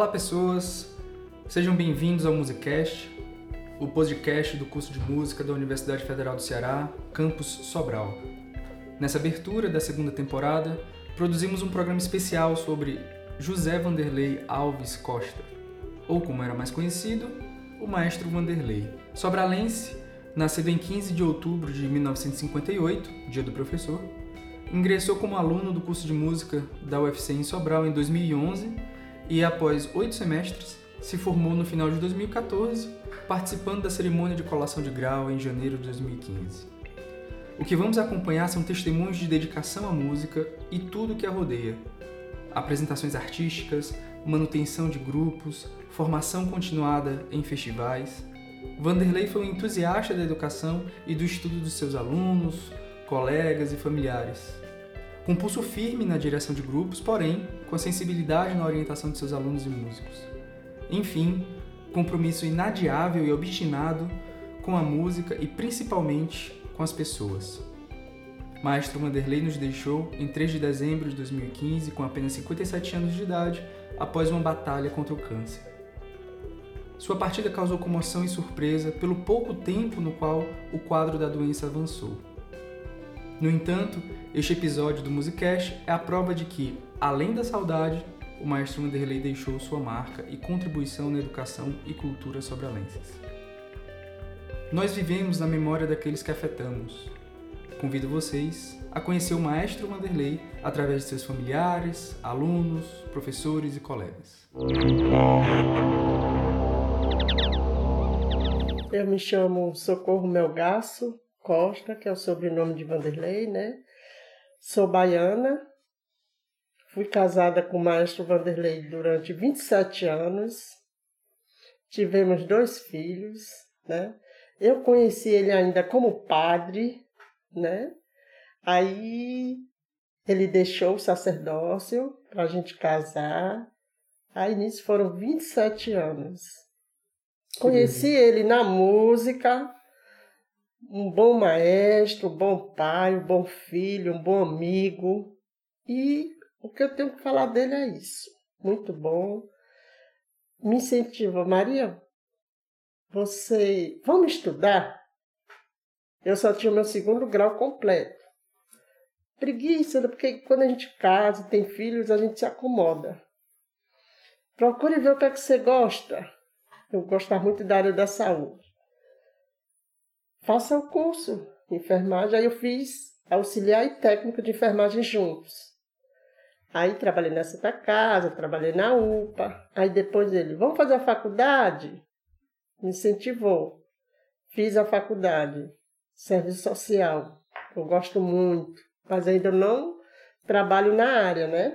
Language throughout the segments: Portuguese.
Olá pessoas, sejam bem-vindos ao Musicast, o podcast do curso de música da Universidade Federal do Ceará, Campus Sobral. Nessa abertura da segunda temporada, produzimos um programa especial sobre José Wanderley Alves Costa, ou como era mais conhecido, o Maestro Wanderley. Sobralense, nascido em 15 de outubro de 1958, dia do professor, ingressou como aluno do curso de música da UFC em Sobral em 2011 e, após 8 semestres, se formou no final de 2014, participando da cerimônia de colação de grau em janeiro de 2015. O que vamos acompanhar são testemunhos de dedicação à música e tudo o que a rodeia. Apresentações artísticas, manutenção de grupos, formação continuada em festivais. Wanderley foi um entusiasta da educação e do estudo dos seus alunos, colegas e familiares. Com pulso firme na direção de grupos, porém, com a sensibilidade na orientação de seus alunos e músicos. Enfim, compromisso inadiável e obstinado com a música e principalmente com as pessoas. Maestro Wanderley nos deixou em 3 de dezembro de 2015, com apenas 57 anos de idade, após uma batalha contra o câncer. Sua partida causou comoção e surpresa pelo pouco tempo no qual o quadro da doença avançou. No entanto, este episódio do Musicast é a prova de que, além da saudade, o Maestro Wanderley deixou sua marca e contribuição na educação e cultura sobralenses. Nós vivemos na memória daqueles que afetamos. Convido vocês a conhecer o Maestro Wanderley através de seus familiares, alunos, professores e colegas. Eu me chamo Socorro Melgaço Costa, que é o sobrenome de Wanderley, né? Sou baiana, fui casada com o Maestro Wanderley durante 27 anos, tivemos 2 filhos, né? Eu conheci ele ainda como padre, né? Aí ele deixou o sacerdócio para a gente casar, aí nisso foram 27 anos. Conheci ele na música, um bom maestro, um bom pai, um bom filho, um bom amigo. E o que eu tenho que falar dele é isso. Muito bom. Me incentiva. Maria, vamos estudar? Eu só tinha meu 2º grau completo. Preguiça, porque quando a gente casa, tem filhos, a gente se acomoda. Procure ver o que é que você gosta. Eu gosto muito da área da saúde. Faça o curso de enfermagem. Aí eu fiz auxiliar e técnico de enfermagem juntos. Aí trabalhei na Santa Casa, trabalhei na UPA. Aí depois ele, vamos fazer a faculdade? Me incentivou. Fiz a faculdade, serviço social. Eu gosto muito, mas ainda não trabalho na área, né?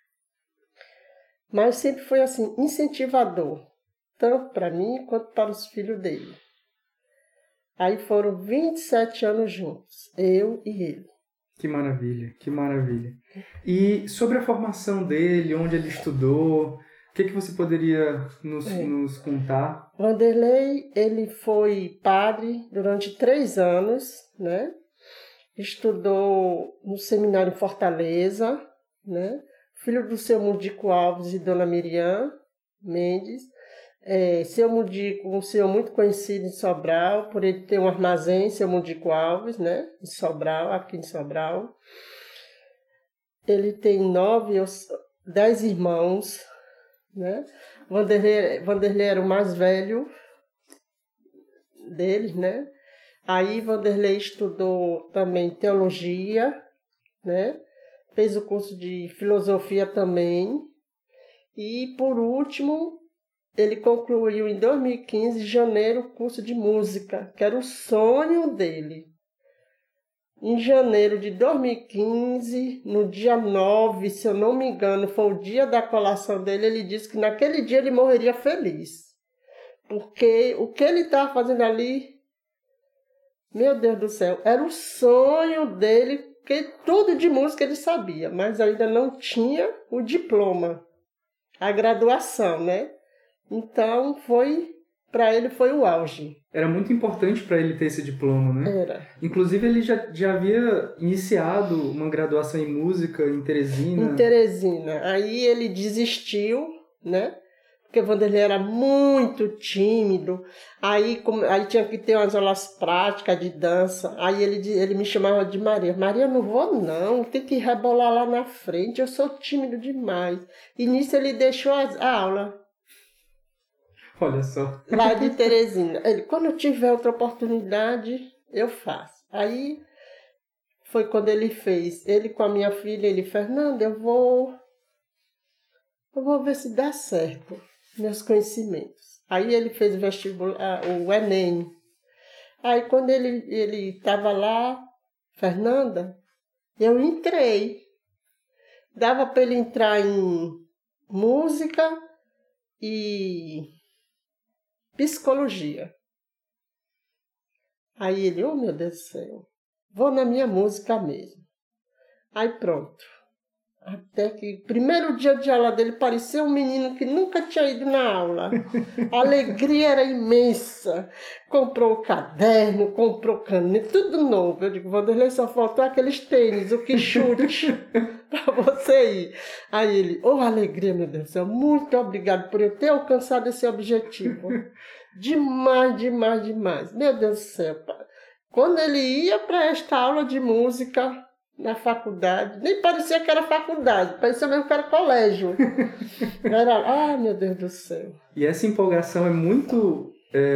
Mas sempre foi assim, incentivador, tanto para mim quanto para os filhos dele. Aí foram 27 anos juntos, eu e ele. Que maravilha, que maravilha. E sobre a formação dele, onde ele estudou, o que você poderia nos contar? Wanderley, ele foi padre durante 3 anos, né? Estudou no seminário em Fortaleza, né? Filho do seu Mudico Alves e dona Miriam Mendes. Seu Mudico, um senhor muito conhecido em Sobral, por ele ter um armazém, seu Mudico Alves, né? Em Sobral, aqui em Sobral. Ele tem 10 irmãos, né? Wanderley era o mais velho deles, né? Aí Wanderley estudou também teologia, né? Fez o curso de filosofia também. E, por último, ele concluiu em 2015, em janeiro, o curso de música, que era o sonho dele. Em janeiro de 2015, no dia 9, se eu não me engano, foi o dia da colação dele, ele disse que naquele dia ele morreria feliz. Porque o que ele estava fazendo ali, meu Deus do céu, era o sonho dele, porque tudo de música ele sabia, mas ainda não tinha o diploma, a graduação, né? Então, para ele foi o auge. Era muito importante para ele ter esse diploma, né? Era. Inclusive, ele já havia iniciado uma graduação em música em Teresina. Em Teresina. Aí ele desistiu, né? porque Vanderlei era muito tímido, aí tinha que ter umas aulas práticas de dança, aí ele me chamava de Maria. Maria, eu não vou não, tem que rebolar lá na frente, eu sou tímido demais. E nisso ele deixou a aula. Olha só. Lá de Teresina. Ele, quando eu tiver outra oportunidade, eu faço. Aí foi quando ele fez. Ele com a minha filha, ele, Fernanda, eu vou ver se dá certo meus conhecimentos. Aí ele fez o vestibular, o Enem. Aí quando ele estava lá, Fernanda, eu entrei. Dava para ele entrar em música e psicologia. Aí ele, oh meu Deus do céu, vou na minha música mesmo. Aí pronto. Até que primeiro dia de aula dele parecia um menino que nunca tinha ido na aula. A alegria era imensa. Comprou o caderno, comprou caneta, tudo novo. Eu digo, Vanderlei, só faltou aqueles tênis, o que chute para você ir. Aí ele, oh alegria, meu Deus do céu, muito obrigado por eu ter alcançado esse objetivo. Demais, demais, demais. Meu Deus do céu. Quando ele ia para esta aula de música na faculdade, nem parecia que era faculdade, parecia mesmo que era colégio. Era, meu Deus do céu. E essa empolgação é muito...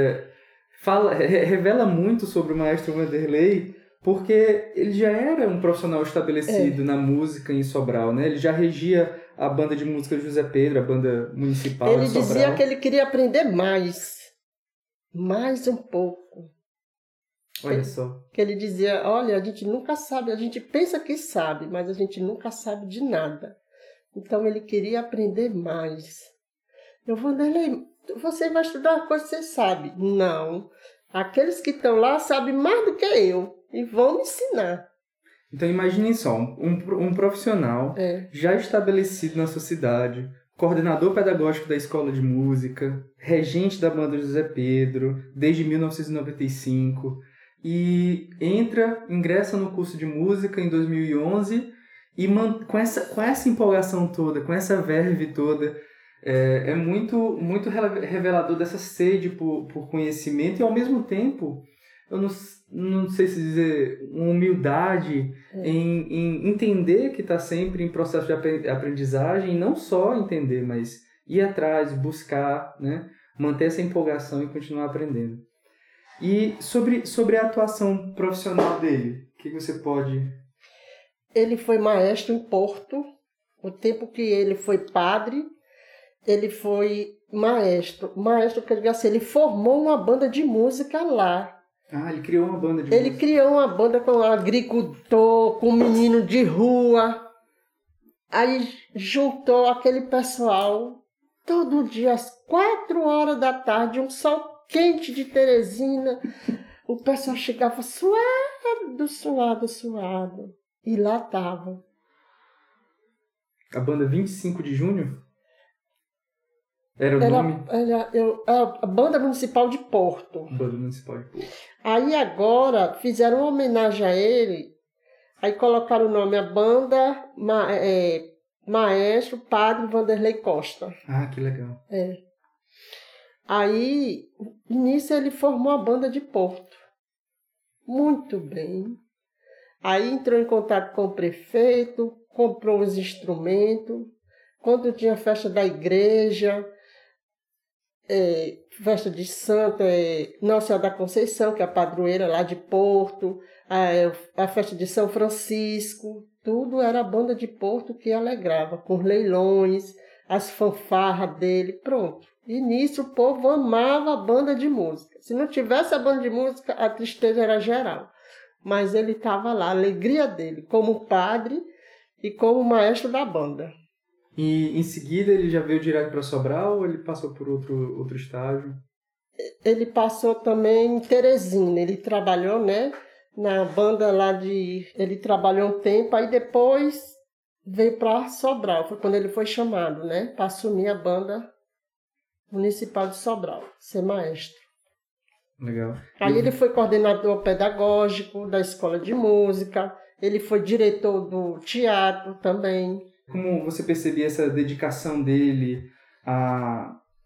revela muito sobre o maestro Vanderlei, porque ele já era um profissional estabelecido na música em Sobral, né? Ele já regia a banda de música José Pedro, a banda municipal ele em Sobral. Ele dizia que ele queria aprender mais um pouco. Olha só. Que ele dizia, olha, a gente nunca sabe, a gente pensa que sabe, mas a gente nunca sabe de nada. Então ele queria aprender mais. Eu, Vanderlei, você vai estudar uma coisa que você sabe. Não. Aqueles que estão lá sabem mais do que eu e vão me ensinar. Então imagine só, um profissional já estabelecido na sua cidade, coordenador pedagógico da escola de música, regente da banda José Pedro, desde 1995, e ingressa no curso de música em 2011, e com essa empolgação toda, com essa verve toda, é muito, muito revelador dessa sede por conhecimento e, ao mesmo tempo, eu não sei se dizer, uma humildade em entender que está sempre em processo de aprendizagem, e não só entender, mas ir atrás, buscar, né? Manter essa empolgação e continuar aprendendo. E sobre a atuação profissional dele, o que você pode... Ele foi maestro em Porto, o tempo que ele foi padre, ele foi maestro. Maestro, quer dizer assim, ele formou uma banda de música lá. Ah, ele criou uma banda de música. Ele criou uma banda com um agricultor, com um menino de rua. Aí juntou aquele pessoal, todo dia às 4 horas da tarde, um sol quente de Teresina. O pessoal chegava suado. E lá estava. A banda 25 de Junho? Era o nome? Era a Banda Municipal de Porto. Banda Municipal de Porto. Aí agora fizeram uma homenagem a ele, aí colocaram o nome a banda Maestro Padre Vanderlei Costa. Ah, que legal. Aí, nisso ele formou a banda de Porto. Muito bem. Aí entrou em contato com o prefeito, comprou os instrumentos. Quando tinha festa da igreja, festa de Santa Nossa Senhora da Conceição, que é a padroeira lá de Porto, a festa de São Francisco, tudo era a banda de Porto que alegrava, com os leilões, as fanfarras dele, pronto. E nisso o povo amava a banda de música. Se não tivesse a banda de música, a tristeza era geral. Mas ele estava lá, a alegria dele, como padre e como maestro da banda. E em seguida ele já veio direto para Sobral ou ele passou por outro estágio? Ele passou também em Teresina. Ele trabalhou, né, na banda lá ele trabalhou um tempo, aí depois veio para Sobral. Foi quando ele foi chamado, né, para assumir a banda municipal de Sobral, ser maestro. Legal. Aí ele foi coordenador pedagógico da escola de música, ele foi diretor do teatro também. Como você percebia essa dedicação dele a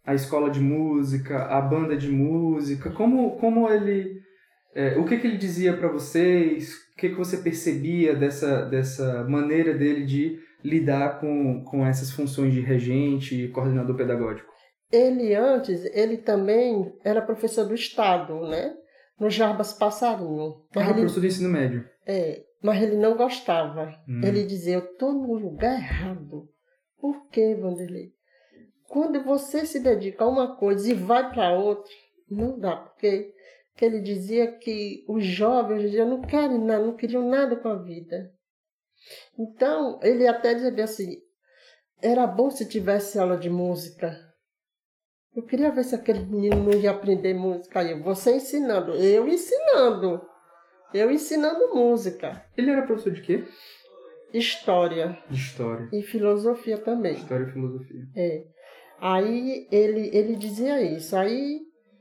a escola de música, a banda de música? Como ele... o que ele dizia para vocês? O que você percebia dessa maneira dele de lidar com essas funções de regente e coordenador pedagógico? Ele também era professor do Estado, né? No Jarbas Passarinho. Professor do ensino médio. Mas ele não gostava. Ele dizia, eu estou no lugar errado. Por quê, Vanderlei? Quando você se dedica a uma coisa e vai para outra, não dá, porque ele dizia que os jovens hoje em dia não querem nada, não queriam nada com a vida. Então, ele até dizia assim, era bom se tivesse aula de música. Eu queria ver se aquele menino não ia aprender música. Aí, você ensinando, eu ensinando música. Ele era professor de quê? História. De história. E filosofia também. História e filosofia. Aí ele dizia isso. Aí,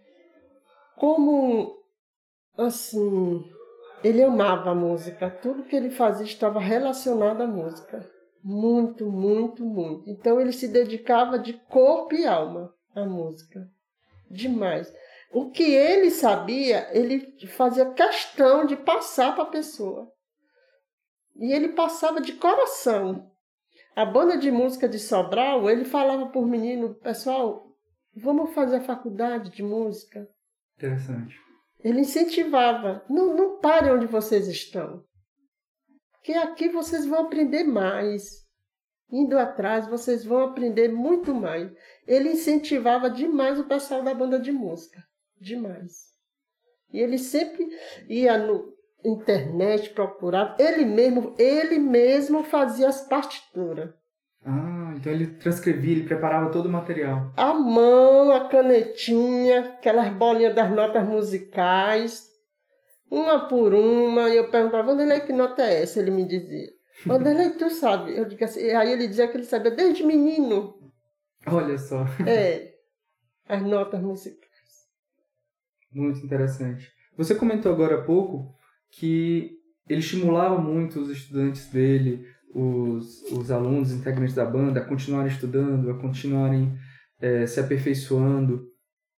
como, assim, ele amava a música. Tudo que ele fazia estava relacionado à música. Muito, muito, muito. Então, ele se dedicava de corpo e alma à música. Demais. O que ele sabia, ele fazia questão de passar para a pessoa. E ele passava de coração. A banda de música de Sobral, ele falava por menino, pessoal, vamos fazer a faculdade de música. Interessante. Ele incentivava, não parem onde vocês estão. Porque aqui vocês vão aprender mais. Indo atrás, vocês vão aprender muito mais. Ele incentivava demais o pessoal da banda de música. Demais. E ele sempre ia no internet, procurava. Ele mesmo fazia as partituras. Então ele transcrevia, ele preparava todo o material. A mão, a canetinha, aquelas bolinhas das notas musicais, uma por uma. E eu perguntava, Vanderlei, que nota é essa? Ele me dizia. Vanderlei, tu sabe? Eu digo assim, aí ele dizia que ele sabia desde menino. Olha só. As notas musicais. Muito interessante. Você comentou agora há pouco que ele estimulava muito os estudantes dele, os alunos, integrantes da banda, a continuarem estudando, a continuarem se aperfeiçoando.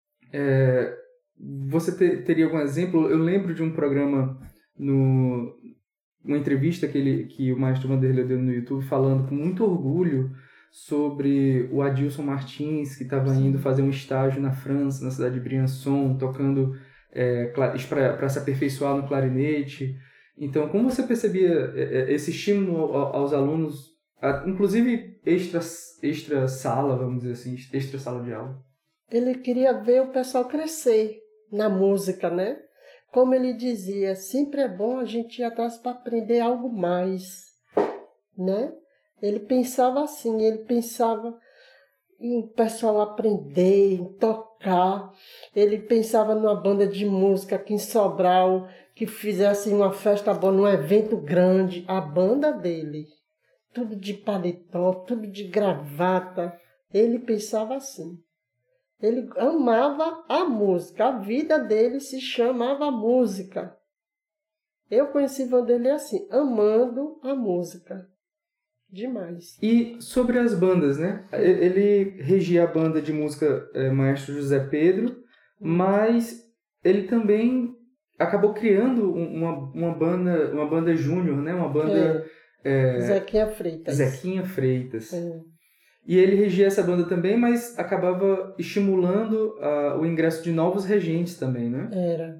Você teria algum exemplo? Eu lembro de um programa, uma entrevista que o maestro Vanderlei deu no YouTube, falando com muito orgulho sobre o Adilson Martins, que estava indo fazer um estágio na França, na cidade de Briançon, tocando para se aperfeiçoar no clarinete. Então, como você percebia esse estímulo aos alunos, inclusive extra sala, vamos dizer assim, extra sala de aula? Ele queria ver o pessoal crescer na música, né? Como ele dizia, sempre é bom a gente ir atrás para aprender algo mais, né? Ele pensava assim, ele pensava em o pessoal aprender, em tocar. Ele pensava numa banda de música aqui em Sobral, que fizesse uma festa boa, num evento grande. A banda dele, tudo de paletó, tudo de gravata. Ele pensava assim. Ele amava a música, a vida dele se chamava música. Eu conheci Vanderlei assim, amando a música. Demais. E sobre as bandas, né? Ele regia a banda de música Maestro José Pedro, mas ele também acabou criando uma banda júnior, né? Uma banda... Zequinha Freitas. Zequinha Freitas. E ele regia essa banda também, mas acabava estimulando o ingresso de novos regentes também, né? Era.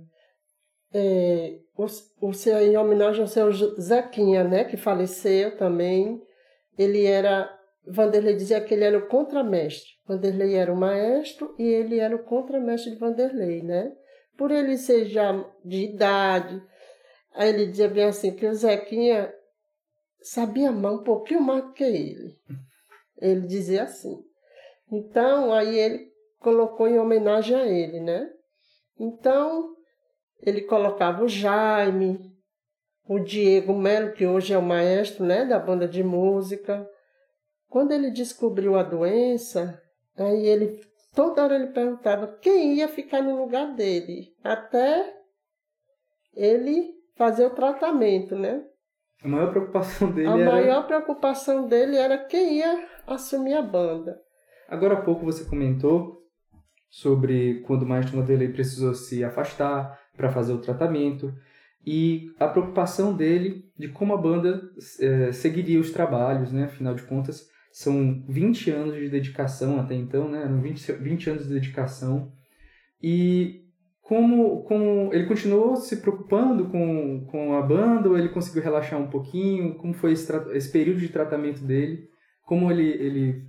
Em homenagem ao seu Zequinha, né? Que faleceu também. Ele era... Vanderlei dizia que ele era o contramestre. Vanderlei era o maestro e ele era o contramestre de Vanderlei, né? Por ele ser já de idade. Aí ele dizia bem assim, que o Zequinha sabia amar um pouquinho mais do que ele. Ele dizia assim. Então, aí ele colocou em homenagem a ele, né? Então, ele colocava o Jaime, o Diego Melo, que hoje é o maestro, né, da banda de música. Quando ele descobriu a doença, aí ele, toda hora ele perguntava quem ia ficar no lugar dele, até ele fazer o tratamento, né? A maior preocupação dele maior preocupação dele era quem ia assumir a banda. Agora há pouco você comentou sobre quando o Maestro Vanderlei precisou se afastar para fazer o tratamento e a preocupação dele de como a banda seguiria os trabalhos, né? Afinal de contas, são 20 anos de dedicação até então, né? Eram 20 anos de dedicação. E como ele continuou se preocupando com a banda, ou ele conseguiu relaxar um pouquinho? Como foi esse período de tratamento dele? Como ele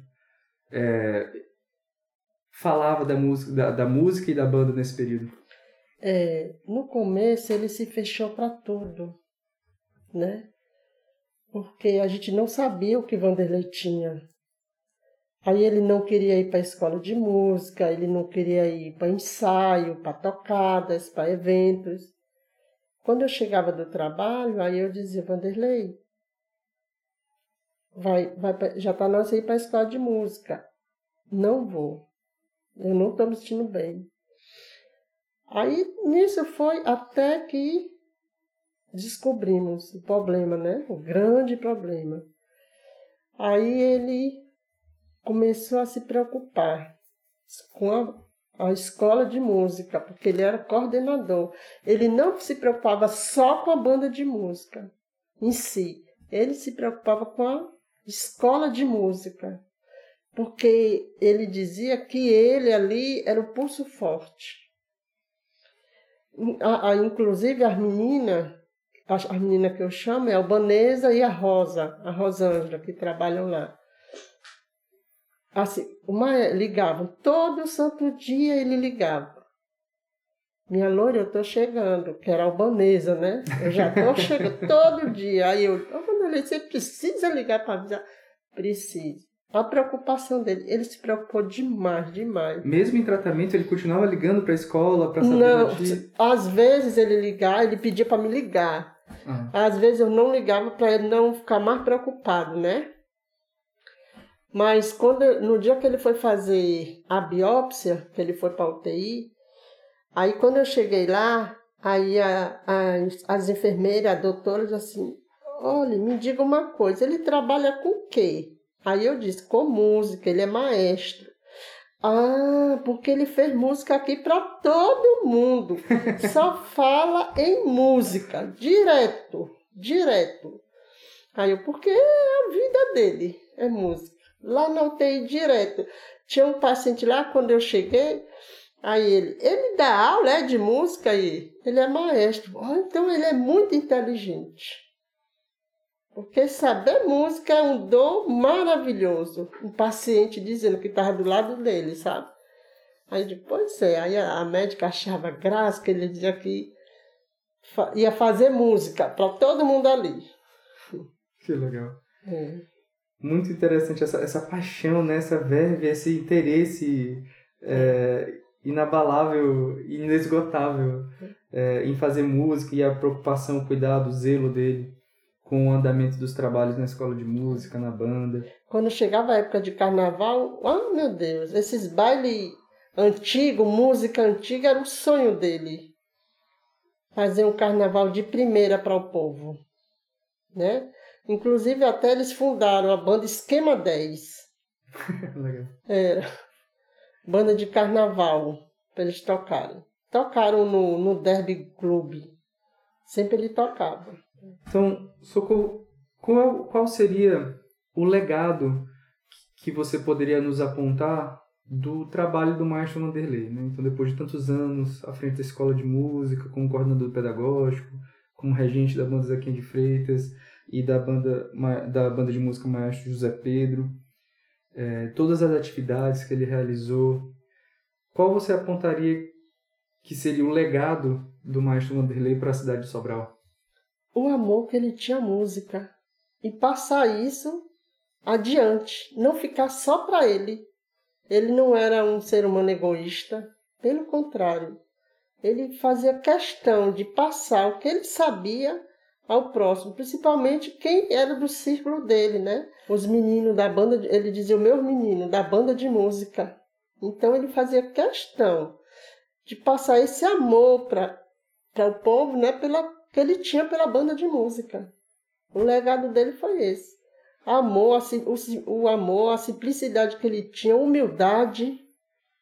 falava da música e da banda nesse período? No começo ele se fechou para tudo, né? Porque a gente não sabia o que Vanderlei tinha. Aí ele não queria ir para a escola de música, ele não queria ir para ensaio, para tocadas, para eventos. Quando eu chegava do trabalho, aí eu dizia, Vanderlei, já está na hora de ir para a escola de música. Não vou, eu não estou me sentindo bem. Aí nisso foi até que descobrimos o problema, né? O grande problema. Aí ele começou a se preocupar com a escola de música, porque ele era coordenador. Ele não se preocupava só com a banda de música em si. Ele se preocupava com a escola de música, porque ele dizia que ele ali era o pulso forte. Inclusive as meninas que eu chamo é a Albanesa e a Rosângela, que trabalham lá. Assim, ligavam, todo santo dia ele ligava. Minha loira, eu tô chegando, que era albanesa, né? Eu já tô chegando todo dia. Aí Vanderlei, você precisa ligar para avisar? Preciso. A preocupação dele, ele se preocupou demais, demais. Mesmo em tratamento, ele continuava ligando para a escola para saber? Não, às vezes ele ligava, ele pedia para me ligar. Às vezes eu não ligava para ele não ficar mais preocupado, né? Mas no dia que ele foi fazer a biópsia, que ele foi para a UTI, aí quando eu cheguei lá, aí as enfermeiras, a doutora, disse assim, olha, me diga uma coisa, ele trabalha com o quê? Aí eu disse, com música, ele é maestro. Ah, porque ele fez música aqui para todo mundo. Só fala em música, direto. Aí porque a vida dele é música. Lá na UTI direto. Tinha um paciente lá, quando eu cheguei, aí ele dá aula de música e ele é maestro. Oh, então ele é muito inteligente. Porque saber música é um dom maravilhoso. Um paciente dizendo que estava do lado dele, sabe? Aí depois aí a médica achava graça, que ele dizia que ia fazer música para todo mundo ali. Que legal. Muito interessante essa paixão, né? Essa verve, esse interesse inabalável, inesgotável em fazer música, e a preocupação, o cuidado, o zelo dele com o andamento dos trabalhos na escola de música, na banda. Quando chegava a época de carnaval, meu Deus, esses bailes antigos, música antiga, era o sonho dele. Fazer um carnaval de primeira para o povo, né? Inclusive até eles fundaram a banda Esquema 10. Legal. Era banda de carnaval para eles tocarem. Tocaram no Derby Club. Sempre ele tocava. Então, Socorro, qual seria o legado que você poderia nos apontar do trabalho do Maestro Vanderlei, né? Então, depois de tantos anos à frente da escola de música, como coordenador pedagógico, como regente da banda Zequinha de Freitas e da banda de música Maestro José Pedro, todas as atividades que ele realizou, qual você apontaria que seria o legado do Maestro Vanderlei para a cidade de Sobral? O amor que ele tinha à música e passar isso adiante, não ficar só para ele. Ele não era um ser humano egoísta, pelo contrário. Ele fazia questão de passar o que ele sabia ao próximo, principalmente quem era do círculo dele, né? Os meninos da banda, ele dizia o meu menino, da banda de música. Então ele fazia questão de passar esse amor para o povo, né? Que ele tinha pela banda de música. O legado dele foi esse. Amor, o amor, a simplicidade que ele tinha, a humildade,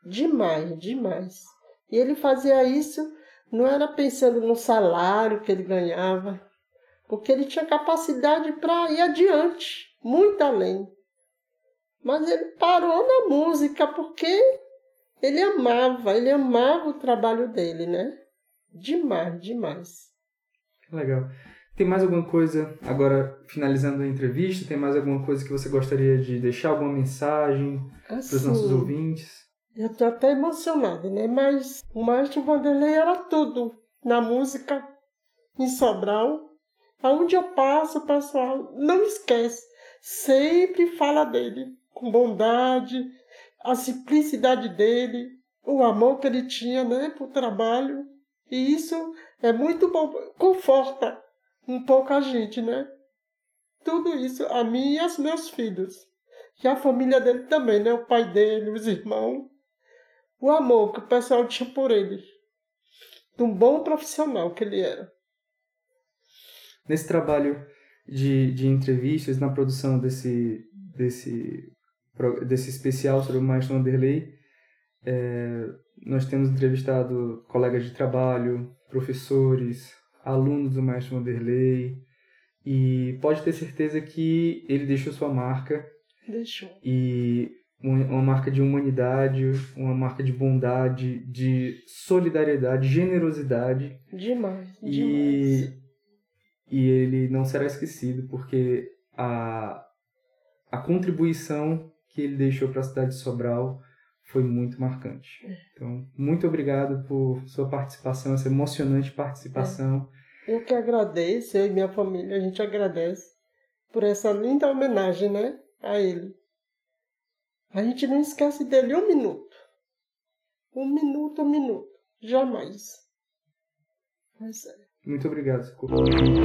demais, demais. E ele fazia isso, não era pensando no salário que ele ganhava, porque ele tinha capacidade para ir adiante, muito além. Mas ele parou na música porque ele amava o trabalho dele, né? Demais, demais. Legal. Tem mais alguma coisa, agora finalizando a entrevista, tem mais alguma coisa que você gostaria de deixar, alguma mensagem para os nossos Assim, ouvintes? eu estou até emocionada, né? Mas o Maestro Vanderlei era tudo na música, em Sobral. Aonde eu passo, o pessoal não esquece. Sempre fala dele, com bondade, a simplicidade dele, o amor que ele tinha, né, para o trabalho. E isso é muito bom, conforta um pouco a gente, né? Tudo isso, a mim e aos meus filhos. E a família dele também, né? O pai dele, os irmãos. O amor que o pessoal tinha por ele. De um bom profissional que ele era. Nesse trabalho de entrevistas, na produção desse especial sobre o Maestro Vanderlei, nós temos entrevistado colegas de trabalho, professores, alunos do Maestro Vanderlei, e pode ter certeza que ele deixou sua marca. Deixou. E uma marca de humanidade, uma marca de bondade, de solidariedade, generosidade. Demais, E, demais. e ele não será esquecido, porque a contribuição que ele deixou para a cidade de Sobral foi muito marcante. Então, muito obrigado por sua participação, essa emocionante participação. Eu que agradeço, eu e minha família, a gente agradece por essa linda homenagem, né, a ele. A gente não esquece dele um minuto. Um minuto, um minuto. Jamais. Mas é. Muito obrigado, Socorro.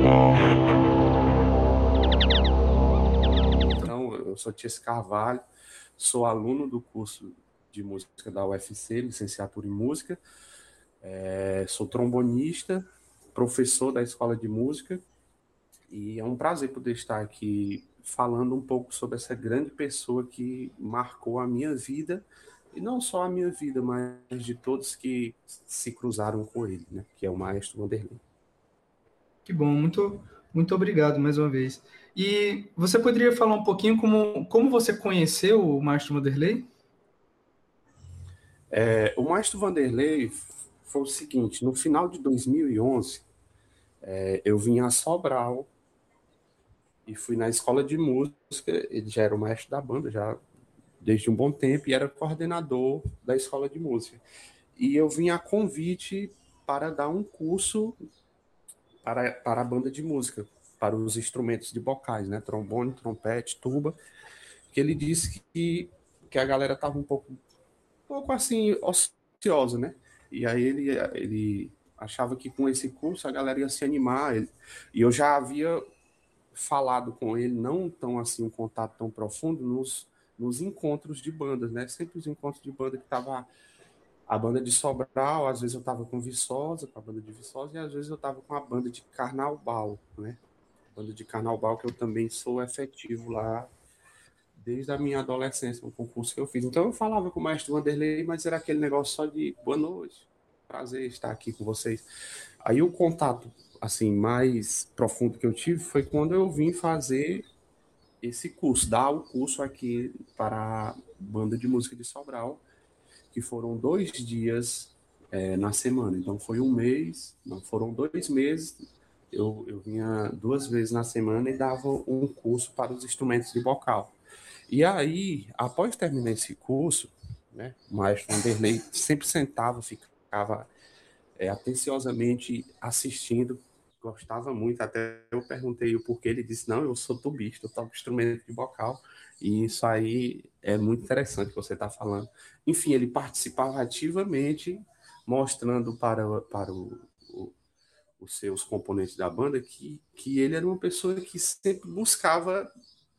Então, eu sou Tias Carvalho, sou aluno do curso de música da UFC, licenciatura em música, sou trombonista, professor da escola de música, e é um prazer poder estar aqui falando um pouco sobre essa grande pessoa que marcou a minha vida, e não só a minha vida, mas de todos que se cruzaram com ele, né? Que é o Maestro Vanderlei. Que bom, muito obrigado mais uma vez. E você poderia falar um pouquinho como você conheceu o Maestro Vanderlei? O Maestro Vanderlei foi o seguinte: no final de 2011, eu vim a Sobral e fui na escola de música. Ele já era o maestro da banda, já desde um bom tempo, e era coordenador da escola de música. E eu vim a convite para dar um curso para a banda de música, para os instrumentos de bocais, né? Trombone, trompete, tuba, que ele disse que a galera estava um pouco assim, ociosa, né? E aí ele achava que com esse curso a galera ia se animar. E eu já havia falado com ele, não tão assim, um contato tão profundo, nos encontros de bandas, né? Sempre os encontros de banda que tava a banda de Sobral, às vezes eu tava com Viçosa, com a banda de Viçosa, e às vezes eu tava com a banda de Carnaubal, né? Banda de Carnaubal, que eu também sou efetivo lá desde a minha adolescência, um concurso que eu fiz. Então eu falava com o maestro Vanderlei, mas era aquele negócio só de boa noite, prazer estar aqui com vocês. Aí o contato assim mais profundo que eu tive foi quando eu vim fazer esse curso, dar o curso aqui para a banda de música de Sobral, que foram 2 dias na semana. Então foi um mês, não, foram 2 meses. Eu vinha 2 vezes na semana e dava um curso para os instrumentos de vocal. E aí, após terminar esse curso, né, o maestro Vanderlei sempre sentava, ficava atenciosamente assistindo, gostava muito. Até eu perguntei o porquê, ele disse: não, eu sou tubista, eu toco instrumento de vocal, e isso aí é muito interessante que você está falando. Enfim, ele participava ativamente, mostrando para os seus componentes da banda que ele era uma pessoa que sempre buscava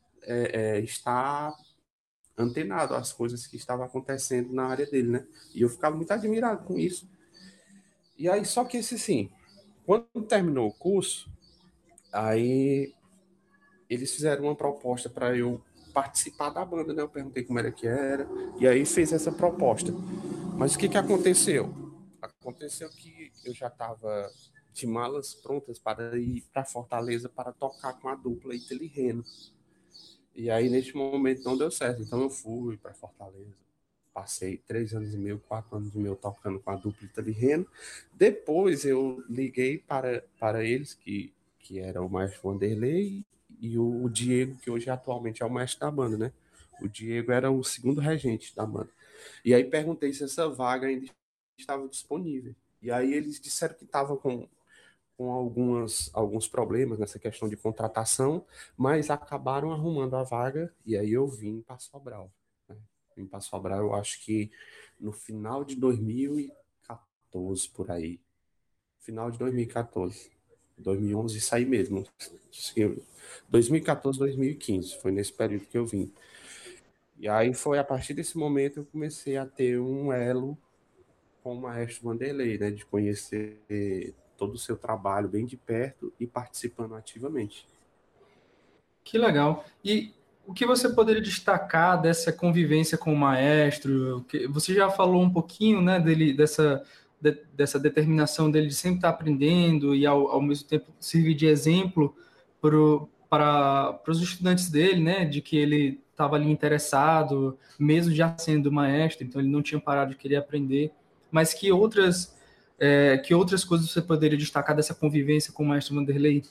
estar antenado às coisas que estavam acontecendo na área dele, né? E eu ficava muito admirado com isso. E aí, só que esse sim, quando terminou o curso, aí eles fizeram uma proposta para eu participar da banda, né? Eu perguntei como era que era, e aí fez essa proposta. Mas o que aconteceu? Aconteceu que eu já estava de malas prontas para ir para Fortaleza para tocar com a dupla Ítalo e Reno. E aí, neste momento, não deu certo. Então, eu fui para Fortaleza. Passei 3 anos e meio, 4 anos e meio tocando com a dupla Ítalo e Reno. Depois, eu liguei para eles, que era o maestro Vanderlei e o Diego, que hoje atualmente é o mestre da banda, né? O Diego era o segundo regente da banda. E aí perguntei se essa vaga ainda estava disponível. E aí eles disseram que estava com alguns problemas nessa questão de contratação, mas acabaram arrumando a vaga e aí eu vim para Sobral. Né? Vim para Sobral, eu acho que no final de 2014, por aí. Final de 2014. 2011, isso aí mesmo. 2014, 2015, foi nesse período que eu vim. E aí foi a partir desse momento que eu comecei a ter um elo com o maestro Vanderlei, né, de conhecer todo o seu trabalho bem de perto e participando ativamente. Que legal. E o que você poderia destacar dessa convivência com o maestro? Você já falou um pouquinho, né, dele, dessa determinação dele de sempre estar aprendendo e, ao mesmo tempo, servir de exemplo para os estudantes dele, né, de que ele estava ali interessado, mesmo já sendo maestro, então ele não tinha parado de querer aprender. Mas que outras coisas você poderia destacar dessa convivência com o maestro Vanderlei?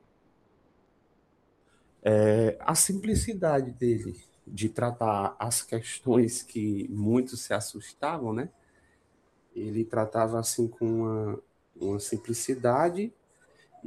A simplicidade dele de tratar as questões que muitos se assustavam, né? Ele tratava assim com uma simplicidade e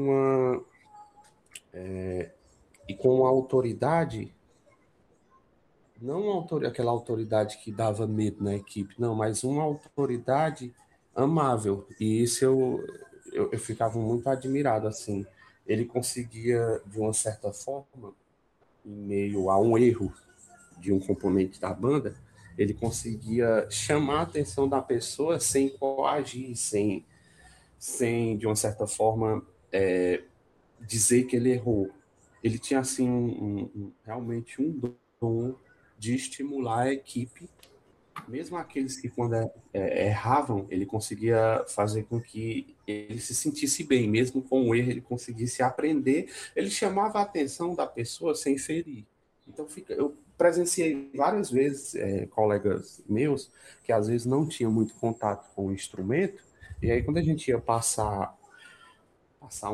com uma autoridade, não aquela autoridade que dava medo na equipe, não, mas uma autoridade amável. E isso eu ficava muito admirado, assim. Ele conseguia, de uma certa forma, em meio a um erro de um componente da banda, ele conseguia chamar a atenção da pessoa sem coagir, sem de uma certa forma, dizer que ele errou. Ele tinha, assim, realmente um dom de estimular a equipe, mesmo aqueles que, quando erravam, ele conseguia fazer com que ele se sentisse bem, mesmo com o erro, ele conseguisse aprender. Ele chamava a atenção da pessoa sem ferir. Então, eu presenciei várias vezes colegas meus que às vezes não tinham muito contato com o instrumento, e aí quando a gente ia passar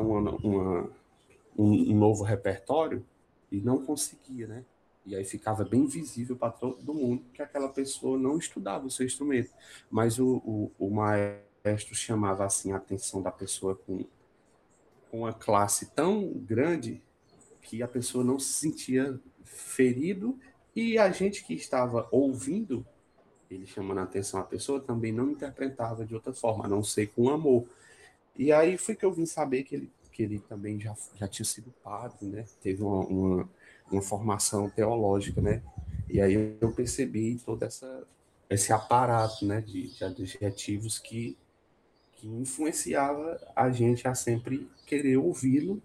um novo repertório, e não conseguia, né? E aí ficava bem visível para todo mundo que aquela pessoa não estudava o seu instrumento. Mas o maestro chamava assim a atenção da pessoa com uma classe tão grande que a pessoa não se sentia ferido e a gente que estava ouvindo ele chamando a atenção à pessoa também não interpretava de outra forma, a não ser com amor. E aí foi que eu vim saber que ele também já tinha sido padre, né? Teve uma formação teológica, né? E aí eu percebi todo esse aparato, né, de adjetivos que influenciava a gente a sempre querer ouvi-lo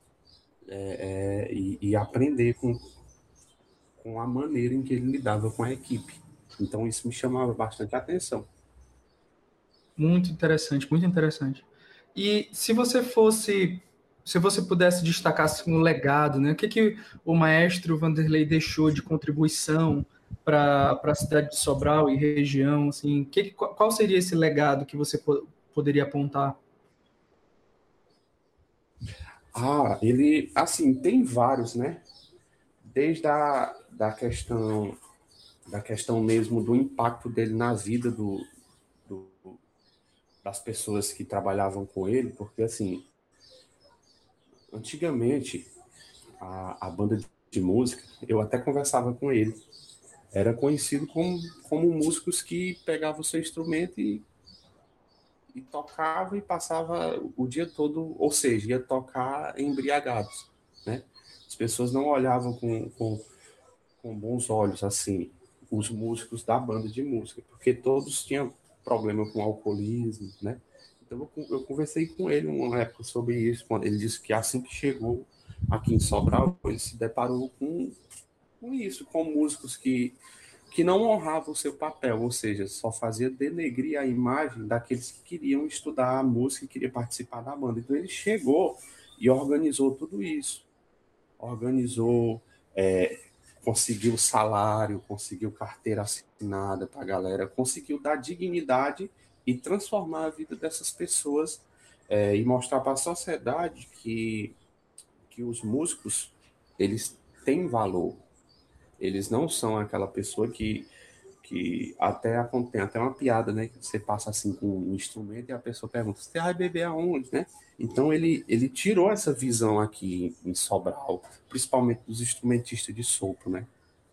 e aprender com a maneira em que ele lidava com a equipe. Então isso me chamava bastante atenção. Muito interessante, muito interessante. E se você pudesse destacar assim, um legado, né? O que o maestro Vanderlei deixou de contribuição para a cidade de Sobral e região, assim, qual seria esse legado que você poderia apontar? Ele, assim, tem vários, né? Desde da questão mesmo do impacto dele na vida do, das pessoas que trabalhavam com ele, porque, assim, antigamente, a banda de música, eu até conversava com ele, era conhecido como músicos que pegavam o seu instrumento e tocava e passava o dia todo, ou seja, ia tocar embriagados, né? As pessoas não olhavam com bons olhos, assim, os músicos da banda de música, porque todos tinham problema com alcoolismo, né? Então eu conversei com ele uma época sobre isso, quando ele disse que assim que chegou aqui em Sobral, ele se deparou com isso, com músicos que não honravam o seu papel, ou seja, só fazia denegrir a imagem daqueles que queriam estudar a música e queriam participar da banda. Então ele chegou e organizou tudo isso. Organizou, conseguiu salário, conseguiu carteira assinada para a galera, conseguiu dar dignidade e transformar a vida dessas pessoas, e mostrar para a sociedade que os músicos, eles têm valor. Eles não são aquela pessoa que tem até uma piada, né? Que você passa assim com um instrumento e a pessoa pergunta, você vai beber aonde, né? Então ele tirou essa visão aqui em Sobral, principalmente dos instrumentistas de sopro, né?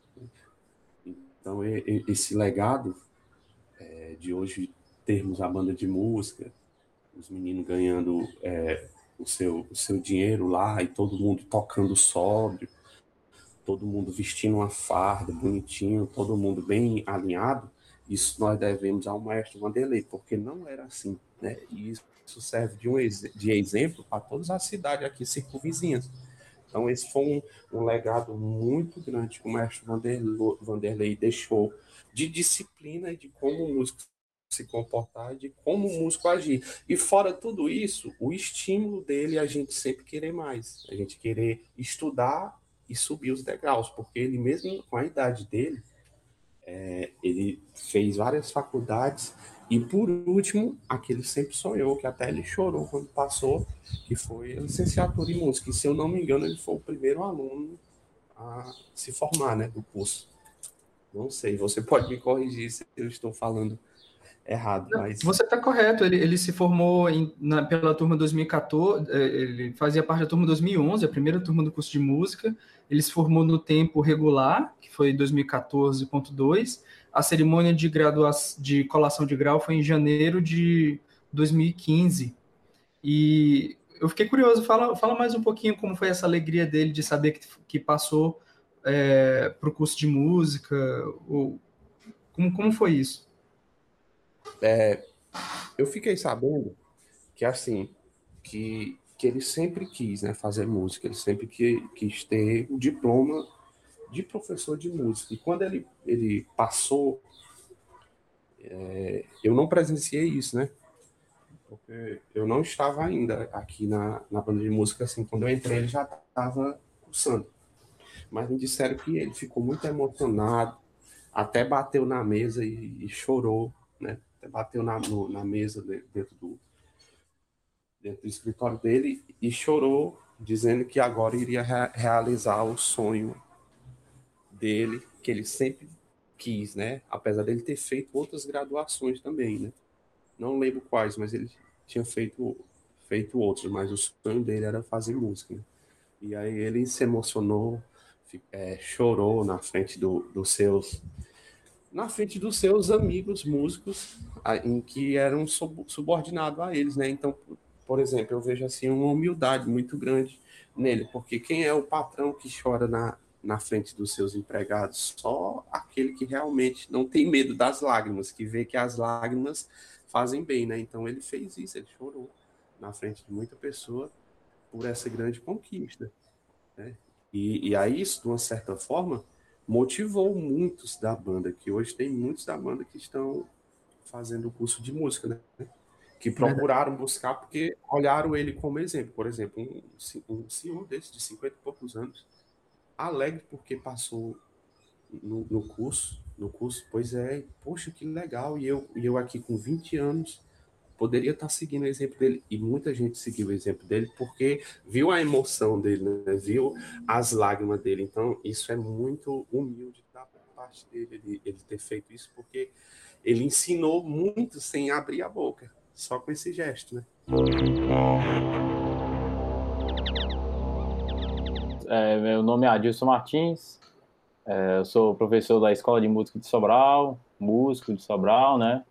Então esse legado, de hoje termos a banda de música, os meninos ganhando, o seu dinheiro lá e todo mundo tocando sóbrio, todo mundo vestindo uma farda bonitinho, todo mundo bem alinhado, isso nós devemos ao maestro Vanderlei, porque não era assim, né? E isso serve de exemplo para todas as cidades aqui circunvizinhas. Então, esse foi um legado muito grande que o maestro Vanderlei deixou de disciplina e de como o músico se comportar, de como o músico agir. E fora tudo isso, o estímulo dele é a gente sempre querer mais, a gente querer estudar e subir os degraus, porque ele mesmo com a idade dele, ele fez várias faculdades e por último, aquele sempre sonhou, que até ele chorou quando passou, que foi a licenciatura em música. E se eu não me engano, ele foi o primeiro aluno a se formar, né, do curso. Não sei, você pode me corrigir se eu estou falando errado, Não, mas você está correto, ele se formou pela turma 2014, ele fazia parte da turma 2011, a primeira turma do curso de música, ele se formou no tempo regular, que foi 2014.2, a cerimônia de colação de grau foi em janeiro de 2015, e eu fiquei curioso, fala mais um pouquinho como foi essa alegria dele de saber que passou para o curso de música, ou, como foi isso? eu fiquei sabendo que assim, que ele sempre quis, né, fazer música, ele sempre quis ter o diploma de professor de música. E quando ele passou, eu não presenciei isso, né? Porque eu não estava ainda aqui na banda de música, assim, quando eu entrei ele já estava cursando. Mas me disseram que ele ficou muito emocionado, até bateu na mesa e chorou, né? Até bateu na mesa dentro do escritório dele e chorou, dizendo que agora iria realizar o sonho dele, que ele sempre quis, né? Apesar dele ter feito outras graduações também, né? Não lembro quais, mas ele tinha feito outros, mas o sonho dele era fazer música, né? E aí ele se emocionou, chorou na frente dos seus amigos músicos, em que eram subordinados a eles, né? Então, por exemplo, eu vejo assim uma humildade muito grande nele, porque quem é o patrão que chora na frente dos seus empregados? Só aquele que realmente não tem medo das lágrimas, que vê que as lágrimas fazem bem, né? Então ele fez isso, ele chorou na frente de muita pessoa por essa grande conquista, né? E aí isso, de uma certa forma, motivou muitos da banda, que hoje tem muitos da banda que estão fazendo o curso de música, né? Que Verdade. procuraram buscar porque olharam ele como exemplo. Por exemplo, um senhor desse de 50 e poucos anos, alegre porque passou no curso, pois é, poxa, que legal, e eu aqui com 20 anos poderia estar seguindo o exemplo dele, e muita gente seguiu o exemplo dele porque viu a emoção dele, né? Viu as lágrimas dele. Então isso é muito humilde da parte dele, ele ter feito isso, porque ele ensinou muito sem abrir a boca, só com esse gesto, né? Meu nome é Adilson Martins, eu sou professor da Escola de Música de Sobral, músico de Sobral, né?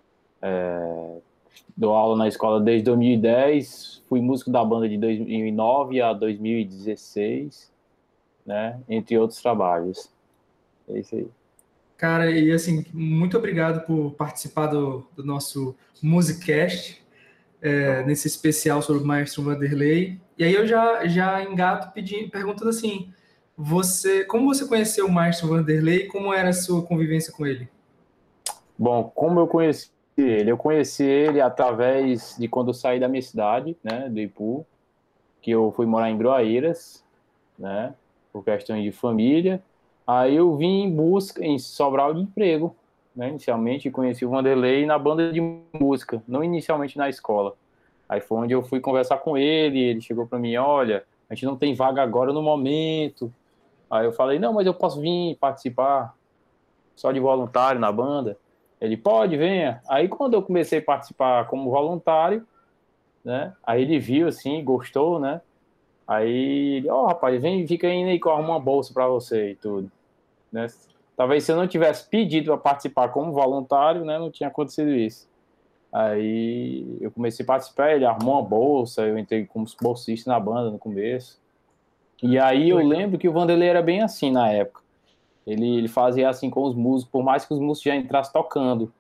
Dou aula na escola desde 2010, fui músico da banda de 2009 a 2016, né? Entre outros trabalhos. É isso aí. Cara, e assim, muito obrigado por participar do nosso Musicast. nesse especial sobre o maestro Vanderlei. E aí eu já engato perguntando assim, como você conheceu o maestro Vanderlei e como era a sua convivência com ele? Bom, como eu conheci ele? Eu conheci ele através de quando eu saí da minha cidade, né, do Ipu, que eu fui morar em Groaíras, né, por questões de família. Aí eu vim em Sobral de emprego, né, inicialmente conheci o Vanderlei na banda de música, não inicialmente na escola. Aí foi onde eu fui conversar com ele chegou para mim, olha, a gente não tem vaga agora no momento. Aí eu falei, não, mas eu posso vir participar só de voluntário na banda. Ele, pode, venha. Aí quando eu comecei a participar como voluntário, né, aí ele viu assim, gostou, né, aí ele, rapaz, vem, fica aí que eu arrumo uma bolsa para você e tudo, né. Talvez se eu não tivesse pedido para participar como voluntário, né, não tinha acontecido isso. Aí eu comecei a participar, ele arrumou uma bolsa, eu entrei como bolsista na banda no começo. E aí eu lembro que o Vanderlei era bem assim na época. Ele fazia assim com os músicos, por mais que os músicos já entrassem tocando.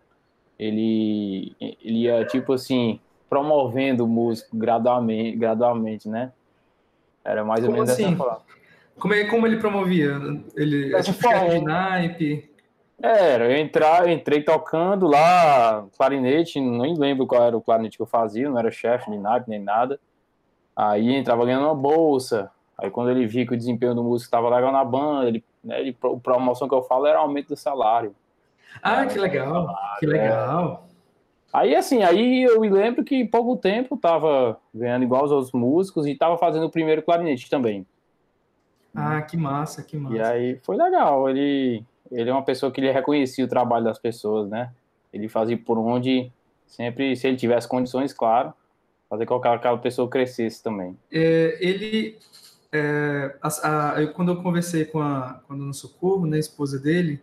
Ele ia, tipo assim, promovendo o músico gradualmente, né? Era mais ou Como menos dessa assim? forma. Como ele promovia? Ele é Dessa tipo chefe de forma, naipe? eu entrei tocando lá, clarinete, nem lembro qual era o clarinete que eu fazia, não era chefe, nem nada, nem nada. Aí entrava ganhando uma bolsa. Aí quando ele viu que o desempenho do músico estava legal na banda, a promoção que eu falo era aumento do salário. Né? Ah, que legal, que legal. Aí assim, aí eu me lembro que em pouco tempo estava ganhando igual os outros músicos e estava fazendo o primeiro clarinete também. Ah, que massa, que E massa. aí foi legal. Ele é uma pessoa que ele reconhecia o trabalho das pessoas, né? Ele fazia por onde, sempre, se ele tivesse condições, claro, fazer com que aquela pessoa crescesse também. Ele, quando eu conversei com a Dona Socorro, né, a esposa dele,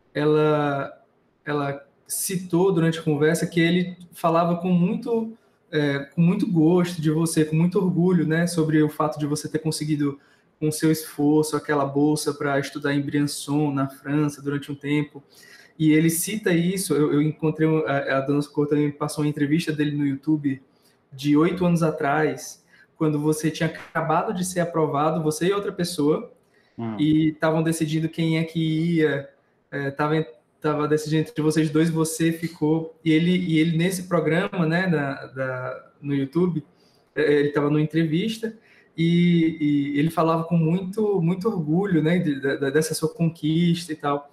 ela citou durante a conversa que ele falava com muito gosto de você, com muito orgulho, né, sobre o fato de você ter conseguido, com seu esforço, aquela bolsa para estudar em Briançon, na França, durante um tempo. E ele cita isso. Eu encontrei a Dona Socorro também passou uma entrevista dele no YouTube de 8 anos atrás, quando você tinha acabado de ser aprovado, você e outra pessoa, e estavam decidindo quem é que ia, tava decidindo entre vocês dois, você ficou, e ele nesse programa, né, no YouTube, ele estava numa entrevista, e ele falava com muito orgulho, né, dessa sua conquista e tal.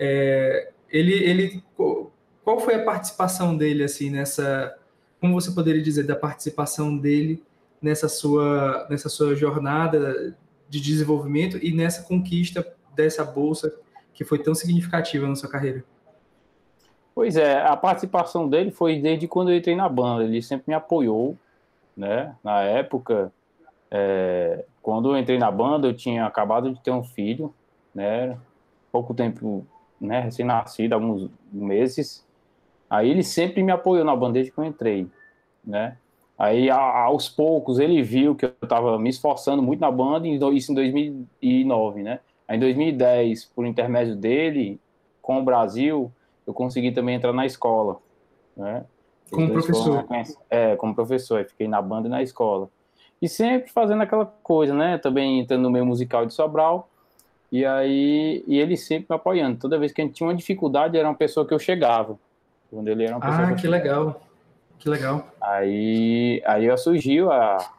Qual foi a participação dele, assim, como você poderia dizer da participação dele nessa sua jornada de desenvolvimento e nessa conquista dessa bolsa que foi tão significativa na sua carreira? Pois é, a participação dele foi desde quando eu entrei na banda. Ele sempre me apoiou, né? Na época, quando eu entrei na banda, eu tinha acabado de ter um filho, né? Pouco tempo, né? Recém-nascido, alguns meses. Aí ele sempre me apoiou na banda desde que eu entrei, né? Aí, aos poucos, ele viu que eu estava me esforçando muito na banda, isso em 2009, né? Aí, em 2010, por intermédio dele, com o Brasil, eu consegui também entrar na escola, né? Os Como dois foram, professor. como professor, eu fiquei na banda e na escola. E sempre fazendo aquela coisa, né? Também entrando no meio musical de Sobral, e ele sempre me apoiando. Toda vez que a gente tinha uma dificuldade, era uma pessoa que eu chegava. Quando ele era uma pessoa que Ah, eu que chegava. legal, que legal. Aí surgiu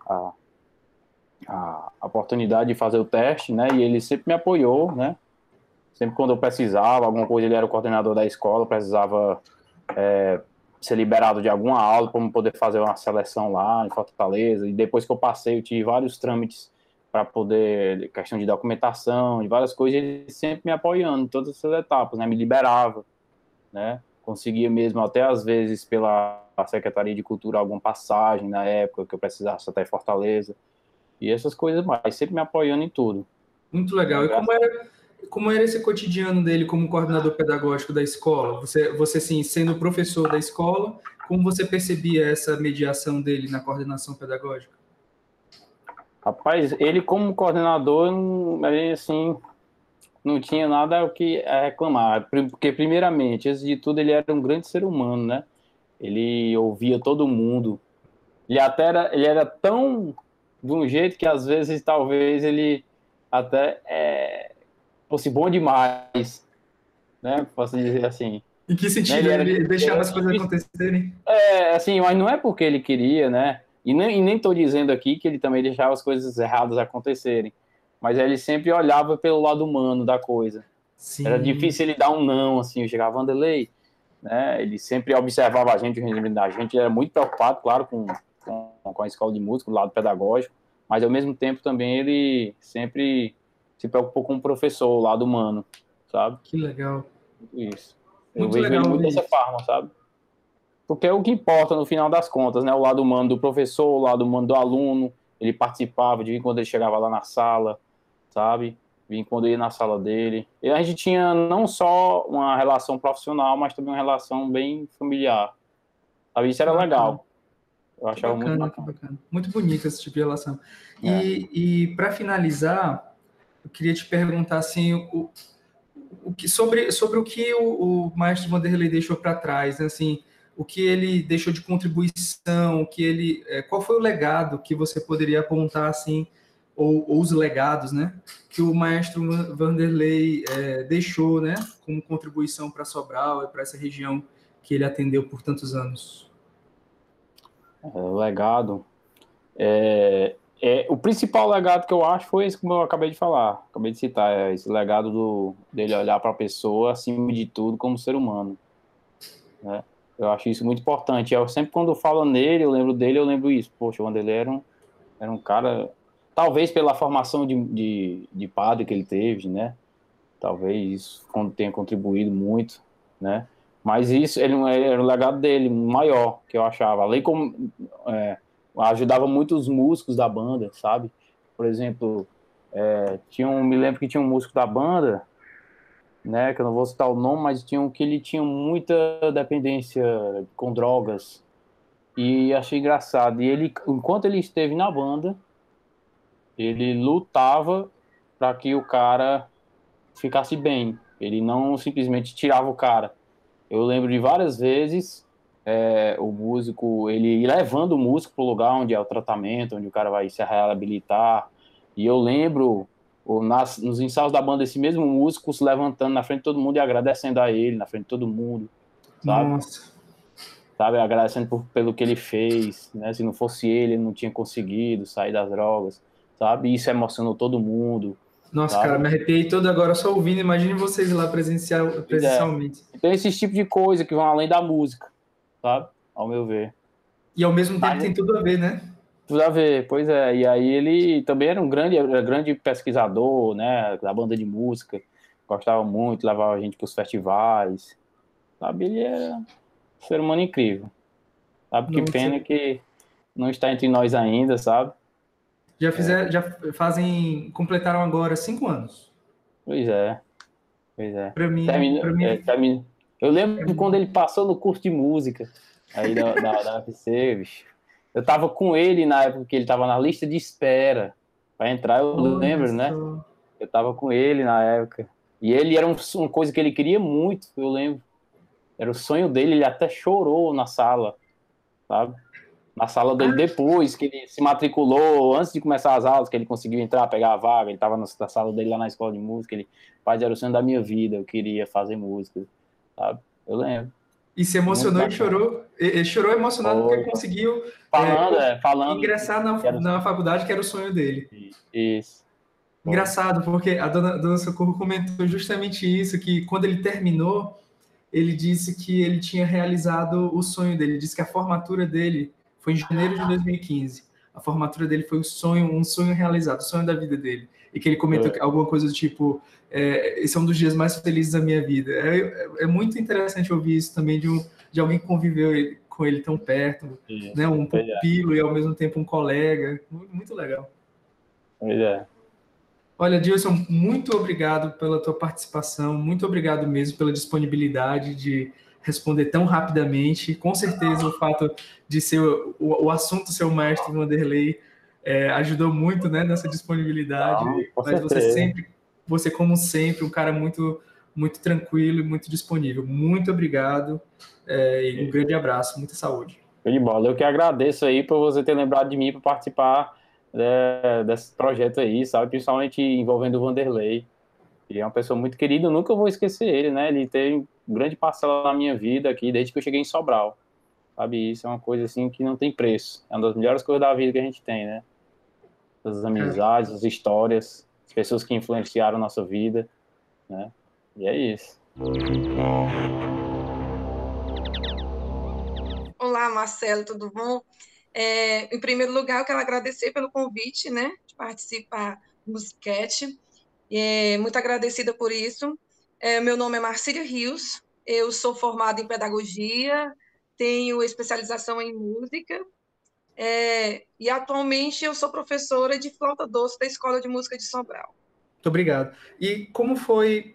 a oportunidade de fazer o teste, né? E ele sempre me apoiou, né? Sempre quando eu precisava, alguma coisa, ele era o coordenador da escola, precisava ser liberado de alguma aula para poder fazer uma seleção lá em Fortaleza. E depois que eu passei, eu tive vários trâmites para poder, questão de documentação, de várias coisas, ele sempre me apoiando em todas essas etapas, né? Me liberava, né? Conseguia mesmo, até às vezes, pela Secretaria de Cultura, alguma passagem na época que eu precisasse até Fortaleza. E essas coisas mais, sempre me apoiando em tudo. Muito legal. E como era esse cotidiano dele como coordenador pedagógico da escola? Você assim, sendo professor da escola, como você percebia essa mediação dele na coordenação pedagógica? Rapaz, ele como coordenador, ele, assim, não tinha nada o que reclamar, porque primeiramente, antes de tudo, ele era um grande ser humano, né? Ele ouvia todo mundo, Ele era tão de um jeito que às vezes talvez ele até fosse bom demais, né? Posso dizer assim. Em que Né? sentido ele deixava as coisas acontecerem? Assim, mas não é porque ele queria, né? E nem tô dizendo aqui que ele também deixava as coisas erradas acontecerem. Mas ele sempre olhava pelo lado humano da coisa. Era Sim. difícil ele dar um não, assim, eu chegava, Vanderlei, né? Ele sempre observava a gente, o rendimento da gente, ele era muito preocupado, claro, com a escola de música, o lado pedagógico, mas ao mesmo tempo também ele sempre se preocupou com o professor, o lado humano, sabe? Que legal. Isso. Eu Muito vejo ele legal muito ouvir dessa isso. forma, sabe? Porque é o que importa no final das contas, né? O lado humano do professor, o lado humano do aluno, ele participava de vir quando ele chegava lá na sala, sabe? Vim quando ia na sala dele. E a gente tinha não só uma relação profissional, mas também uma relação bem familiar. Sabe? Isso Que era bacana. legal. Eu Que achava muito bacana, que bacana. bacana. Muito bonito esse tipo de relação. É. E para finalizar, eu queria te perguntar assim, o que sobre o que o maestro Vanderlei deixou para trás, né? Assim, o que ele deixou de contribuição, o que ele, qual foi o legado que você poderia apontar assim, ou os legados, né? Que o maestro Vanderlei deixou, né? Como contribuição para Sobral e para essa região que ele atendeu por tantos anos. O legado. O principal legado que eu acho foi esse que eu acabei de falar, acabei de citar, esse legado dele olhar para a pessoa acima de tudo como ser humano, né? Eu acho isso muito importante. Eu sempre quando eu falo nele, eu lembro dele, eu lembro isso. Poxa, o Vanderlei era um cara, talvez pela formação de padre que ele teve, né? Talvez isso tenha contribuído muito, né? Mas isso era o legado dele maior, que eu achava. Além como ajudava muito os músicos da banda, sabe? Por exemplo, me lembro que tinha um músico da banda, né? Que eu não vou citar o nome, mas tinha um que ele tinha muita dependência com drogas. E achei engraçado. E ele, enquanto ele esteve na banda, ele lutava para que o cara ficasse bem. Ele não simplesmente tirava o cara. Eu lembro de várias vezes o músico, ele ir levando o músico para o lugar onde é o tratamento, onde o cara vai se reabilitar. E eu lembro nos ensaios da banda esse mesmo músico se levantando na frente de todo mundo e agradecendo a ele, na frente de todo mundo, sabe? Nossa. Sabe, agradecendo pelo que ele fez, né? Se não fosse ele, ele não tinha conseguido sair das drogas, sabe? E isso emocionou todo mundo, Nossa, cara, sabe? me arrepiei todo agora só ouvindo. Imagine vocês lá Pois é. presencialmente. Então, esse tipo de coisa que vão além da música, sabe? Ao meu ver. E ao mesmo tempo Mas, tem tudo a ver, né? tudo a ver, pois é. E aí ele também era grande pesquisador, né? Da banda de música. Gostava muito, levava a gente para os festivais, sabe? Ele era um ser humano incrível. Sabe? Que Nossa. pena que não está entre nós ainda, sabe? Já completaram agora 5 anos. Pois é, pois é. Para mim, Eu lembro quando ele passou no curso de música aí da UFC, bicho. Eu tava com ele na época que ele tava na lista de espera para entrar, eu olha lembro, né? só. Eu tava com ele na época. E ele era uma coisa que ele queria muito, eu lembro. Era o sonho dele, ele até chorou na sala, sabe? Na sala dele depois que ele se matriculou, antes de começar as aulas, que ele conseguiu entrar, pegar a vaga, ele estava na sala dele lá na escola de música, ele, pai, era o sonho da minha vida, eu queria fazer música, sabe? Eu lembro. E se Muito emocionou e bacana. chorou. E chorou emocionado porque conseguiu Falando. ingressar na faculdade, que era o sonho dele. Isso. Engraçado, porque a dona Socorro comentou justamente isso, que quando ele terminou, ele disse que ele tinha realizado o sonho dele. Ele disse que a formatura dele foi em janeiro de 2015. A formatura dele foi um sonho realizado, o sonho da vida dele. E que ele comentou alguma coisa do tipo, esse é um dos dias mais felizes da minha vida. É muito interessante ouvir isso também de alguém que conviveu com ele tão perto, né? Um pupilo e ao mesmo tempo um colega. Muito legal. Pois é. Olha, Dilson, muito obrigado pela tua participação, muito obrigado mesmo pela disponibilidade de responder tão rapidamente. Com certeza o fato de ser o assunto ser o maestro Vanderlei ajudou muito, né, nessa disponibilidade. Não, com mas certeza. você como sempre, um cara muito, muito tranquilo e muito disponível. Muito obrigado e um grande abraço, muita saúde. Show de bola. Eu que agradeço aí por você ter lembrado de mim para participar desse projeto aí, sabe? Principalmente envolvendo o Vanderlei. E é uma pessoa muito querida, eu nunca vou esquecer ele, né? Ele tem grande parcela na minha vida aqui, desde que eu cheguei em Sobral, sabe? Isso é uma coisa, assim, que não tem preço. É uma das melhores coisas da vida que a gente tem, né? As amizades, as histórias, as pessoas que influenciaram a nossa vida, né? E é isso. Olá, Marcelo, tudo bom? Em primeiro lugar, eu quero agradecer pelo convite, né, de participar do Musicast. Muito agradecida por isso. Meu nome é Marcília Rios, eu sou formada em Pedagogia, tenho especialização em Música, e atualmente eu sou professora de flauta doce da Escola de Música de Sobral. Muito obrigado. E como foi...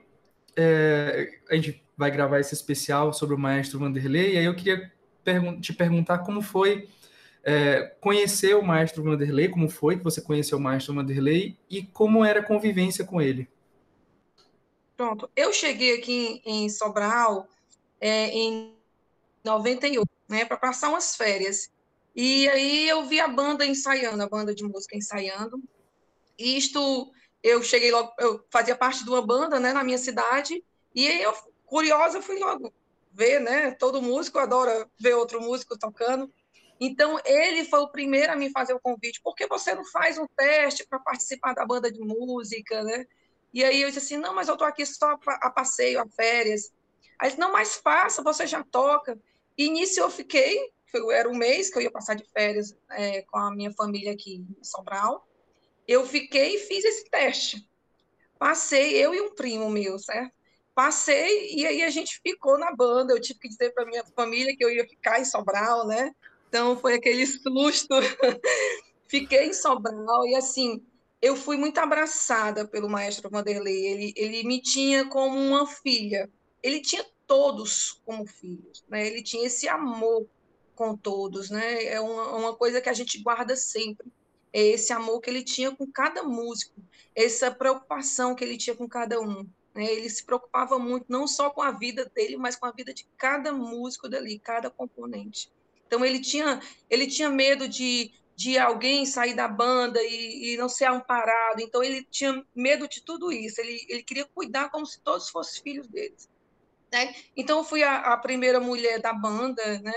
a gente vai gravar esse especial sobre o maestro Vanderlei, e aí eu queria te perguntar como foi conhecer o maestro Vanderlei, como foi que você conheceu o maestro Vanderlei e como era a convivência com ele. Pronto, eu cheguei aqui em Sobral em 98, né, para passar umas férias. E aí eu vi a banda ensaiando, a banda de música ensaiando. E eu cheguei logo, eu fazia parte de uma banda, né, na minha cidade, e aí eu, curiosa, fui logo ver, né, todo músico adora ver outro músico tocando. Então, ele foi o primeiro a me fazer o convite. Por que você não faz um teste para participar da banda de música, né? E aí eu disse assim, não, mas eu estou aqui só a passeio, a férias. Aí disse, não, mas faça, você já toca. E nisso eu fiquei, era um mês que eu ia passar de férias com a minha família aqui em Sobral. Eu fiquei e fiz esse teste. Passei, eu e um primo meu, certo? Passei e aí a gente ficou na banda. Eu tive que dizer para minha família que eu ia ficar em Sobral, né? Então foi aquele susto. Fiquei em Sobral e assim, eu fui muito abraçada pelo maestro Vanderlei. Ele me tinha como uma filha. Ele tinha todos como filhos, né? Ele tinha esse amor com todos, né? É uma coisa que a gente guarda sempre. É esse amor que ele tinha com cada músico, essa preocupação que ele tinha com cada um. Né? Ele se preocupava muito, não só com a vida dele, mas com a vida de cada músico dali, cada componente. Então, ele tinha medo de alguém sair da banda e não ser amparado. Então, ele tinha medo de tudo isso. Ele queria cuidar como se todos fossem filhos deles. Né? Então, eu fui a primeira mulher da banda, né?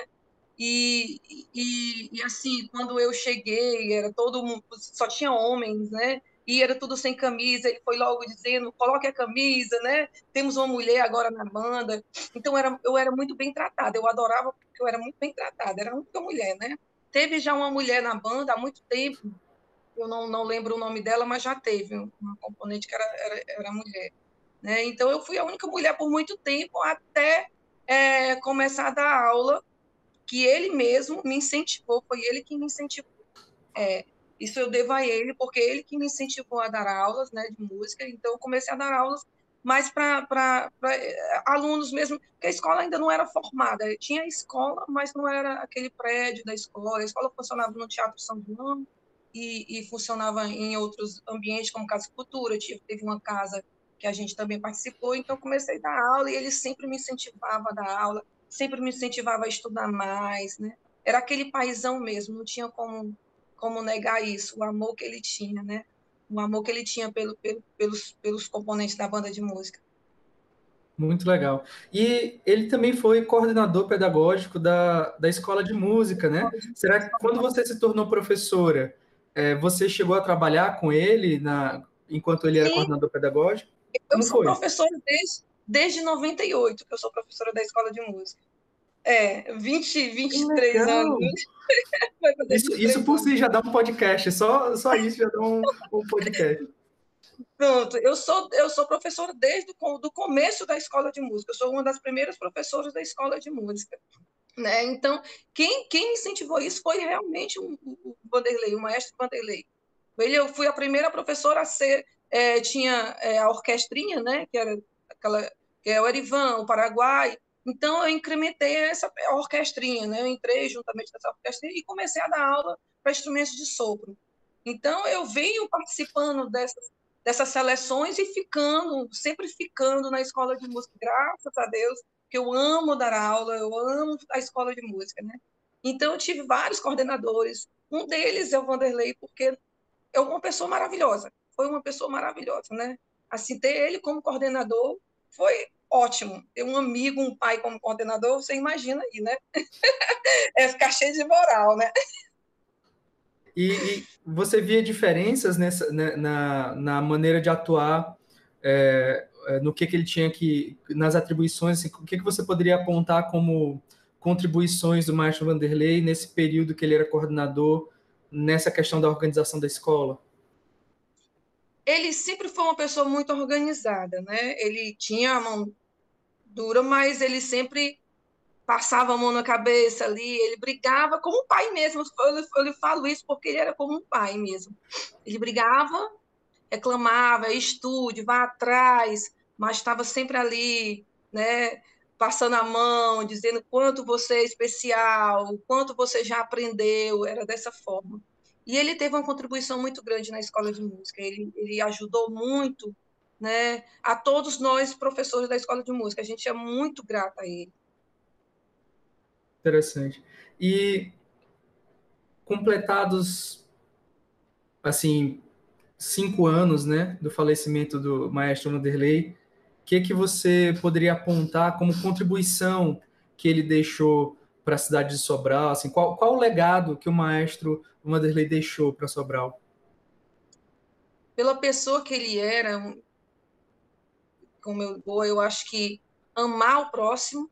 E assim, quando eu cheguei, era todo mundo, só tinha homens, né? E era tudo sem camisa. Ele foi logo dizendo: coloque a camisa, né? Temos uma mulher agora na banda. Então, eu era muito bem tratada. Eu adorava porque eu era muito bem tratada. Era a única mulher, né? Teve já uma mulher na banda há muito tempo. Eu não lembro o nome dela, mas já teve uma componente que era mulher. Né? Então, eu fui a única mulher por muito tempo até começar a dar aula, que ele mesmo me incentivou, foi ele que me incentivou. Isso eu devo a ele, porque ele que me incentivou a dar aulas, né, de música. Então, eu comecei a dar aulas mais para alunos mesmo, porque a escola ainda não era formada. Tinha a escola, mas não era aquele prédio da escola. A escola funcionava no Teatro São João e funcionava em outros ambientes, como Casa de Cultura. Teve uma casa que a gente também participou. Então, eu comecei a dar aula e ele sempre me incentivava a dar aula, sempre me incentivava a estudar mais, né? Era aquele paizão mesmo, não tinha como negar isso, o amor que ele tinha, né? O amor que ele tinha pelos componentes da banda de música. Muito legal. E ele também foi coordenador pedagógico da escola de música, né? Será que quando você se tornou professora, você chegou a trabalhar com ele enquanto ele era Sim, coordenador pedagógico? eu Como sou foi? professora desde 98, que eu sou professora da escola de música. 23 anos. Legal! Vai fazer Isso 23 por si anos. já dá um podcast, só isso já dá um podcast. Pronto, eu sou professora desde do começo da escola de música. Eu sou uma das primeiras professoras da escola de música. Né? Então, quem me incentivou isso foi realmente o Vanderlei, o maestro Vanderlei. Eu fui a primeira professora a ser, tinha a orquestrinha, né, que era aquela, que é o Erivan, o Paraguai. Então, eu incrementei essa orquestrinha, né? Eu entrei juntamente com essa orquestrinha e comecei a dar aula para instrumentos de sopro. Então, eu venho participando dessas seleções e sempre ficando na escola de música, graças a Deus, que eu amo dar aula, eu amo a escola de música, né? Então, eu tive vários coordenadores. Um deles é o Vanderlei, porque é uma pessoa maravilhosa. Foi uma pessoa maravilhosa, né? Assim, ter ele como coordenador foi ótimo. Ter um amigo, um pai como coordenador, você imagina aí, né? É ficar cheio de moral, né? E você via diferenças na maneira de atuar, no que ele tinha nas atribuições, assim, o que você poderia apontar como contribuições do maestro Vanderlei nesse período que ele era coordenador, nessa questão da organização da escola? Ele sempre foi uma pessoa muito organizada, né? Ele tinha a mão dura, mas ele sempre passava a mão na cabeça ali, ele brigava como um pai mesmo. Eu lhe falo isso porque ele era como um pai mesmo. Ele brigava, reclamava, estude, vá atrás, mas estava sempre ali, né? Passando a mão, dizendo quanto você é especial, quanto você já aprendeu, era dessa forma. E ele teve uma contribuição muito grande na escola de música, ele ajudou muito, né, a todos nós, professores da escola de música, a gente é muito grata a ele. Interessante. E completados, assim, 5 anos, né, do falecimento do maestro Vanderlei, o que você poderia apontar como contribuição que ele deixou para a cidade de Sobral? Assim, qual o legado que o maestro Vanderlei deixou para Sobral? Pela pessoa que ele era, como eu acho que amar o próximo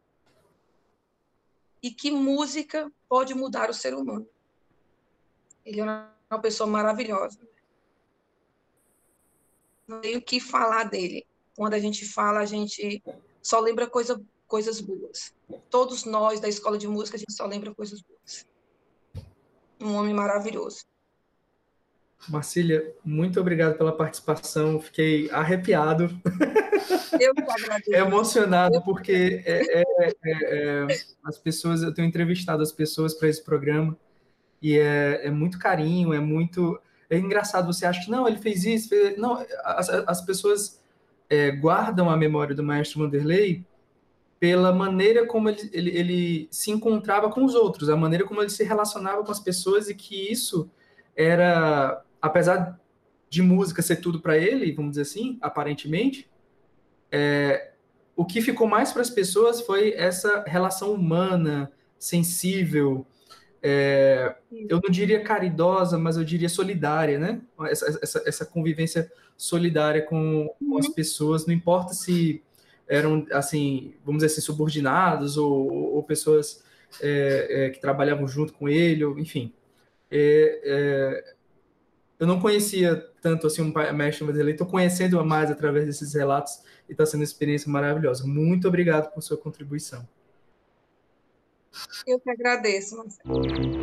e que música pode mudar o ser humano. Ele era uma pessoa maravilhosa. Não tem o que falar dele. Quando a gente fala, a gente só lembra coisas boas. Todos nós da escola de música, a gente só lembra coisas boas. Um homem maravilhoso. Marcília, muito obrigado pela participação. Fiquei arrepiado, Eu que agradeço. emocionado, porque as pessoas, eu tenho entrevistado as pessoas para esse programa e é muito carinho, é engraçado. Você acha que não, ele fez isso, não, as pessoas guardam a memória do maestro Vanderlei pela maneira como ele se encontrava com os outros, a maneira como ele se relacionava com as pessoas, e que isso era, apesar de música ser tudo para ele, vamos dizer assim, aparentemente, o que ficou mais para as pessoas foi essa relação humana, sensível, eu não diria caridosa, mas eu diria solidária, né? Essa convivência solidária com as pessoas, não importa se eram, assim, vamos dizer assim, subordinados ou pessoas que trabalhavam junto com ele, enfim. Eu não conhecia tanto assim um mestre Vanderlei, estou conhecendo mais através desses relatos e está sendo uma experiência maravilhosa. Muito obrigado por sua contribuição. Eu que agradeço, Marcelo.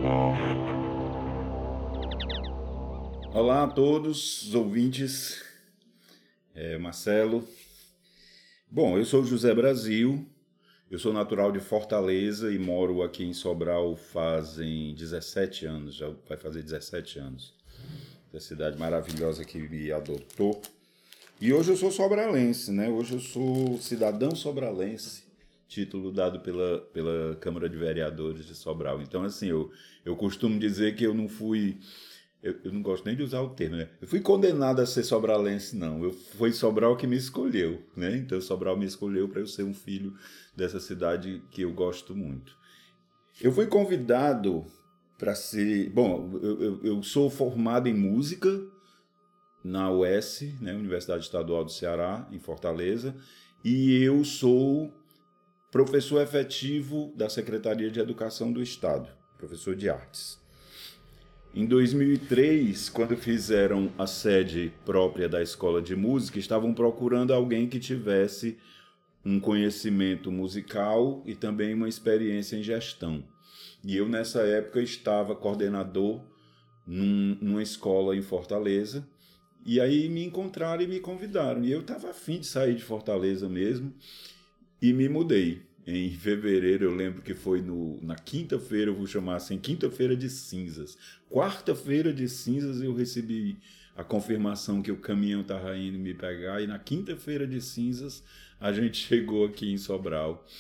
Olá a todos os ouvintes, Marcelo. Bom, eu sou José Brasil, eu sou natural de Fortaleza e moro aqui em Sobral fazem 17 anos, já vai fazer 17 anos. Essa cidade maravilhosa que me adotou. E hoje eu sou sobralense, né? Hoje eu sou cidadão sobralense, título dado pela Câmara de Vereadores de Sobral. Então, assim, eu costumo dizer que eu não fui... Eu não gosto nem de usar o termo, né? Eu fui condenado a ser sobralense, não. Foi Sobral que me escolheu, né? Então, Sobral me escolheu para eu ser um filho dessa cidade que eu gosto muito. Eu fui convidado para ser... Bom, eu sou formado em música na UES, né? Universidade Estadual do Ceará, em Fortaleza, e eu sou professor efetivo da Secretaria de Educação do Estado, professor de artes. Em 2003, quando fizeram a sede própria da Escola de Música, estavam procurando alguém que tivesse um conhecimento musical e também uma experiência em gestão. E eu, nessa época, estava coordenador numa escola em Fortaleza, e aí me encontraram e me convidaram. E eu estava afim de sair de Fortaleza mesmo e me mudei. Em fevereiro, eu lembro que foi na quinta-feira, eu vou chamar assim, quinta-feira de cinzas. Quarta-feira de cinzas eu recebi a confirmação que o caminhão estava indo me pegar, e na quinta-feira de cinzas a gente chegou aqui em Sobral.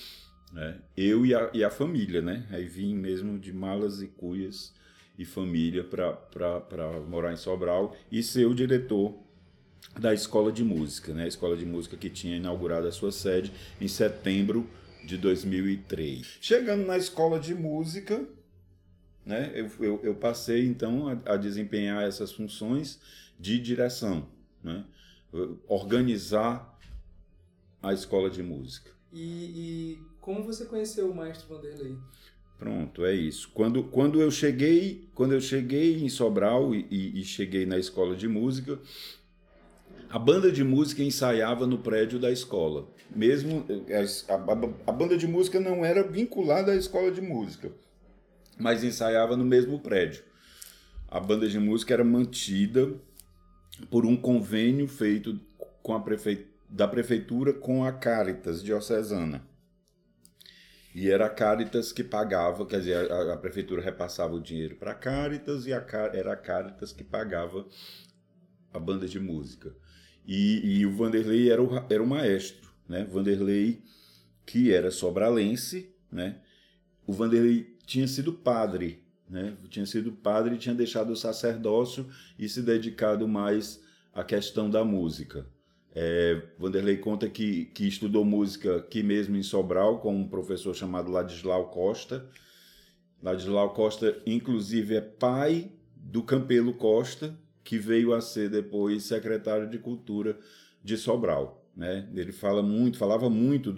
né? Eu e a família, né? Aí vim mesmo de malas e cuias e família para morar em Sobral e ser o diretor da Escola de Música, né? A Escola de Música que tinha inaugurado a sua sede em setembro de 2003. Chegando na Escola de Música, né? Eu passei então a desempenhar essas funções de direção, né? Organizar a Escola de Música. E como você conheceu o maestro Vanderlei? Pronto, é isso. Quando eu cheguei em Sobral e cheguei na Escola de Música, a banda de música ensaiava no prédio da escola. Mesmo a banda de música não era vinculada à Escola de Música, mas ensaiava no mesmo prédio. A banda de música era mantida por um convênio feito com da prefeitura com a Caritas diocesana. E era a Caritas que pagava, quer dizer, a prefeitura repassava o dinheiro para a Caritas e era a Caritas que pagava a banda de música. E o Vanderlei era o maestro, né? Vanderlei, que era sobralense, né? O Vanderlei tinha sido padre, né? Tinha sido padre e tinha deixado o sacerdócio e se dedicado mais à questão da música. Vanderlei conta que estudou música aqui mesmo em Sobral com um professor chamado Ladislau Costa. Ladislau Costa, inclusive, é pai do Campelo Costa, que veio a ser depois secretário de Cultura de Sobral, né? Ele falava muito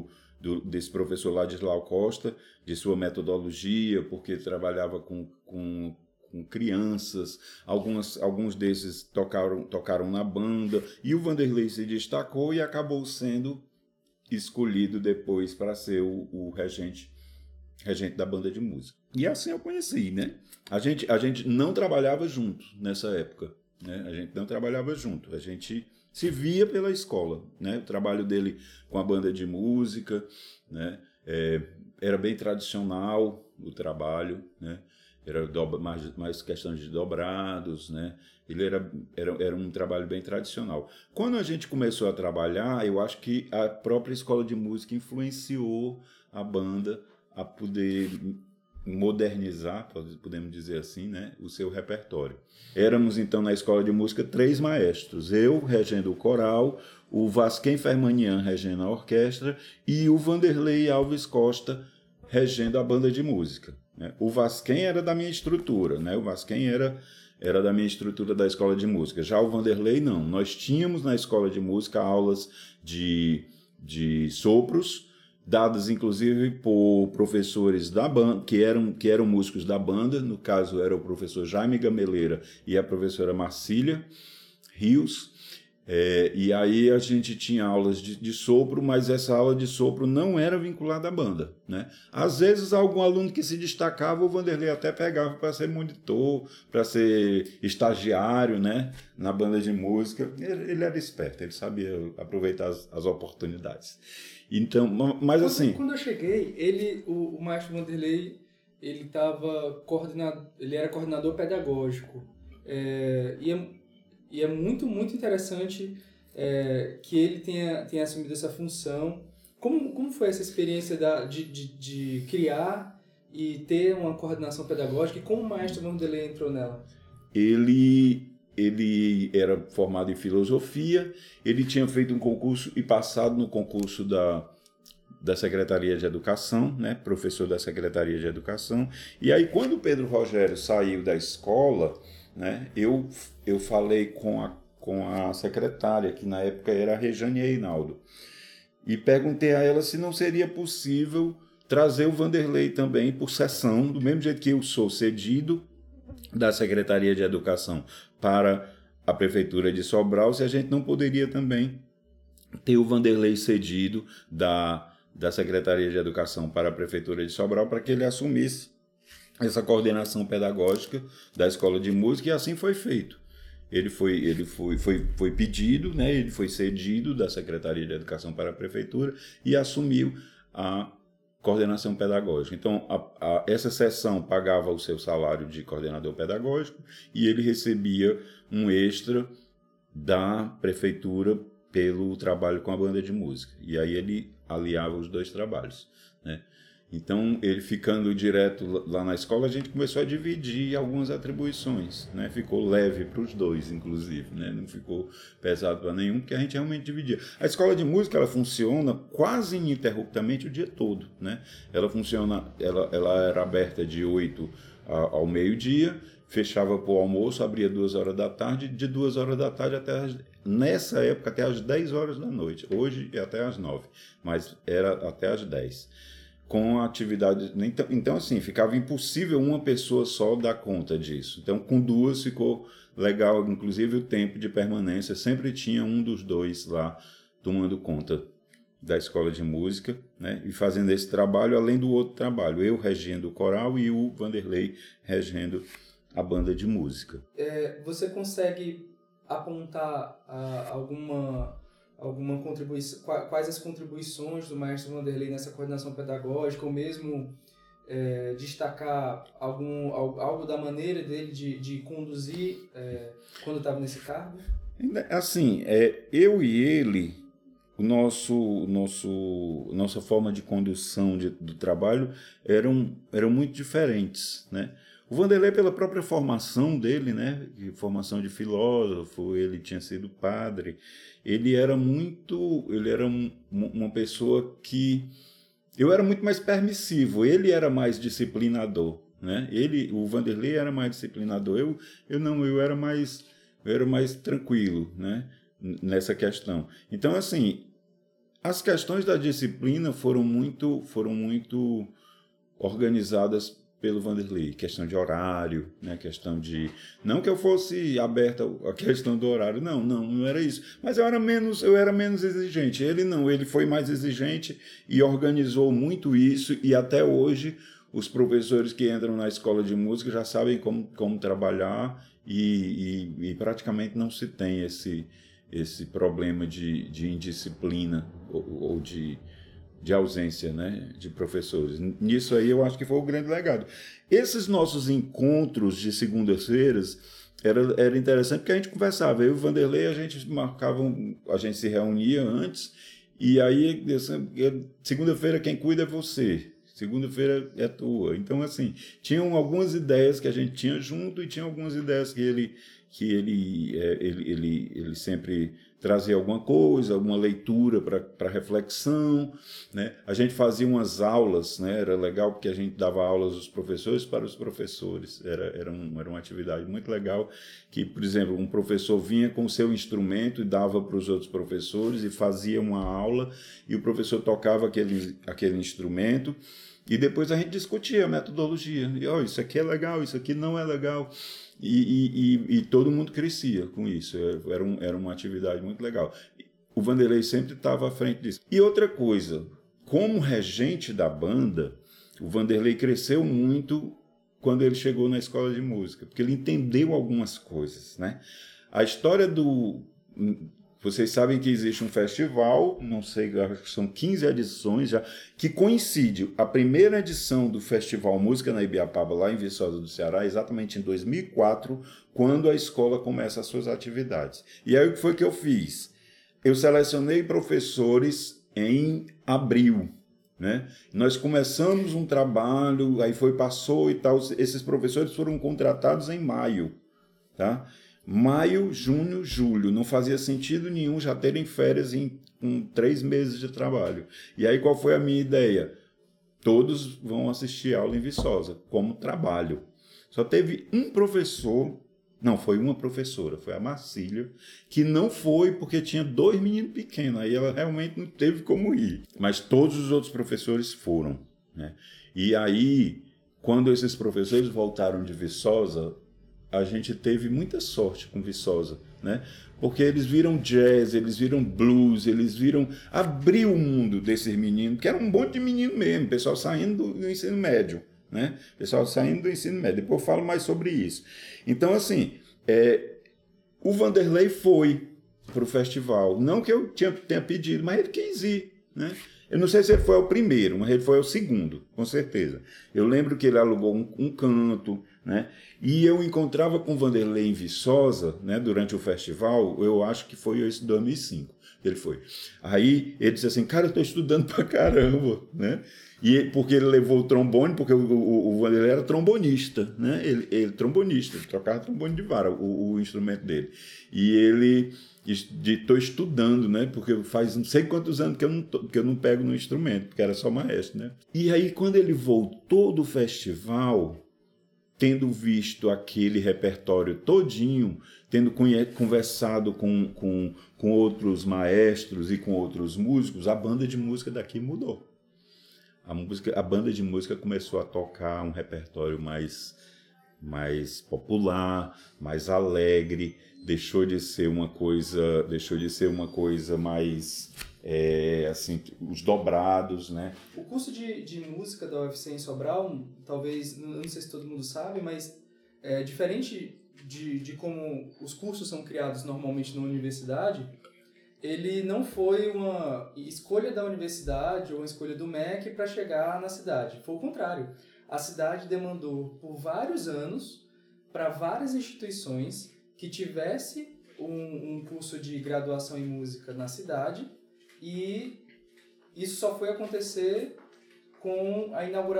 desse professor Ladislau Costa, de sua metodologia, porque trabalhava com crianças, alguns desses tocaram na banda, e o Vanderlei se destacou e acabou sendo escolhido depois para ser o regente da banda de música. E assim eu conheci, né? A gente não trabalhava junto nessa época, né? A gente não trabalhava junto, a gente se via pela escola, né? O trabalho dele com a banda de música, né? Era bem tradicional o trabalho, né? Era mais questão de dobrados, né? Ele era um trabalho bem tradicional. Quando a gente começou a trabalhar, eu acho que a própria escola de música influenciou a banda a poder modernizar, podemos dizer assim, né, o seu repertório. Éramos, então, na escola de música 3 maestros. Eu, regendo o coral, o Vasquem Fermanian, regendo a orquestra, e o Vanderlei Alves Costa, regendo a banda de música, né? O Vasquem era da minha estrutura, né? O Vasquem era da minha estrutura da escola de música. Já o Vanderlei, não. Nós tínhamos na escola de música aulas de sopros, dadas inclusive por professores da banda, que eram músicos da banda. No caso, era o professor Jaime Gameleira e a professora Marcília Rios. E aí a gente tinha aulas de sopro, mas essa aula de sopro não era vinculada à banda, né? Às vezes, algum aluno que se destacava, o Vanderlei até pegava para ser monitor, para ser estagiário, né, na banda de música. Ele era esperto, ele sabia aproveitar as oportunidades. Então, mas assim... Quando eu cheguei, o maestro Vanderlei, ele era coordenador pedagógico. E é muito, muito interessante que ele tenha assumido essa função. Como foi essa experiência de criar e ter uma coordenação pedagógica, e como o maestro Vanderlei entrou nela? Ele era formado em filosofia, ele tinha feito um concurso e passado no concurso da Secretaria de Educação, né, professor da Secretaria de Educação. E aí, quando o Pedro Rogério saiu da escola, né, eu falei com a secretária, que na época era a Rejane Reinaldo, e perguntei a ela se não seria possível trazer o Vanderlei também por sessão, do mesmo jeito que eu sou cedido da Secretaria de Educação para a Prefeitura de Sobral, se a gente não poderia também ter o Vanderlei cedido da Secretaria de Educação para a Prefeitura de Sobral, para que ele assumisse essa coordenação pedagógica da Escola de Música, e assim foi feito. Ele foi pedido, né, ele foi cedido da Secretaria de Educação para a Prefeitura e assumiu a coordenação pedagógica. Então, essa seção pagava o seu salário de coordenador pedagógico e ele recebia um extra da prefeitura pelo trabalho com a banda de música. E aí ele aliava os dois trabalhos, né? Então, ele ficando direto lá na escola, a gente começou a dividir algumas atribuições, né? Ficou leve para os dois, inclusive, né? Não ficou pesado para nenhum, porque a gente realmente dividia. A escola de música, ela funciona quase ininterruptamente o dia todo, né? Ela funciona, ela era aberta de 8 ao meio-dia, fechava para o almoço, abria 2 horas da tarde, de 2 horas da tarde nessa época até às 10 horas da noite. Hoje é até às 9, mas era até às 10. Com a atividade... Então, assim, ficava impossível uma pessoa só dar conta disso. Então, com 2 ficou legal, inclusive o tempo de permanência. Sempre tinha um dos 2 lá tomando conta da escola de música, né? E fazendo esse trabalho, além do outro trabalho. Eu regendo o coral e o Vanderlei regendo a banda de música. Você consegue apontar alguma contribuição, quais as contribuições do maestro Vanderlei nessa coordenação pedagógica, ou mesmo destacar algo da maneira dele de conduzir quando estava nesse cargo? Assim, eu e ele, nossa forma de condução do trabalho eram muito diferentes, né? O Vanderlei, pela própria formação dele, né, formação de filósofo, ele tinha sido padre, ele era uma pessoa que... Eu era muito mais permissivo, ele era mais disciplinador, né? O Vanderlei era mais disciplinador, eu era mais tranquilo, né, nessa questão. Então, assim, as questões da disciplina foram muito organizadas pelo Vanderlei, questão de horário, né? Questão de... Não que eu fosse aberta à questão do horário, não era isso. Mas eu era menos exigente. Ele não, ele foi mais exigente e organizou muito isso, e até hoje os professores que entram na escola de música já sabem como trabalhar, e praticamente não se tem esse problema de indisciplina ou de ausência, né, de professores. Nisso aí eu acho que foi o grande legado. Esses nossos encontros de segundas-feiras era interessante, porque a gente conversava. Eu e o Vanderlei, a gente se reunia antes, e aí segunda-feira quem cuida é você, segunda-feira é tua. Então, assim, tinham algumas ideias que a gente tinha junto, e tinha algumas ideias que ele sempre trazia alguma coisa, alguma leitura para reflexão, né? A gente fazia umas aulas, né? Era legal porque a gente dava aulas dos professores para os professores. Era uma atividade muito legal, que, por exemplo, um professor vinha com o seu instrumento e dava para os outros professores e fazia uma aula, e o professor tocava aquele instrumento, e depois a gente discutia a metodologia. E, isso aqui é legal, isso aqui não é legal. E todo mundo crescia com isso. Era uma atividade muito legal. O Vanderlei sempre estava à frente disso. E outra coisa, como regente da banda, o Vanderlei cresceu muito quando ele chegou na escola de música, porque ele entendeu algumas coisas, né? A história Vocês sabem que existe um festival, não sei, acho que são 15 edições já, que coincide a primeira edição do Festival Música na Ibiapaba, lá em Viçosa do Ceará, exatamente em 2004, quando a escola começa as suas atividades. E aí o que foi que eu fiz? Eu selecionei professores em abril, né? Nós começamos um trabalho, aí passou e tal, esses professores foram contratados em maio, tá? Maio, junho, julho, não fazia sentido nenhum já terem férias com 3 meses de trabalho. E aí qual foi a minha ideia? Todos vão assistir aula em Viçosa, como trabalho. Só teve um professor, não, foi uma professora, foi a Marcília, que não foi porque tinha 2 meninos pequenos, aí ela realmente não teve como ir. Mas todos os outros professores foram, né? E aí, quando esses professores voltaram de Viçosa, a gente teve muita sorte com Viçosa, né? Porque eles viram jazz, eles viram blues, abriu o mundo desses meninos, que era um monte de menino mesmo, pessoal saindo do ensino médio, né? Pessoal saindo do ensino médio, depois eu falo mais sobre isso. Então, assim, o Vanderlei foi para o festival, não que eu tenha pedido, mas ele quis ir, né? Eu não sei se ele foi ao primeiro, mas ele foi ao segundo, com certeza. Eu lembro que ele alugou um canto, né? E eu encontrava com o Vanderlei em Viçosa, né, durante o festival, eu acho que foi esse 2005. Ele foi. Aí ele disse assim, cara, eu estou estudando pra caramba, né? Porque ele levou o trombone, porque o Vanderlei era trombonista, né? Ele trombonista, ele trocava trombone de vara, o instrumento dele. E ele estou estudando, né? Porque faz não sei quantos anos que eu não pego no instrumento, porque era só maestro, né? E aí, quando ele voltou do festival, tendo visto aquele repertório todinho, tendo conversado com outros maestros e com outros músicos, a banda de música daqui mudou. A banda de música começou a tocar um repertório mais popular, mais alegre, deixou de ser uma coisa mais assim, os dobrados, né? O curso de música da UFC em Sobral, talvez, não sei se todo mundo sabe, mas é diferente de como os cursos são criados normalmente na universidade, ele não foi uma escolha da universidade ou uma escolha do MEC para chegar na cidade. Foi o contrário. A cidade demandou por vários anos para várias instituições que tivesse um curso de graduação em música na cidade, e isso só foi acontecer com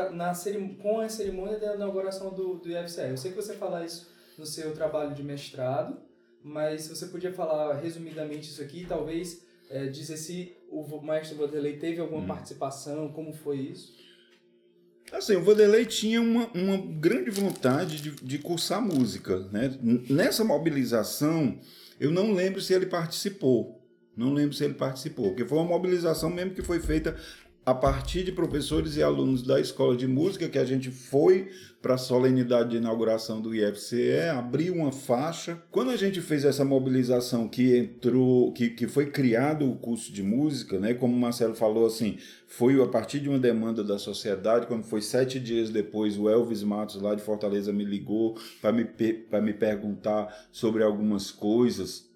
a cerimônia da inauguração do IFCE. Eu sei que você fala isso no seu trabalho de mestrado, mas você podia falar resumidamente isso aqui, talvez dizer se o maestro Vanderlei teve alguma participação, como foi isso? Assim, o Vanderlei tinha uma grande vontade de cursar música, né? Nessa mobilização, eu não lembro se ele participou. Porque foi uma mobilização mesmo que foi feita a partir de professores e alunos da escola de música, que a gente foi para a solenidade de inauguração do IFCE, abriu uma faixa. Quando a gente fez essa mobilização que foi criado o curso de música, né, como o Marcelo falou, assim, foi a partir de uma demanda da sociedade. Quando foi 7 dias depois, o Elvis Matos, lá de Fortaleza, me ligou para me perguntar sobre algumas coisas.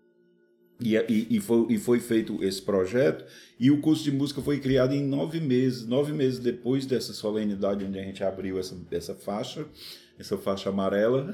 E foi feito esse projeto, e o curso de música foi criado em 9 meses. 9 meses depois dessa solenidade, onde a gente abriu essa faixa amarela,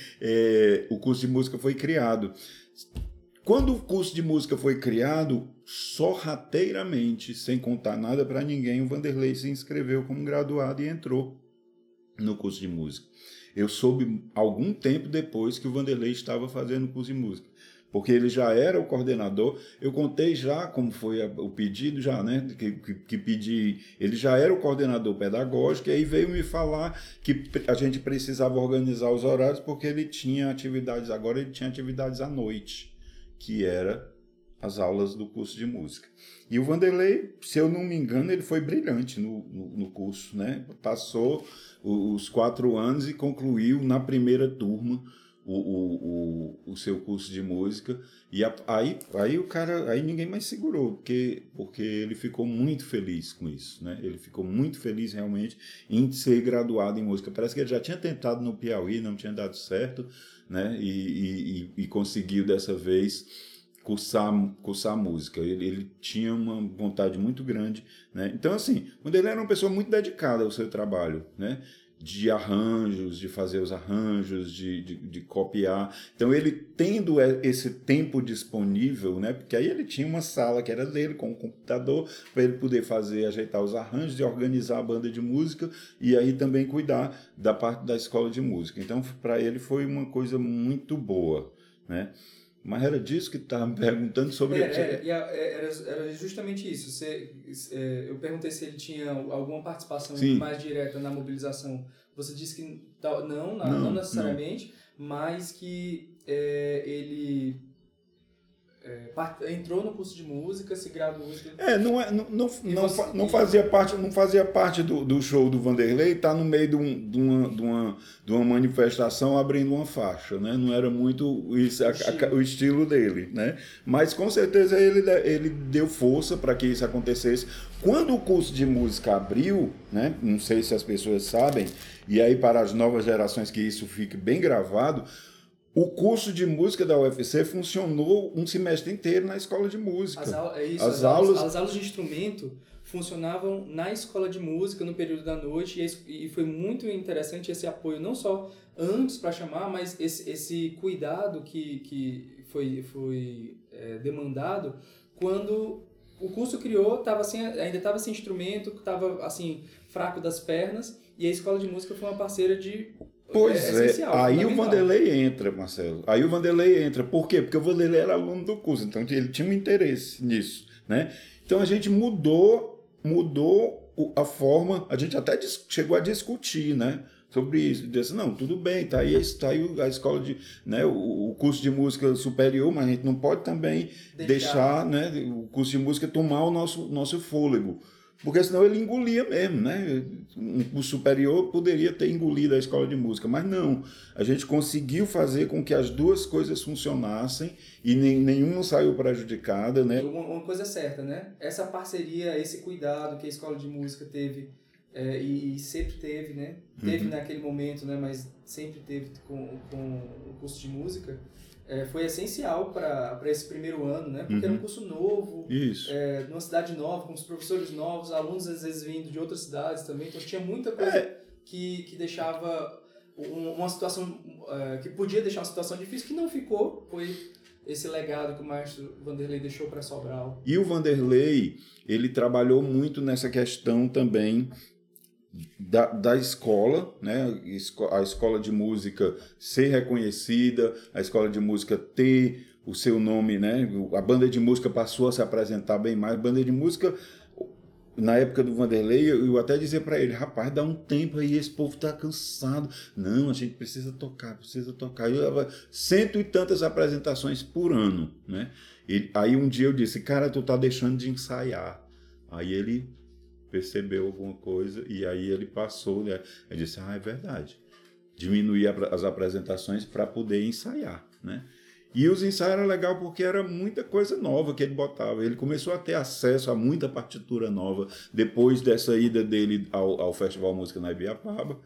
o curso de música foi criado. Quando o curso de música foi criado, sorrateiramente, sem contar nada para ninguém, o Vanderlei se inscreveu como graduado e entrou no curso de música. Eu soube algum tempo depois que o Vanderlei estava fazendo o curso de música, porque ele já era o coordenador. Eu contei já como foi o pedido, já, né? Que pedi. Ele já era o coordenador pedagógico, e aí veio me falar que a gente precisava organizar os horários, porque ele tinha atividades à noite, que era as aulas do curso de música. E o Vanderlei, se eu não me engano, ele foi brilhante no curso, né? Passou os 4 anos e concluiu na primeira turma o seu curso de música, e aí o cara, aí ninguém mais segurou, porque ele ficou muito feliz com isso, né? Ele ficou muito feliz realmente em ser graduado em música. Parece que ele já tinha tentado no Piauí, não tinha dado certo, né? E conseguiu dessa vez cursar música. Ele tinha uma vontade muito grande, né? Então, assim, quando ele era uma pessoa muito dedicada ao seu trabalho, né? De arranjos, de fazer os arranjos, de copiar. Então, ele tendo esse tempo disponível, né? Porque aí ele tinha uma sala que era dele, com um computador, para ele poder ajeitar os arranjos e organizar a banda de música, e aí também cuidar da parte da escola de música. Então, para ele foi uma coisa muito boa, né? Mas era disso que estava me perguntando sobre... Era justamente isso. Eu perguntei se ele tinha alguma participação mais direta na mobilização. Você disse que não necessariamente, mas que ele entrou no curso de música, se graduou... Não fazia parte do show do Vanderlei estar no meio de uma manifestação abrindo uma faixa, né? Não era muito o estilo dele, né? Mas com certeza ele deu força para que isso acontecesse. Quando o curso de música abriu, né? Não sei se as pessoas sabem, e aí para as novas gerações que isso fique bem gravado, o curso de música da UFC funcionou um semestre inteiro na escola de música. As aulas de instrumento funcionavam na escola de música no período da noite, e foi muito interessante esse apoio, não só antes para chamar, mas esse cuidado que foi demandado quando o curso criou, ainda estava sem instrumento, estava assim, fraco das pernas, e a escola de música foi uma parceira essencial. Aí o Vanderlei entra, Marcelo. Aí o Vanderlei entra. Por quê? Porque o Vanderlei era aluno do curso, então ele tinha um interesse nisso, né? Então a gente mudou a forma, a gente até chegou a discutir, né? Sobre isso, disse, não, tudo bem, tá aí a escola de, né, o curso de música superior, mas a gente não pode também deixar, né, o curso de música tomar o nosso fôlego, porque senão ele engolia mesmo, né? Um curso superior poderia ter engolido a escola de música, mas não, a gente conseguiu fazer com que as duas coisas funcionassem e nenhuma saiu prejudicada, né? Uma coisa é certa, né? Essa parceria, esse cuidado que a escola de música teve e sempre teve, né? Teve naquele momento, né? Mas sempre teve com o curso de música, foi essencial para esse primeiro ano, né? Porque era um curso novo, numa cidade nova, com os professores novos, alunos às vezes vindo de outras cidades também, então tinha muita coisa que deixava uma situação, que podia deixar uma situação difícil, que não ficou, foi esse legado que o maestro Vanderlei deixou para Sobral. E o Vanderlei, ele trabalhou muito nessa questão também da escola, né? A escola de música ser reconhecida, a escola de música ter o seu nome, né? A banda de música passou a se apresentar bem mais. A banda de música, na época do Vanderlei, eu até dizia para ele, rapaz, dá um tempo aí, esse povo tá cansado. Não, a gente precisa tocar. Eu dava 100 e tantas apresentações por ano, né? Aí um dia eu disse, cara, tu tá deixando de ensaiar. Aí ele percebeu alguma coisa e aí ele passou, né? Eu disse, é verdade. Diminuir as apresentações para poder ensaiar, né? E os ensaios eram legal porque era muita coisa nova que ele botava. Ele começou a ter acesso a muita partitura nova depois dessa ida dele ao Festival Música na Ibiapaba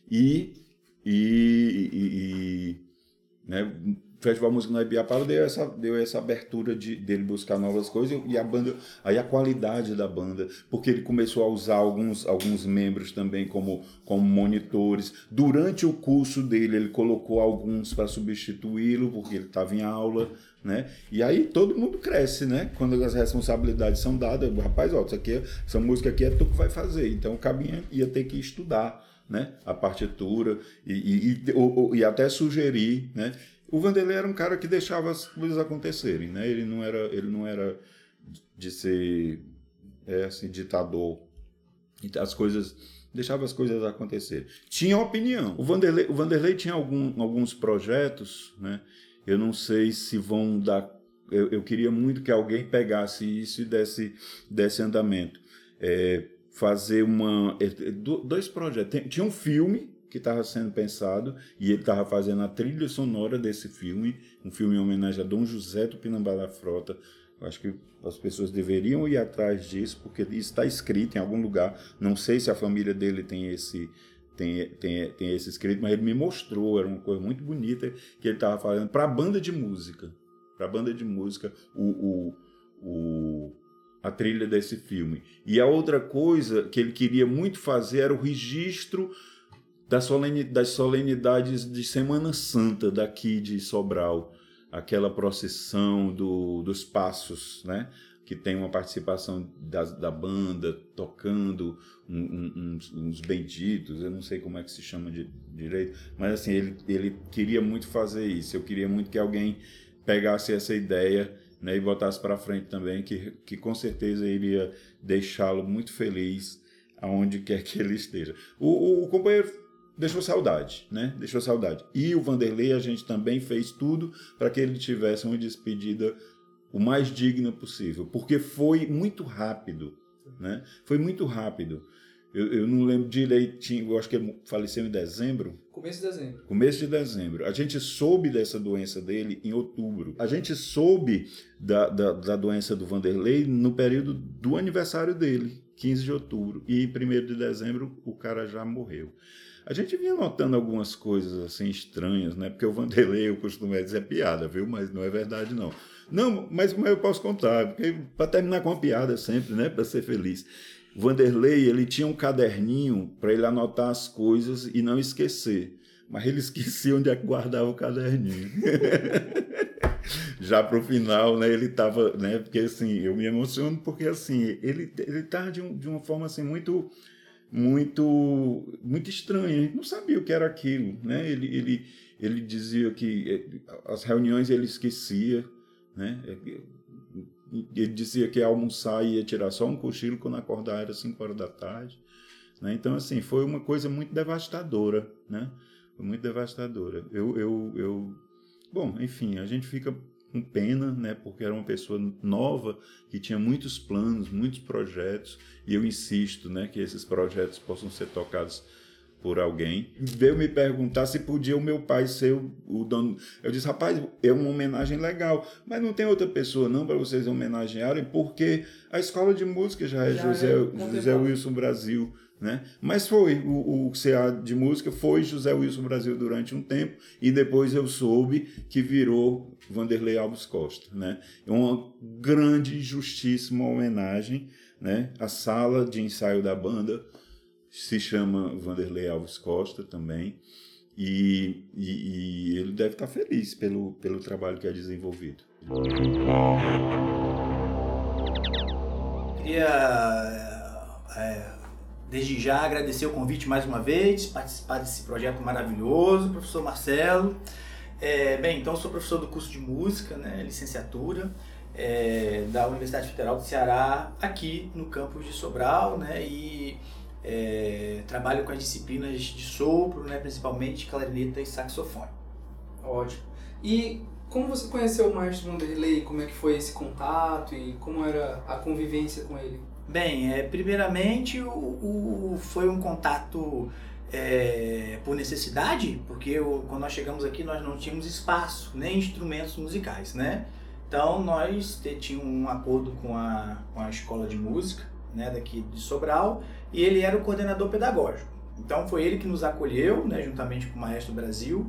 né? O Festival Música na Ibiapaba deu essa abertura dele buscar novas coisas e a banda, aí a qualidade da banda, porque ele começou a usar alguns membros também como monitores. Durante o curso dele, ele colocou alguns para substituí-lo, porque ele estava em aula, né? E aí todo mundo cresce, né? Quando as responsabilidades são dadas, rapaz, ó, essa música aqui é tu que vai fazer, então o cabinho ia ter que estudar, né? A partitura e até sugerir, né? O Vanderlei era um cara que deixava as coisas acontecerem, né? Ele não era de ser assim, ditador. Deixava as coisas acontecerem. Tinha opinião. O Vanderlei tinha alguns projetos, né? Eu não sei se vão dar. Eu queria muito que alguém pegasse isso e desse andamento. Fazer dois projetos. Tinha um filme que estava sendo pensado, e ele estava fazendo a trilha sonora desse filme, um filme em homenagem a Dom José Tupinambá da Frota. Eu acho que as pessoas deveriam ir atrás disso, porque isso está escrito em algum lugar. Não sei se a família dele tem esse escrito, mas ele me mostrou, era uma coisa muito bonita que ele estava fazendo para a banda de música. A trilha desse filme. E a outra coisa que ele queria muito fazer era o registro das solenidades de Semana Santa daqui de Sobral, aquela procissão dos passos, né? Que tem uma participação da banda tocando uns benditos, eu não sei como é que se chama direito, mas assim, ele queria muito fazer isso. Eu queria muito que alguém pegasse essa ideia, né, e botasse para frente também, que com certeza iria deixá-lo muito feliz aonde quer que ele esteja. O companheiro deixou saudade, né? Deixou saudade. E o Vanderlei, a gente também fez tudo para que ele tivesse uma despedida o mais digna possível, porque foi muito rápido, né? Foi muito rápido. Eu não lembro direitinho, eu acho que ele faleceu em dezembro. Começo de dezembro. A gente soube dessa doença dele em outubro. A gente soube da doença do Vanderlei no período do aniversário dele, 15 de outubro. E em 1º de dezembro o cara já morreu. A gente vinha notando algumas coisas assim estranhas, né? Porque o Vanderlei, eu costumo dizer, é piada, viu? Mas não é verdade, não. Não, mas eu posso contar, porque para terminar com uma piada sempre, né? Para ser feliz. O Vanderlei, ele tinha um caderninho para ele anotar as coisas e não esquecer. Mas ele esquecia onde é que guardava o caderninho. já para o final, né, ele estava, né, porque assim, eu me emociono porque assim, ele tá de uma forma assim muito estranha, a gente não sabia o que era aquilo, né? Ele dizia que as reuniões ele esquecia, né? Ele dizia que ia almoçar e ia tirar só um cochilo quando acordar era 5 horas da tarde, né? Então assim, foi uma coisa muito devastadora, né? Foi muito devastadora. Bom, enfim, a gente fica com pena, né, porque era uma pessoa nova que tinha muitos planos, muitos projetos, e eu insisto, né, que esses projetos possam ser tocados por alguém. Veio me perguntar se podia o meu pai ser o dono. Eu disse, rapaz, é uma homenagem legal, mas não tem outra pessoa não para vocês homenagearem, porque a escola de música já é José Wilson Brasil, né? Mas foi, o CA de música foi José Wilson Brasil durante um tempo, e depois eu soube que virou Vanderlei Alves Costa, né? É uma grande, justíssima homenagem, né? A sala de ensaio da banda se chama Vanderlei Alves Costa também, e ele deve estar feliz pelo trabalho que é desenvolvido. Queria desde já agradecer o convite mais uma vez, participar desse projeto maravilhoso, professor Marcelo. Bem, então eu sou professor do curso de música, né, licenciatura, da Universidade Federal do Ceará, aqui no campus de Sobral, né, e trabalho com as disciplinas de sopro, né, principalmente clarineta e saxofone. Ótimo. E como você conheceu o maestro Vanderlei? Como é que foi esse contato e como era a convivência com ele? Bem, primeiramente foi um contato por necessidade, porque quando nós chegamos aqui nós não tínhamos espaço, nem instrumentos musicais, né? Então nós tínhamos um acordo com a escola de música, né, daqui de Sobral, e ele era o coordenador pedagógico. Então foi ele que nos acolheu, né, juntamente com o Maestro Brasil,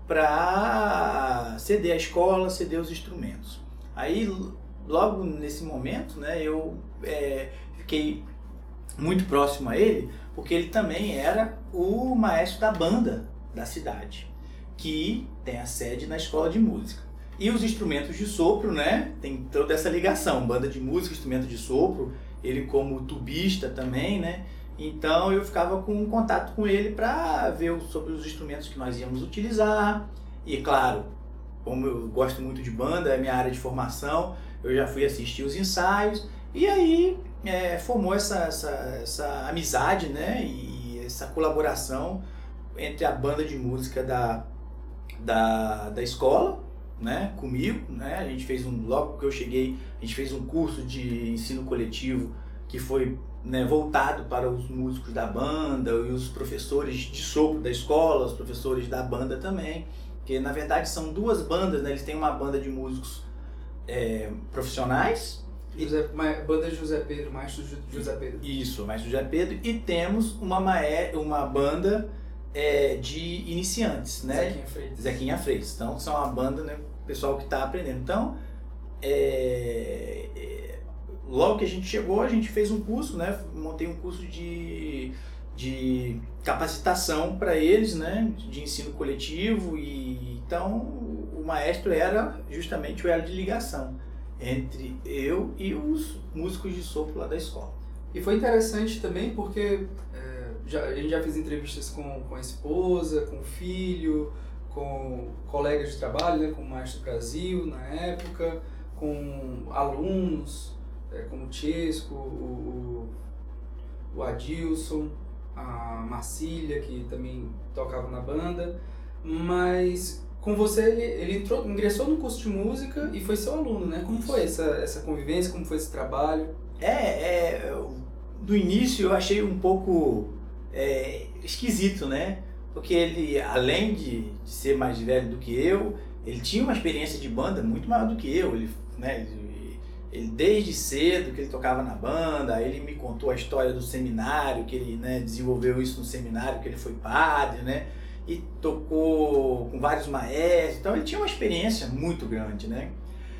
para ceder a escola, ceder os instrumentos. Aí, logo nesse momento, né, eu fiquei muito próximo a ele, porque ele também era o maestro da banda da cidade, que tem a sede na escola de música. E os instrumentos de sopro, né, tem toda essa ligação, banda de música, instrumento de sopro, ele como tubista também, né, então eu ficava com contato com ele para ver sobre os instrumentos que nós íamos utilizar. E claro, como eu gosto muito de banda, é minha área de formação, eu já fui assistir os ensaios, e aí formou essa amizade, né, e essa colaboração entre a banda de música da escola, né, comigo, né, a gente fez logo que eu cheguei, a gente fez um curso de ensino coletivo que foi, né, voltado para os músicos da banda e os professores de sopro da escola, os professores da banda também, que na verdade são duas bandas, né, eles têm uma banda de músicos profissionais. Banda José Pedro, Maestro José Pedro. Isso, Maestro José Pedro, e temos uma banda de iniciantes, né? Zequinha Freitas. Então são uma banda, né, pessoal que está aprendendo. Então, logo que a gente chegou, a gente fez um curso, né? Montei um curso de capacitação para eles, né? De ensino coletivo, e então o maestro era justamente o elo de ligação entre eu e os músicos de sopro lá da escola. E foi interessante também porque a gente já fez entrevistas com a esposa, com o filho, com colegas de trabalho, né, com o Maestro Brasil na época, com alunos, como o Chesco, o Adilson, a Marcília, que também tocava na banda, mas com você ele ingressou no curso de música e foi seu aluno, né? Como foi essa convivência, como foi esse trabalho? Do início eu achei um pouco esquisito, né? Porque ele, além de ser mais velho do que eu, ele tinha uma experiência de banda muito maior do que eu. Ele, né, ele desde cedo que ele tocava na banda, ele me contou a história do seminário, que ele, né, desenvolveu isso no seminário, que ele foi padre, né? E tocou com vários maestros, então ele tinha uma experiência muito grande, né?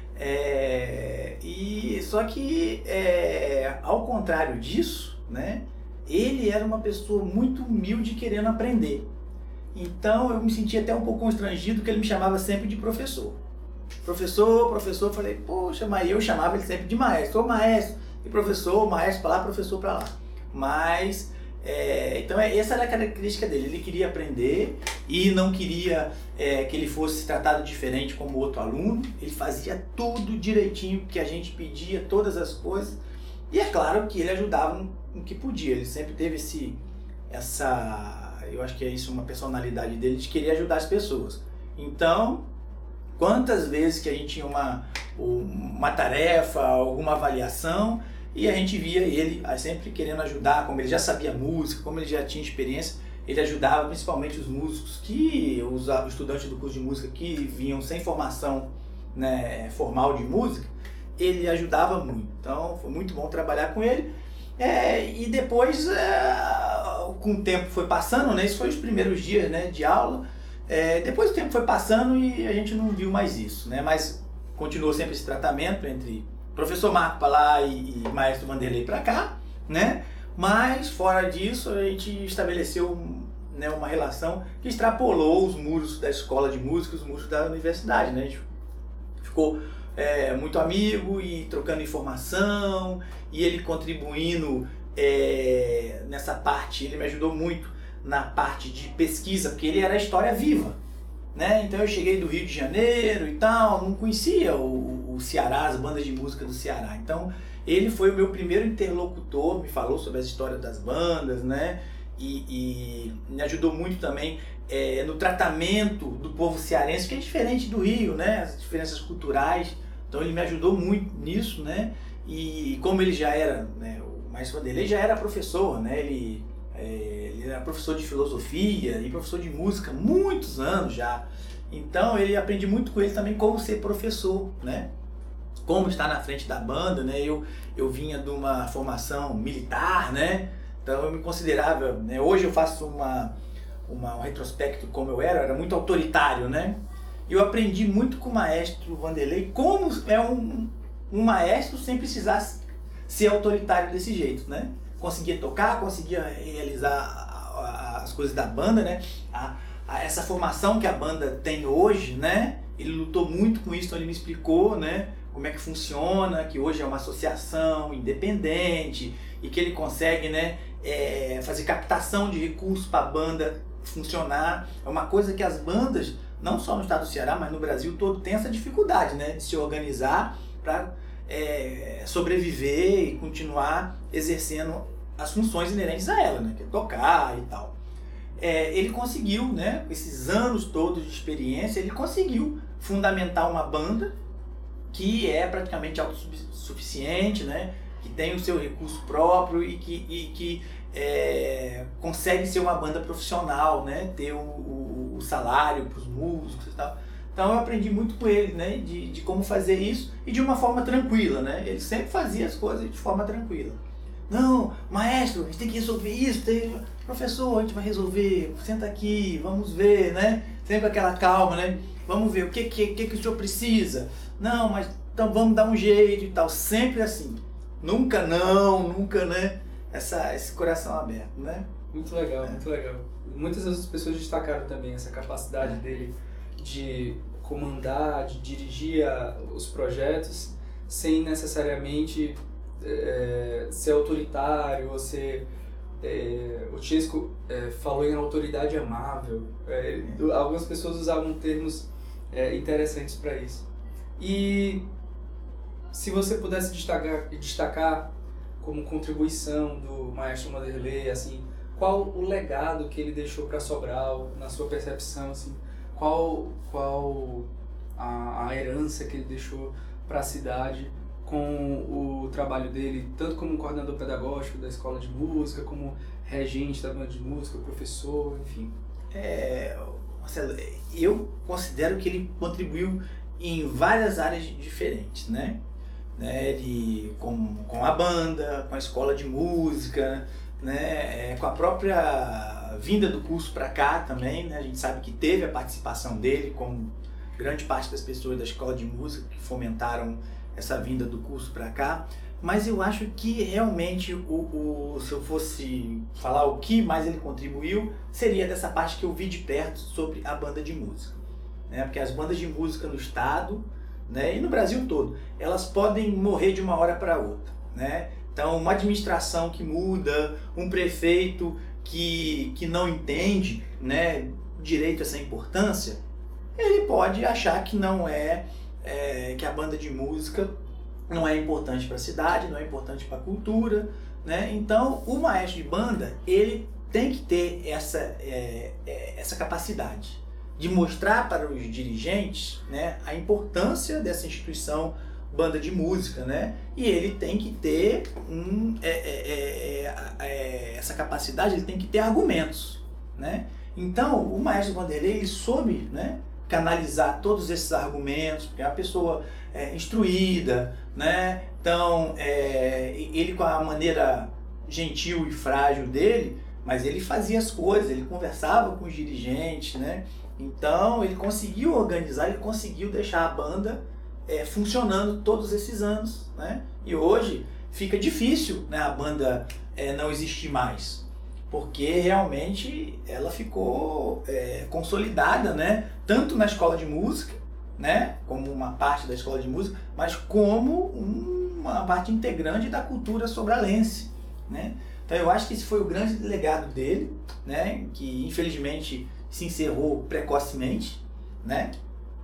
Só que, ao contrário disso, né, ele era uma pessoa muito humilde querendo aprender. Então eu me sentia até um pouco constrangido, que ele me chamava sempre de professor. professor, eu falei, poxa, mas eu chamava ele sempre de maestro, ô maestro, e professor, maestro para lá, professor para lá. Mas, então essa era a característica dele, ele queria aprender e não queria que ele fosse tratado diferente como outro aluno, ele fazia tudo direitinho que a gente pedia, todas as coisas, e é claro que ele ajudava no que podia, ele sempre teve eu acho que é isso, uma personalidade dele, de querer ajudar as pessoas. Então, quantas vezes que a gente tinha uma tarefa, alguma avaliação, e a gente via ele sempre querendo ajudar, como ele já sabia música, como ele já tinha experiência, ele ajudava principalmente os músicos, os estudantes do curso de música que vinham sem formação, né, formal de música, ele ajudava muito. Então foi muito bom trabalhar com ele. E depois, com o tempo foi passando, né, isso foi os primeiros dias, né, de aula, depois o tempo foi passando e a gente não viu mais isso, né, mas continuou sempre esse tratamento entre professor Marco para lá e maestro Vanderlei para cá, né? Mas fora disso a gente estabeleceu, né, uma relação que extrapolou os muros da escola de música, os muros da universidade, né? A gente ficou muito amigo e trocando informação, e ele contribuindo nessa parte, ele me ajudou muito na parte de pesquisa, porque ele era história viva, né? Então eu cheguei do Rio de Janeiro e tal, não conhecia o Ceará, as bandas de música do Ceará. Então ele foi o meu primeiro interlocutor, me falou sobre as histórias das bandas, né? E me ajudou muito também no tratamento do povo cearense, que é diferente do Rio, né? As diferenças culturais. Então ele me ajudou muito nisso, né? E como ele já era, né, o maestro Vanderlei já era professor, né? Ele era professor de filosofia e professor de música há muitos anos já. Então ele aprendi muito com ele também como ser professor, né? Como estar na frente da banda, né? Eu vinha de uma formação militar, né? Então eu me considerava, né? Hoje eu faço um retrospecto como eu era muito autoritário, né? E eu aprendi muito com o maestro Vanderlei como é um maestro sem precisar ser autoritário desse jeito, né? Conseguia tocar, conseguia realizar as coisas da banda, né? Essa formação que a banda tem hoje, né? Ele lutou muito com isso, então ele me explicou, né, como é que funciona, que hoje é uma associação independente e que ele consegue, né, fazer captação de recursos para a banda funcionar. É uma coisa que as bandas, não só no estado do Ceará, mas no Brasil todo, tem essa dificuldade, né, de se organizar para sobreviver e continuar exercendo as funções inerentes a ela, né, que é tocar e tal. Ele conseguiu, né, esses anos todos de experiência, ele conseguiu fundamentar uma banda que é praticamente autossuficiente, né, que tem o seu recurso próprio e que consegue ser uma banda profissional, né, ter o salário para os músicos e tal. Então eu aprendi muito com ele, né, de como fazer isso e de uma forma tranquila, né? Ele sempre fazia as coisas de forma tranquila. Não, maestro, a gente tem que resolver isso, professor, a gente vai resolver, senta aqui, vamos ver, né? Sempre aquela calma, né? Vamos ver o que o senhor precisa. Não, mas então vamos dar um jeito e tal, sempre assim. Nunca não, nunca, né? Esse coração aberto, né? Muito legal, muito legal. Muitas das pessoas destacaram também essa capacidade dele de comandar, de dirigir os projetos sem necessariamente ser autoritário ou ser... o Chesco falou em autoridade amável. Algumas pessoas usavam termos interessantes para isso. E se você pudesse destacar como contribuição do maestro Vanderlei, assim, qual o legado que ele deixou para Sobral, na sua percepção, assim, qual a herança que ele deixou para a cidade com o trabalho dele, tanto como coordenador pedagógico da escola de música, como regente da banda de música, professor, enfim? Marcelo, eu considero que ele contribuiu em várias áreas diferentes, né? Ele, com a banda, com a escola de música, né? Com a própria vinda do curso para cá também, né? A gente sabe que teve a participação dele, como grande parte das pessoas da escola de música que fomentaram essa vinda do curso para cá, mas eu acho que realmente se eu fosse falar o que mais ele contribuiu, seria dessa parte que eu vi de perto sobre a banda de música, né? Porque as bandas de música no estado né, e no Brasil todo, elas podem morrer de uma hora para outra, né? Então, uma administração que muda, um prefeito que não entende, né, direito a essa importância, ele pode achar que não que a banda de música não é importante para a cidade, não é importante para a cultura, né? Então, o maestro de banda, ele tem que ter essa capacidade de mostrar para os dirigentes, né, a importância dessa instituição banda de música, né? E ele tem que ter essa capacidade, ele tem que ter argumentos, né? Então, o maestro Vanderlei, ele soube, né, canalizar todos esses argumentos, porque é uma pessoa instruída, né? Então, ele com a maneira gentil e frágil dele, mas ele fazia as coisas, ele conversava com os dirigentes, né? Então, ele conseguiu organizar, ele conseguiu deixar a banda funcionando todos esses anos, né? E hoje fica difícil, né, a banda não existir mais, porque realmente ela ficou consolidada, né, tanto na escola de música, né, como uma parte da escola de música, mas como uma parte integrante da cultura sobralense, né? Então eu acho que esse foi o grande legado dele, né, que infelizmente se encerrou precocemente, né?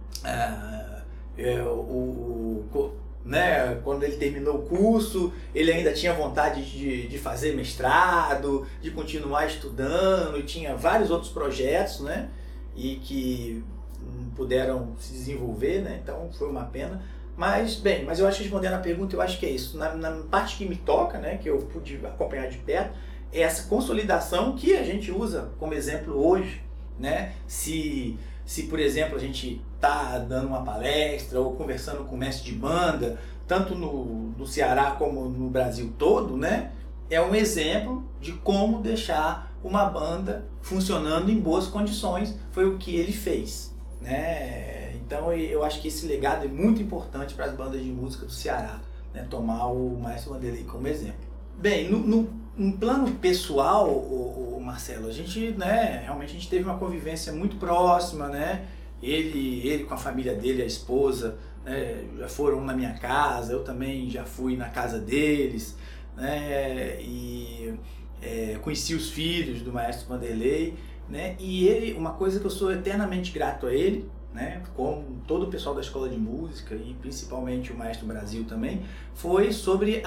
Quando ele terminou o curso, ele ainda tinha vontade de fazer mestrado, de continuar estudando, e tinha vários outros projetos, né, e que não puderam se desenvolver, né, então foi uma pena. Mas eu acho que respondendo a pergunta, eu acho que é isso. Na parte que me toca, né, que eu pude acompanhar de perto, é essa consolidação que a gente usa como exemplo hoje, né? Se por exemplo, a gente está dando uma palestra ou conversando com o mestre de banda, tanto no Ceará como no Brasil todo, né? É um exemplo de como deixar uma banda funcionando em boas condições. Foi o que ele fez, né? Então eu acho que esse legado é muito importante para as bandas de música do Ceará, né? Tomar o maestro Vanderlei como exemplo. Bem, no plano pessoal, o Marcelo, a gente, né, realmente a gente teve uma convivência muito próxima, né? Ele com a família dele, a esposa, né, já foram na minha casa, eu também já fui na casa deles, né? E conheci os filhos do maestro Vanderlei, né? E ele, uma coisa que eu sou eternamente grato a ele, né, como todo o pessoal da escola de música e principalmente o Maestro Brasil também, foi sobre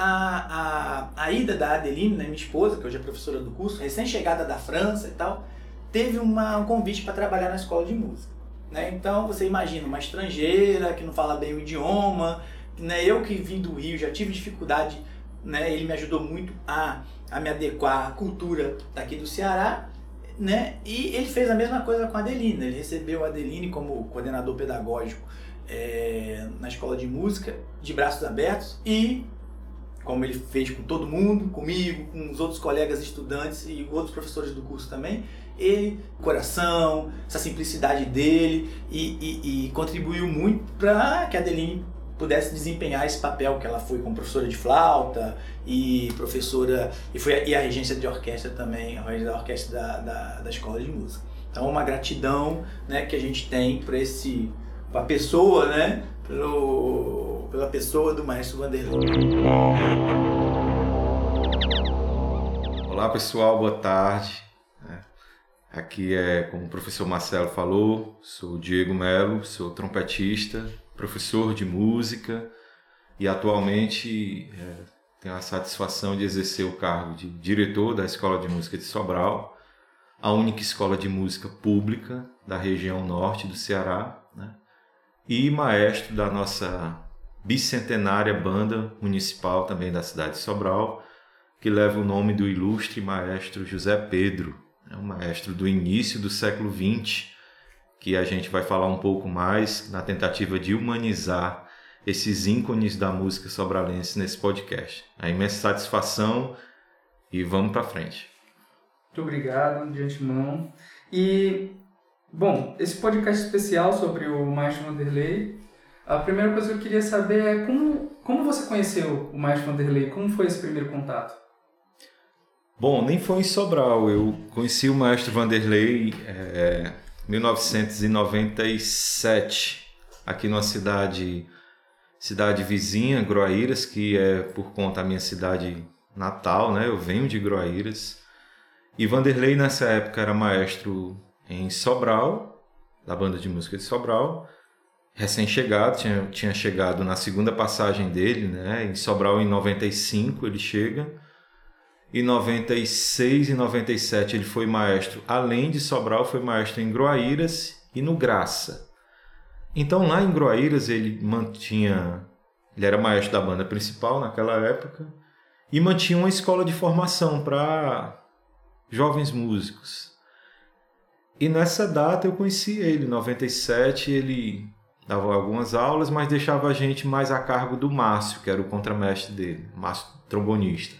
a ida da Adeline, né, minha esposa, que hoje é professora do curso, recém-chegada da França e tal, teve um convite para trabalhar na escola de música, né? Então você imagina uma estrangeira que não fala bem o idioma, né? Eu que vim do Rio já tive dificuldade, né? Ele me ajudou muito a me adequar à cultura daqui do Ceará, né? E ele fez a mesma coisa com a Adeline. Ele recebeu a Adeline como coordenador pedagógico na escola de música, de braços abertos, e como ele fez com todo mundo, comigo, com os outros colegas estudantes e outros professores do curso também, ele, coração, essa simplicidade dele, e contribuiu muito para que a Adeline pudesse desempenhar esse papel, que ela foi como professora de flauta e professora, e a regência de orquestra também, a regência da orquestra da escola de música. Então uma gratidão, né, que a gente tem para a pessoa, né, pela pessoa do maestro Vanderlei. Olá pessoal, boa tarde. Aqui como o professor Marcelo falou, sou Diego Melo, sou trompetista, professor de música e atualmente tenho a satisfação de exercer o cargo de diretor da Escola de Música de Sobral, a única escola de música pública da região norte do Ceará, né? E maestro da nossa bicentenária banda municipal também da cidade de Sobral, que leva o nome do ilustre maestro José Pedro, um maestro do início do século XX, que a gente vai falar um pouco mais na tentativa de humanizar esses ícones da música sobralense nesse podcast. A imensa satisfação e vamos para frente. Muito obrigado de antemão. E, bom, esse podcast especial sobre o maestro Vanderlei, a primeira coisa que eu queria saber é como você conheceu o maestro Vanderlei? Como foi esse primeiro contato? Bom, nem foi em Sobral. Eu conheci o maestro Vanderlei em 1997, aqui numa cidade cidade vizinha, Groaíras, que é por conta da minha cidade natal, né? Eu venho de Groaíras. E Vanderlei, nessa época, era maestro em Sobral, da banda de música de Sobral, recém-chegado, tinha chegado na segunda passagem dele, né? Em Sobral, em 95, ele chega. Em 96 e 97, ele foi maestro, além de Sobral, foi maestro em Groaíras e no Graça. Então, lá em Groaíras, ele era maestro da banda principal naquela época e mantinha uma escola de formação para jovens músicos. E nessa data eu conheci ele, em 97, ele dava algumas aulas, mas deixava a gente mais a cargo do Márcio, que era o contramestre dele, Márcio trombonista.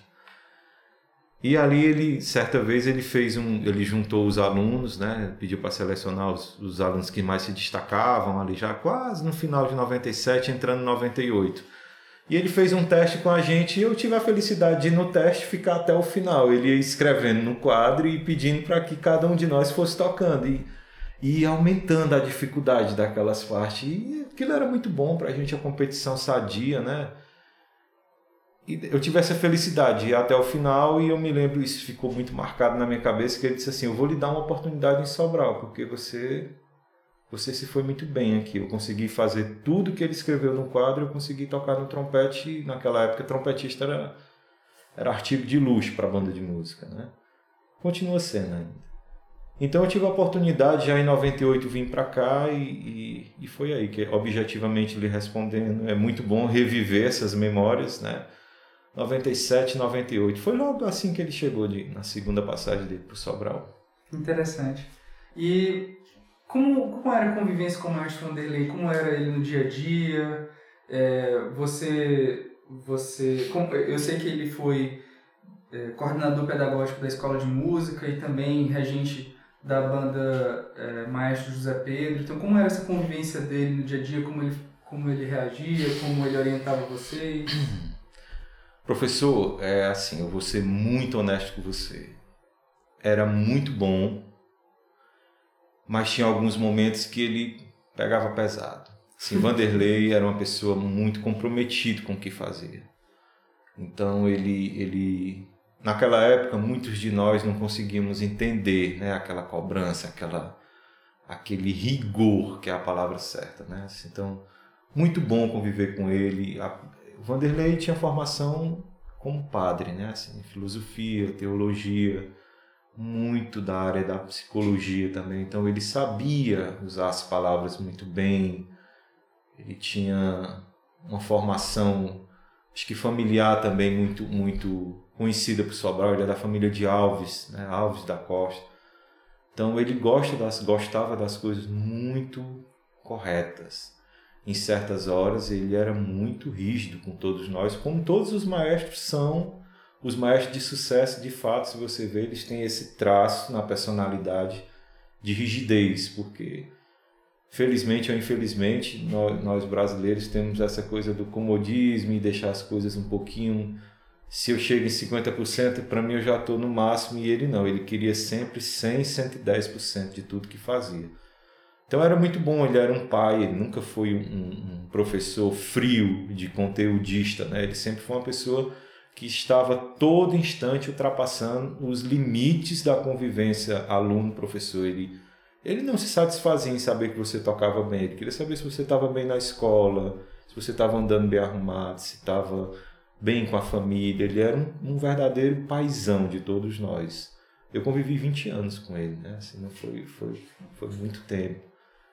E ali certa vez ele juntou os alunos, né? Pediu para selecionar os alunos que mais se destacavam ali já quase no final de 97, entrando em 98. E ele fez um teste com a gente e eu tive a felicidade de ir no teste ficar até o final. Ele ia escrevendo no quadro e pedindo para que cada um de nós fosse tocando e aumentando a dificuldade daquelas partes. E aquilo era muito bom para a gente, a competição sadia, né? E eu tive essa felicidade de ir até o final e eu me lembro, isso ficou muito marcado na minha cabeça, que ele disse assim, eu vou lhe dar uma oportunidade em Sobral, porque você se foi muito bem aqui. Eu consegui fazer tudo que ele escreveu no quadro, eu consegui tocar no trompete, e naquela época trompetista era artigo de luxo para a banda de música, né? Continua sendo ainda. Então eu tive a oportunidade, já em 98 vim para cá e foi aí que, objetivamente lhe respondendo, é muito bom reviver essas memórias, né? 97, 98. Foi logo assim que ele chegou na segunda passagem dele para o Sobral. Interessante. E como era a convivência com o maestro Vanderlei? Como era ele no dia a dia? Eu sei que ele foi coordenador pedagógico da escola de música e também regente da banda Maestro José Pedro. Então, como era essa convivência dele no dia a dia? Como ele reagia? Como ele orientava vocês? Professor, eu vou ser muito honesto com você. Era muito bom, mas tinha alguns momentos que ele pegava pesado. Assim, Vanderlei era uma pessoa muito comprometida com o que fazia. Então, ele naquela época, muitos de nós não conseguíamos entender, né, aquela cobrança, aquele rigor, que é a palavra certa, né? Então, muito bom conviver com ele. O Vanderlei tinha formação como padre, né? Assim, filosofia, teologia, muito da área da psicologia também. Então ele sabia usar as palavras muito bem. Ele tinha uma formação, acho que familiar também muito muito conhecida por Sobral. Ele é da família de Alves, né? Alves da Costa. Então ele gostava das coisas muito corretas. Em certas horas ele era muito rígido com todos nós, como todos os maestros são. Os maestros de sucesso, de fato, se você ver, eles têm esse traço na personalidade de rigidez, porque felizmente ou infelizmente nós brasileiros temos essa coisa do comodismo e deixar as coisas um pouquinho. Se eu chego em 50%, para mim eu já estou no máximo, e ele não, ele queria sempre 100%, 110% de tudo que fazia. Então era muito bom, ele era um pai, ele nunca foi um professor frio de conteudista, né? Ele sempre foi uma pessoa que estava todo instante ultrapassando os limites da convivência aluno-professor. Ele não se satisfazia em saber que você tocava bem, ele queria saber se você estava bem na escola, se você estava andando bem arrumado, se estava bem com a família. Ele era um verdadeiro paizão de todos nós. Eu convivi 20 anos com ele, né? Assim, não foi muito tempo.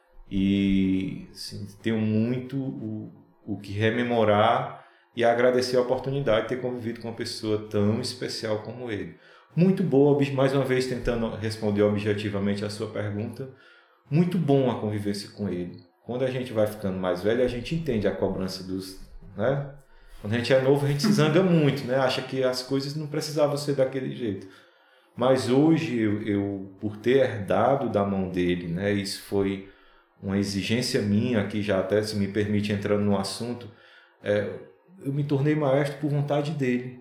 E assim, tenho muito o que rememorar e agradecer a oportunidade de ter convivido com uma pessoa tão especial como ele. Muito boa, mais uma vez tentando responder objetivamente a sua pergunta, muito bom a convivência com ele. Quando a gente vai ficando mais velho, a gente entende a cobrança dos... né? Quando a gente é novo, a gente se zanga muito, né? Acha que as coisas não precisavam ser daquele jeito. Mas hoje, eu por ter herdado da mão dele, né? Isso foi uma exigência minha, aqui já até se me permite entrando no assunto, eu me tornei maestro por vontade dele.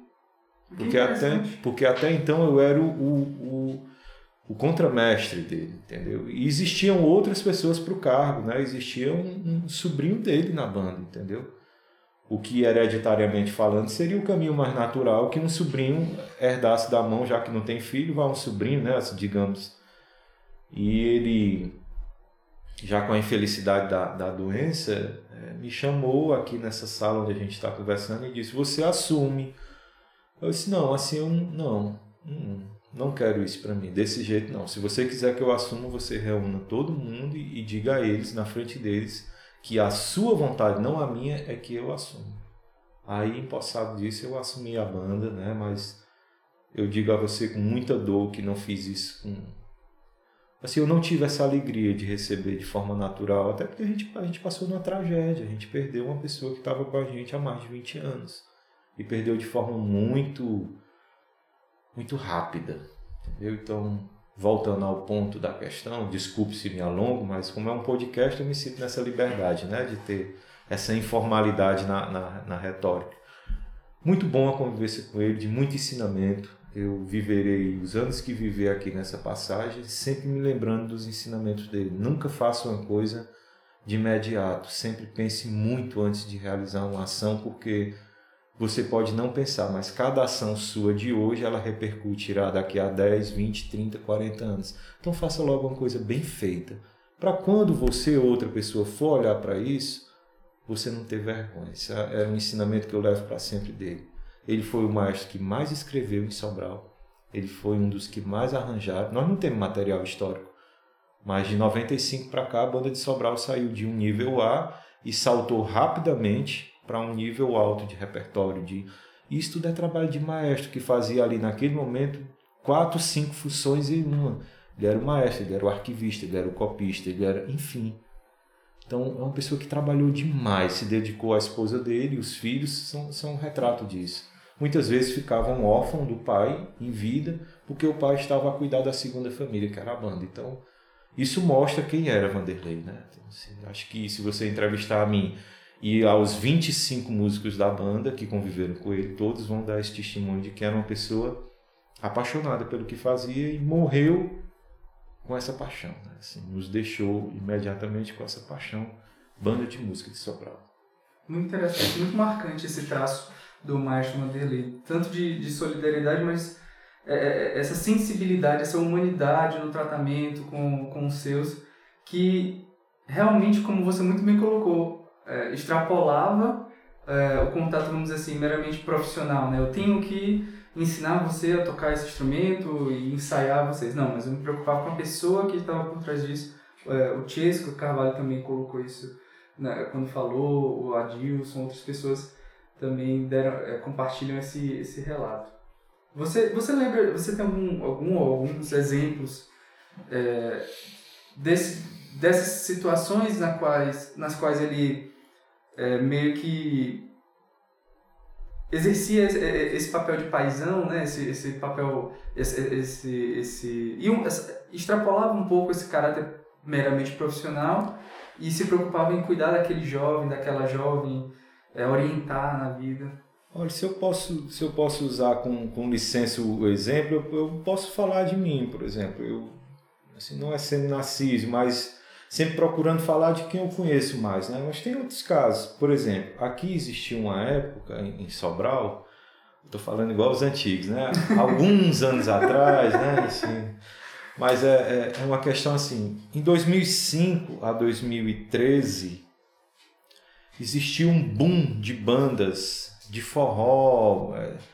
Porque até então eu era o contramestre dele, entendeu? E existiam outras pessoas para o cargo, né? Existia um sobrinho dele na banda, entendeu? o que hereditariamente falando seria o caminho mais natural que um sobrinho herdasse da mão, já que não tem filho, vai um sobrinho, né, digamos. E ele, já com a infelicidade da doença, me chamou aqui nessa sala onde a gente está conversando e disse: você assume. Eu disse: não, assim eu não quero isso para mim, desse jeito não. Se você quiser que eu assuma, você reúna todo mundo e diga a eles, na frente deles, que a sua vontade, não a minha, é que eu assumo. Aí, empossado disso, eu assumi a banda, né? Mas eu digo a você com muita dor que não fiz isso com... Assim, eu não tive essa alegria de receber de forma natural, até porque a gente passou numa tragédia, a gente perdeu uma pessoa que estava com a gente há mais de 20 anos. E perdeu de forma muito rápida, entendeu? Então, voltando ao ponto da questão, desculpe se me alongo, mas como é um podcast, eu me sinto nessa liberdade, né, de ter essa informalidade na retórica. Muito bom a convivência com ele, de muito ensinamento. Eu viverei os anos que viver aqui nessa passagem, sempre me lembrando dos ensinamentos dele. Nunca faça uma coisa de imediato, sempre pense muito antes de realizar uma ação, porque você pode não pensar, mas cada ação sua de hoje, ela repercutirá daqui a 10, 20, 30, 40 anos. Então faça logo uma coisa bem feita, para quando você ou outra pessoa for olhar para isso, você não ter vergonha. Esse é um ensinamento que eu levo para sempre dele. Ele foi o maestro que mais escreveu em Sobral. Ele foi um dos que mais arranjaram. Nós não temos material histórico, mas de 95 para cá a banda de Sobral saiu de um nível A e saltou rapidamente para um nível alto de repertório. Isso tudo é trabalho de maestro, que fazia ali naquele momento 4, 5 funções em uma. Ele era o maestro, ele era o arquivista, ele era o copista, ele era, enfim. Então é uma pessoa que trabalhou demais, se dedicou à esposa dele, os filhos são um retrato disso. Muitas vezes ficavam órfãos do pai em vida, porque o pai estava a cuidar da segunda família, que era a banda. Então isso mostra quem era Vanderlei, né? Então, assim, acho que se você entrevistar a mim e aos 25 músicos da banda que conviveram com ele, todos vão dar esse testemunho de que era uma pessoa apaixonada pelo que fazia e morreu com essa paixão, né? Assim, nos deixou imediatamente com essa paixão. Banda de música de Sobral. Muito interessante, muito marcante esse traço do maestro Vanderlei, tanto de solidariedade, mas essa sensibilidade, essa humanidade no tratamento com os seus, que realmente, como você muito bem colocou, extrapolava o contato, vamos dizer assim, meramente profissional, né? Eu tenho que ensinar você a tocar esse instrumento e ensaiar vocês. Não, mas eu me preocupava com a pessoa que estava por trás disso. O Chesco Carvalho também colocou isso, né, quando falou, o Adilson, outras pessoas também compartilham esse relato. Você lembra, você tem alguns exemplos dessas situações nas quais ele meio que exercia esse papel de paizão, né? Esse papel, extrapolava um pouco esse caráter meramente profissional e se preocupava em cuidar daquele jovem, daquela jovem, orientar na vida. Olha, se eu posso usar com licença o exemplo, eu posso falar de mim, por exemplo. Eu, assim, não é sendo narciso, mas sempre procurando falar de quem eu conheço mais, né? Mas tem outros casos. Por exemplo, aqui existia uma época em Sobral, estou falando igual os antigos, né? Alguns anos atrás, né? Assim, mas é uma questão assim, em 2005 a 2013, existia um boom de bandas de forró,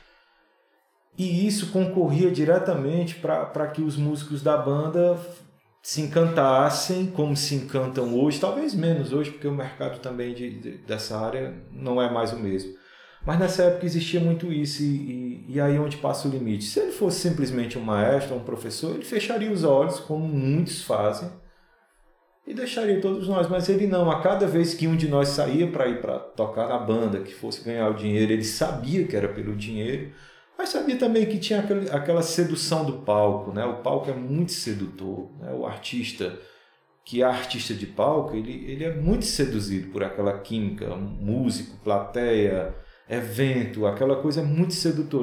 e isso concorria diretamente para que os músicos da banda se encantassem como se encantam hoje, talvez menos hoje, porque o mercado também dessa área não é mais o mesmo. Mas nessa época existia muito isso, e aí onde passa o limite? Se ele fosse simplesmente um maestro, um professor, ele fecharia os olhos, como muitos fazem, e deixaria todos nós, mas ele não. A cada vez que um de nós saía para ir para tocar na banda, que fosse ganhar o dinheiro, ele sabia que era pelo dinheiro, mas sabia também que tinha aquela sedução do palco, né? O palco é muito sedutor, né? O artista, que é artista de palco, ele é muito seduzido por aquela química, músico, plateia, evento, aquela coisa muito sedutora.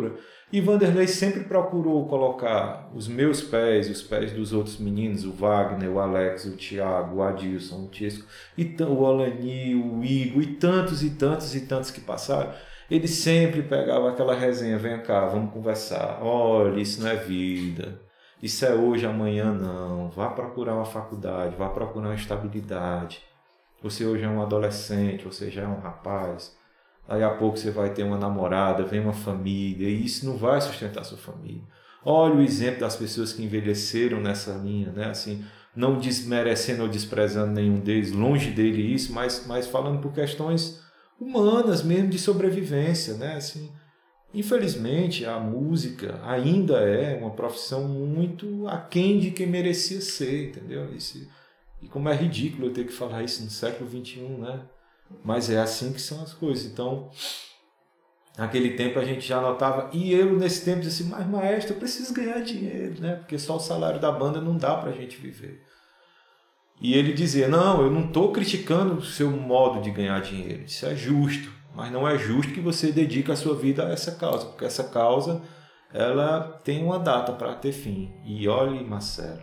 E Vanderlei sempre procurou colocar os meus pés, os pés dos outros meninos, o Wagner, o Alex, o Thiago, o Adilson, o Tiesco, o Alani, o Igor e tantos e tantos e tantos que passaram. Ele sempre pegava aquela resenha, vem cá, vamos conversar. Olha, isso não é vida, isso é hoje, amanhã não. Vá procurar uma faculdade, vá procurar uma estabilidade. Você hoje é um adolescente, você já é um rapaz. Aí a pouco você vai ter uma namorada, vem uma família, e isso não vai sustentar a sua família. Olha o exemplo das pessoas que envelheceram nessa linha, né? Assim, não desmerecendo ou desprezando nenhum deles, longe dele isso, mas falando por questões humanas mesmo, de sobrevivência, né? Assim, infelizmente, a música ainda é uma profissão muito aquém de quem merecia ser, entendeu? E como é ridículo eu ter que falar isso no século XXI, né? Mas é assim que são as coisas. Então, naquele tempo a gente já notava, e eu nesse tempo disse assim, mas maestro, eu preciso ganhar dinheiro, né? Porque só o salário da banda não dá pra gente viver. E ele dizia, não, eu não estou criticando o seu modo de ganhar dinheiro, isso é justo, mas não é justo que você dedique a sua vida a essa causa, porque essa causa ela tem uma data para ter fim. E olhe, Marcelo,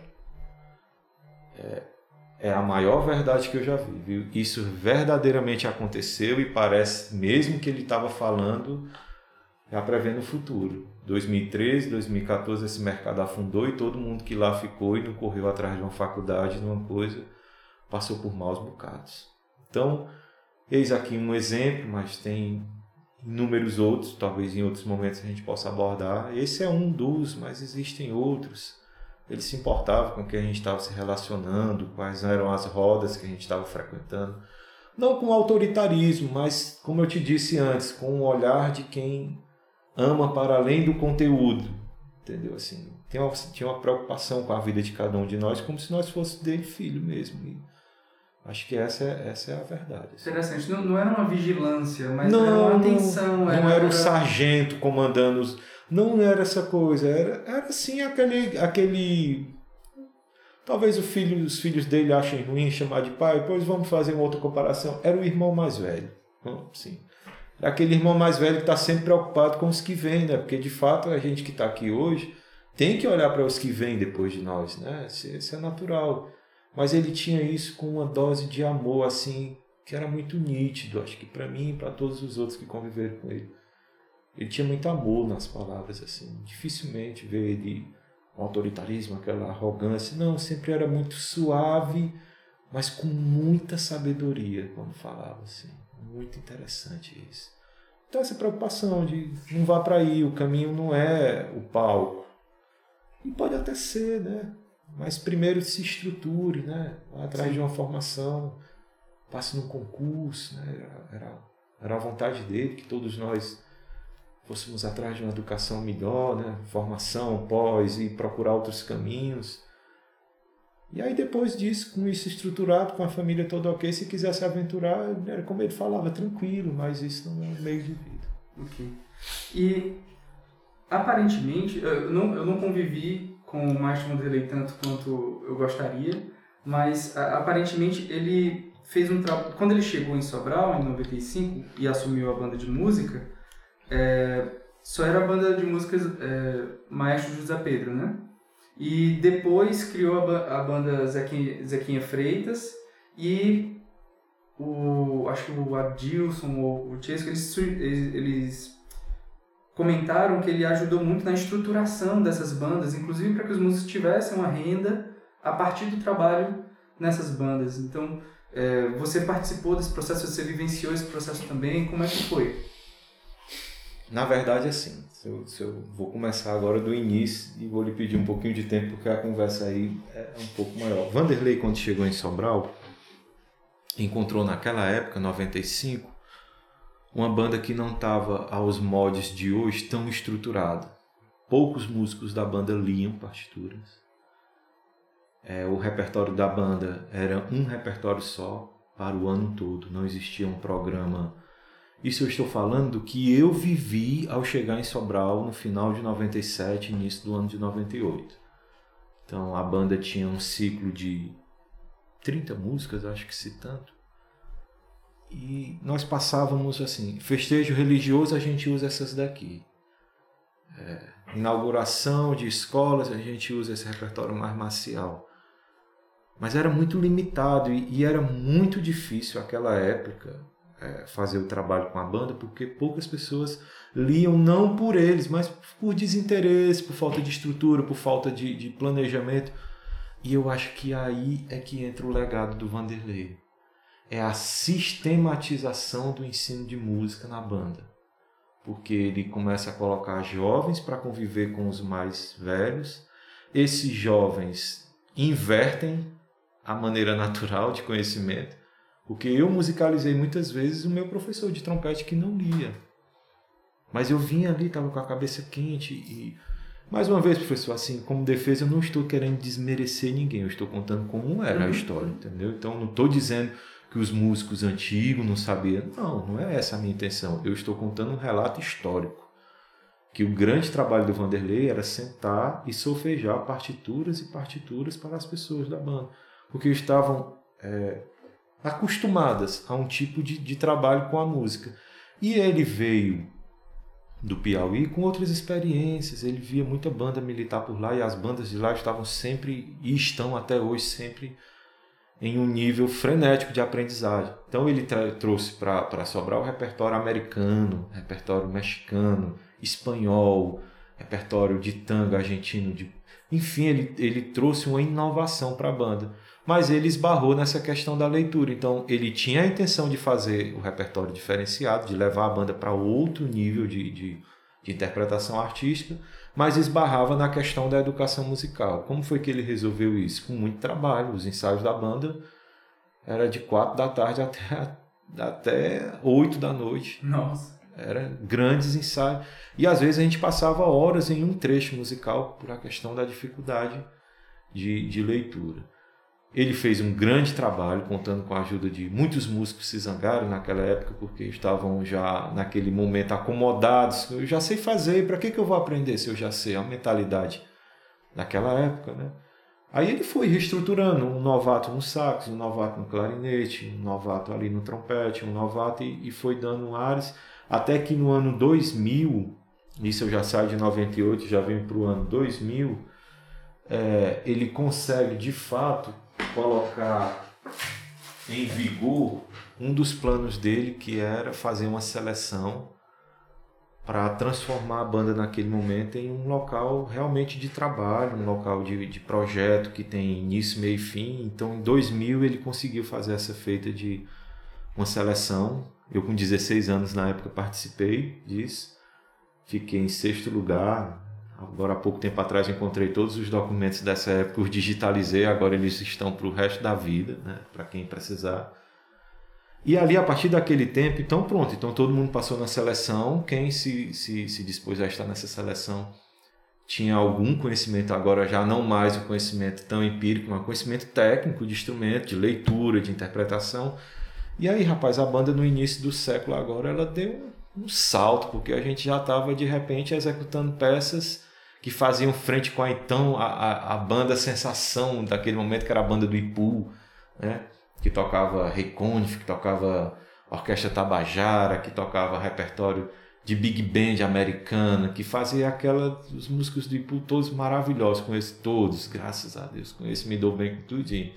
é a maior verdade que eu já vi, viu? Isso verdadeiramente aconteceu e parece mesmo que ele estava falando, já prevendo o futuro. 2013, 2014 esse mercado afundou e todo mundo que lá ficou e não correu atrás de uma faculdade, de uma coisa, passou por maus bocados. Então, eis aqui um exemplo, mas tem inúmeros outros, talvez em outros momentos a gente possa abordar. Esse é um dos, mas existem outros. Ele se importava com quem a gente estava se relacionando, quais eram as rodas que a gente estava frequentando. Não com autoritarismo, mas, como eu te disse antes, com o olhar de quem ama para além do conteúdo. Entendeu? Assim, tinha uma preocupação com a vida de cada um de nós, como se nós fôssemos dele filho mesmo. E acho que essa é a verdade. Assim. Interessante. Não era uma vigilância, mas era uma atenção. Não era o sargento comandando os... Não era essa coisa, era sim aquele... Talvez os filhos dele achem ruim chamar de pai, depois vamos fazer uma outra comparação. Era o irmão mais velho. Sim. Era aquele irmão mais velho que está sempre preocupado com os que vêm, né? Porque de fato a gente que está aqui hoje tem que olhar para os que vêm depois de nós, né? Isso é natural. Mas ele tinha isso com uma dose de amor, assim, que era muito nítido, acho que para mim e para todos os outros que conviveram com ele. Ele tinha muito amor nas palavras, assim. Dificilmente vê ele com autoritarismo, aquela arrogância. Não, sempre era muito suave, mas com muita sabedoria quando falava, assim. Muito interessante isso. Então essa preocupação de não vá para aí, o caminho não é o palco. E pode até ser, né? Mas primeiro se estruture, né? Vá atrás de uma formação, passe num concurso, né? Era a vontade dele que todos nós fôssemos atrás de uma educação melhor, né? Formação, pós e procurar outros caminhos. E aí depois disso, com isso estruturado, com a família toda ok, se quisesse aventurar, era como ele falava, tranquilo, mas isso não é um meio de vida. Ok. E aparentemente, eu não convivi com o Maestro Vanderlei tanto quanto eu gostaria, mas aparentemente ele fez um trabalho... Quando ele chegou em Sobral, em 95, e assumiu a banda de música, só era a banda de músicas Maestro José Pedro, né? E depois criou a banda Zequinha Freitas e acho que o Adilson ou o Tiesco, eles comentaram que ele ajudou muito na estruturação dessas bandas, inclusive para que os músicos tivessem uma renda a partir do trabalho nessas bandas. Então, você participou desse processo, você vivenciou esse processo também, como é que foi? Na verdade, assim, eu vou começar agora do início e vou lhe pedir um pouquinho de tempo, porque a conversa aí é um pouco maior. Vanderlei, quando chegou em Sobral, encontrou naquela época, 95, uma banda que não estava aos moldes de hoje tão estruturada. Poucos músicos da banda liam partituras. O repertório da banda era um repertório só para o ano todo, não existia um programa. Isso eu estou falando do que eu vivi ao chegar em Sobral no final de 97, início do ano de 98. Então a banda tinha um ciclo de 30 músicas, acho que se tanto. E nós passávamos assim, festejo religioso a gente usa essas daqui. inauguração de escolas, a gente usa esse repertório mais marcial. Mas era muito limitado e era muito difícil naquela época fazer o trabalho com a banda, porque poucas pessoas liam, não por eles, mas por desinteresse, por falta de estrutura, por falta de planejamento. E eu acho que aí é que entra o legado do Vanderlei. É a sistematização do ensino de música na banda. Porque ele começa a colocar jovens para conviver com os mais velhos. Esses jovens invertem a maneira natural de conhecimento. Porque eu musicalizei muitas vezes o meu professor de trompete que não lia. Mas eu vinha ali, estava com a cabeça quente e... Mais uma vez, professor, assim, como defesa, eu não estou querendo desmerecer ninguém. Eu estou contando como era a história, entendeu? Então, não estou dizendo que os músicos antigos não sabiam. Não é essa a minha intenção. Eu estou contando um relato histórico. Que o grande trabalho do Vanderlei era sentar e solfejar partituras e partituras para as pessoas da banda. Porque estavam acostumadas a um tipo de trabalho com a música. E ele veio do Piauí com outras experiências. Ele via muita banda militar por lá e as bandas de lá estavam sempre, e estão até hoje sempre, em um nível frenético de aprendizagem. Então ele trouxe para Sobral o repertório americano, repertório mexicano, espanhol, repertório de tango argentino. Enfim, ele trouxe uma inovação para a banda. Mas ele esbarrou nessa questão da leitura. Então ele tinha a intenção de fazer o repertório diferenciado, de levar a banda para outro nível de interpretação artística, mas esbarrava na questão da educação musical. Como foi que ele resolveu isso? Com muito trabalho. Os ensaios da banda era de 4 da tarde até 8 da noite. Nossa! Eram grandes ensaios. E às vezes a gente passava horas em um trecho musical por a questão da dificuldade de leitura. Ele fez um grande trabalho, contando com a ajuda de muitos músicos que se zangaram naquela época, porque estavam já naquele momento acomodados. Eu já sei fazer, para que eu vou aprender se eu já sei? A mentalidade daquela época, né? Aí ele foi reestruturando, um novato no sax, um novato no clarinete, um novato ali no trompete, um novato, e foi dando ares, até que no ano 2000, isso eu já saio de 98, já venho para o ano 2000, ele consegue de fato colocar em vigor um dos planos dele, que era fazer uma seleção para transformar a banda naquele momento em um local realmente de trabalho, um local de projeto que tem início, meio e fim. Então em 2000 ele conseguiu fazer essa feita de uma seleção. Eu com 16 anos na época participei disso, fiquei em 6º lugar. Agora, há pouco tempo atrás, encontrei todos os documentos dessa época, os digitalizei, agora eles estão para o resto da vida, né? Para quem precisar. E ali, a partir daquele tempo, então pronto, então todo mundo passou na seleção. Quem se dispôs a estar nessa seleção tinha algum conhecimento, agora já não mais um conhecimento tão empírico, mas um conhecimento técnico de instrumento, de leitura, de interpretação. E aí, rapaz, a banda no início do século agora, ela deu um salto, porque a gente já estava, de repente, executando peças que faziam frente com a banda sensação daquele momento, que era a banda do Ipu, né? Que tocava Rei Conif, que tocava Orquestra Tabajara, que tocava repertório de Big Band americana, que fazia os músicos do Ipu todos maravilhosos, conheço todos, graças a Deus, conheço, me dou bem com tudinho.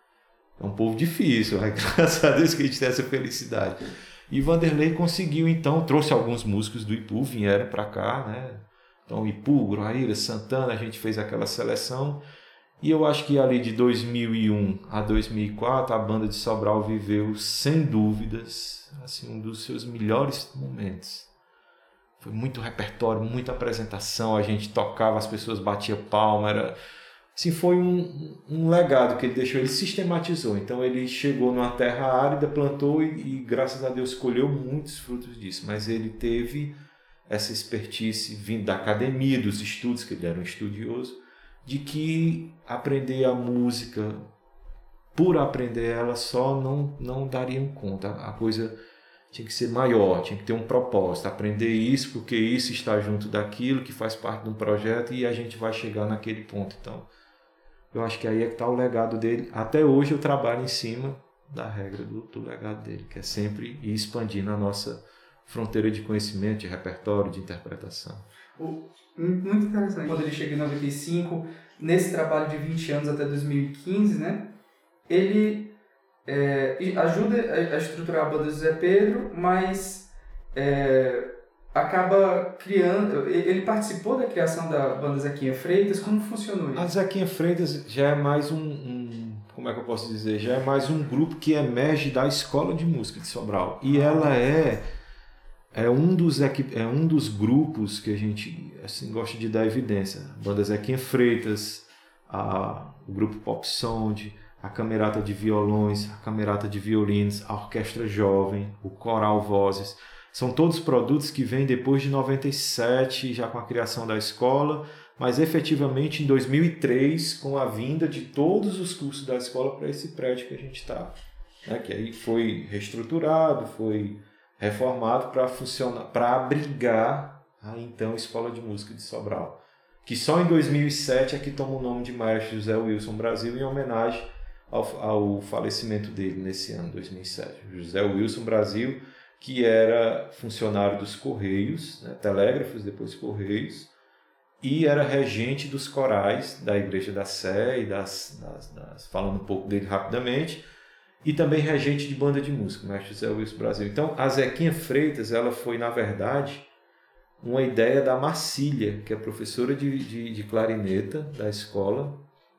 É um povo difícil, mas graças a Deus que a gente tem essa felicidade. E Vanderlei conseguiu, então, trouxe alguns músicos do Ipu, vieram para cá, né? Então, Ipu, Groaíra, Santana, a gente fez aquela seleção. E eu acho que ali de 2001 a 2004, a banda de Sobral viveu, sem dúvidas, assim, um dos seus melhores momentos. Foi muito repertório, muita apresentação, a gente tocava, as pessoas batiam palma, assim, foi um legado que ele deixou, ele sistematizou. Então ele chegou numa terra árida, plantou e graças a Deus colheu muitos frutos disso. Mas ele teve essa expertise vindo da academia, dos estudos, que ele era um estudioso, de que aprender a música, por aprender ela só, não dariam conta. A coisa tinha que ser maior, tinha que ter um propósito. Aprender isso porque isso está junto daquilo, que faz parte de um projeto, e a gente vai chegar naquele ponto. Então, eu acho que aí é que está o legado dele. Até hoje eu trabalho em cima da regra do legado dele, que é sempre ir expandindo a nossa fronteira de conhecimento, de repertório, de interpretação. Muito interessante. Quando ele chega em 95, nesse trabalho de 20 anos até 2015, né? Ele ajuda a estruturar a banda José Pedro, mas acaba criando... Ele participou da criação da banda Zequinha Freitas. Como funcionou isso? A Zequinha Freitas já é mais como é que eu posso dizer? Já é mais um grupo que emerge da Escola de Música de Sobral. E ela é um dos grupos que a gente assim, gosta de dar evidência. A banda Zequinha Freitas, o grupo Pop Sound, a Camerata de Violões, a Camerata de Violinos, a Orquestra Jovem, o Coral Vozes. São todos produtos que vêm depois de 97, já com a criação da escola, mas efetivamente em 2003, com a vinda de todos os cursos da escola para esse prédio que a gente está. Né? Que aí foi reestruturado, foi reformado para funcionar, para abrigar a então Escola de Música de Sobral. Que só em 2007 é que toma o nome de Maestro José Wilson Brasil, em homenagem ao falecimento dele nesse ano, 2007. José Wilson Brasil, que era funcionário dos Correios, né, telégrafos, depois Correios, e era regente dos corais da Igreja da Sé, e falando um pouco dele rapidamente, e também regente de banda de música, Mestre José Wilson Brasil. Então, a Zequinha Freitas, ela foi, na verdade, uma ideia da Marcília, que é professora de clarineta da escola.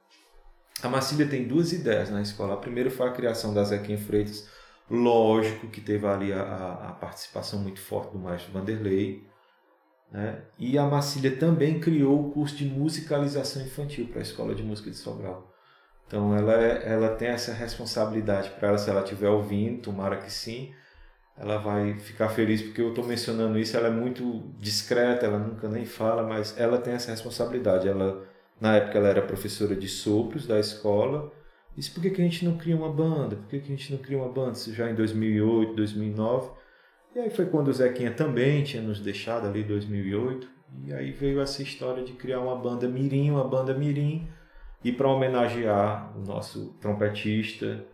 A Marcília tem duas ideias na escola. A primeira foi a criação da Zequinha Freitas, lógico que teve ali a participação muito forte do maestro Vanderlei, né? E a Marcília também criou o curso de musicalização infantil para a Escola de Música de Sobral. Então ela tem essa responsabilidade para ela, se ela estiver ouvindo, tomara que sim, ela vai ficar feliz porque eu estou mencionando isso. Ela é muito discreta, ela nunca nem fala, mas ela tem essa responsabilidade. Na época ela era professora de sopros da escola. Disse, por que a gente não cria uma banda? Por que a gente não cria uma banda? Isso já em 2008, 2009. E aí foi quando o Zequinha também tinha nos deixado ali em 2008. E aí veio essa história de criar uma banda mirim. E para homenagear o nosso trompetista,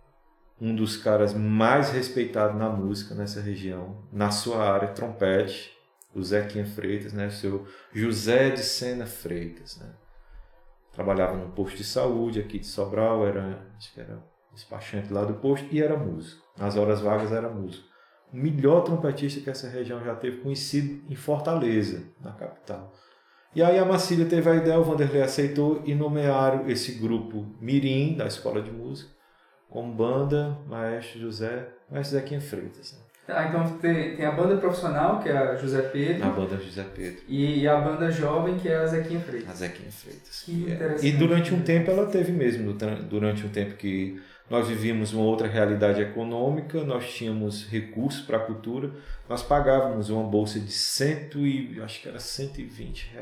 um dos caras mais respeitados na música nessa região, na sua área, trompete, o Zequinha Freitas, né? O seu José de Sena Freitas, né? Trabalhava num posto de saúde aqui de Sobral, acho que era despachante lá do posto, e era músico. Nas horas vagas era músico. O melhor trompetista que essa região já teve, conhecido em Fortaleza, na capital. E aí a Marcília teve a ideia, o Vanderlei aceitou e nomearam esse grupo mirim da Escola de Música como banda Maestro Zequinha Freitas. Né? Então tem a banda profissional, que é a José Pedro. A banda José Pedro. E a banda jovem, que é a Zequinha Freitas. A Zequinha Freitas. Que interessante. E durante um tempo ela teve mesmo, durante um tempo que nós vivíamos uma outra realidade econômica, nós tínhamos recursos para a cultura, nós pagávamos uma bolsa de acho que era R$120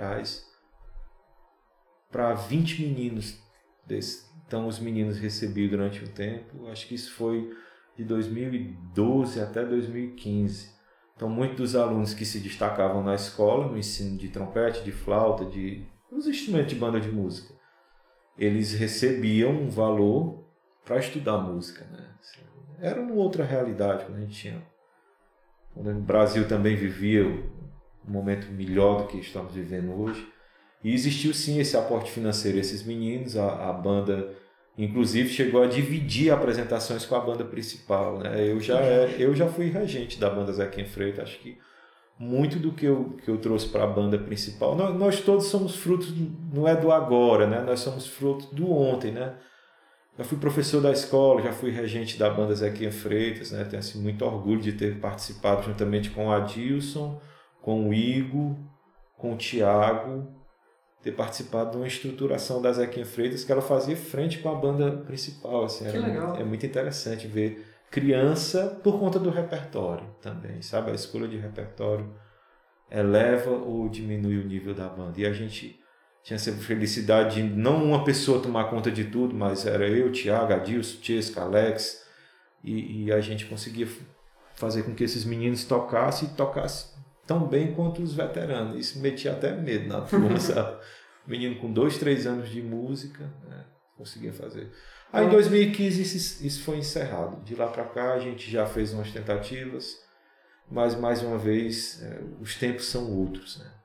para 20 meninos desses. Então os meninos recebiam durante um tempo, acho que isso foi de 2012 até 2015. Então muitos dos alunos que se destacavam na escola, no ensino de trompete, de flauta, os instrumentos de banda de música, eles recebiam um valor para estudar música, né? Era uma outra realidade quando a gente tinha. Quando o Brasil também vivia um momento melhor do que estamos vivendo hoje. E existiu sim esse aporte financeiro. Esses meninos, a banda, inclusive, chegou a dividir apresentações com a banda principal, né? Eu já fui regente da banda Zequinha Freitas. Acho que muito do que eu trouxe para a banda principal. Nós todos somos frutos, não é do agora, né? Nós somos frutos do ontem, né? Já fui professor da escola, já fui regente da banda Zequinha Freitas, né? Tenho assim, muito orgulho de ter participado juntamente com o Adilson, com o Igor, com o Tiago, ter participado de uma estruturação da Zequinha Freitas que ela fazia frente com a banda principal. Assim, que legal. É muito interessante ver criança por conta do repertório também, sabe? A escolha de repertório eleva ou diminui o nível da banda. E a gente tinha essa felicidade de não uma pessoa tomar conta de tudo, mas era eu, Tiago, Adilson, Tiesca, Alex, e a gente conseguia fazer com que esses meninos tocassem tão bem quanto os veteranos. Isso metia até medo na turma, sabe? Menino com 2, 3 anos de música, né? Conseguia fazer. Aí em 2015 isso foi encerrado. De lá para cá a gente já fez umas tentativas, mas mais uma vez os tempos são outros, né?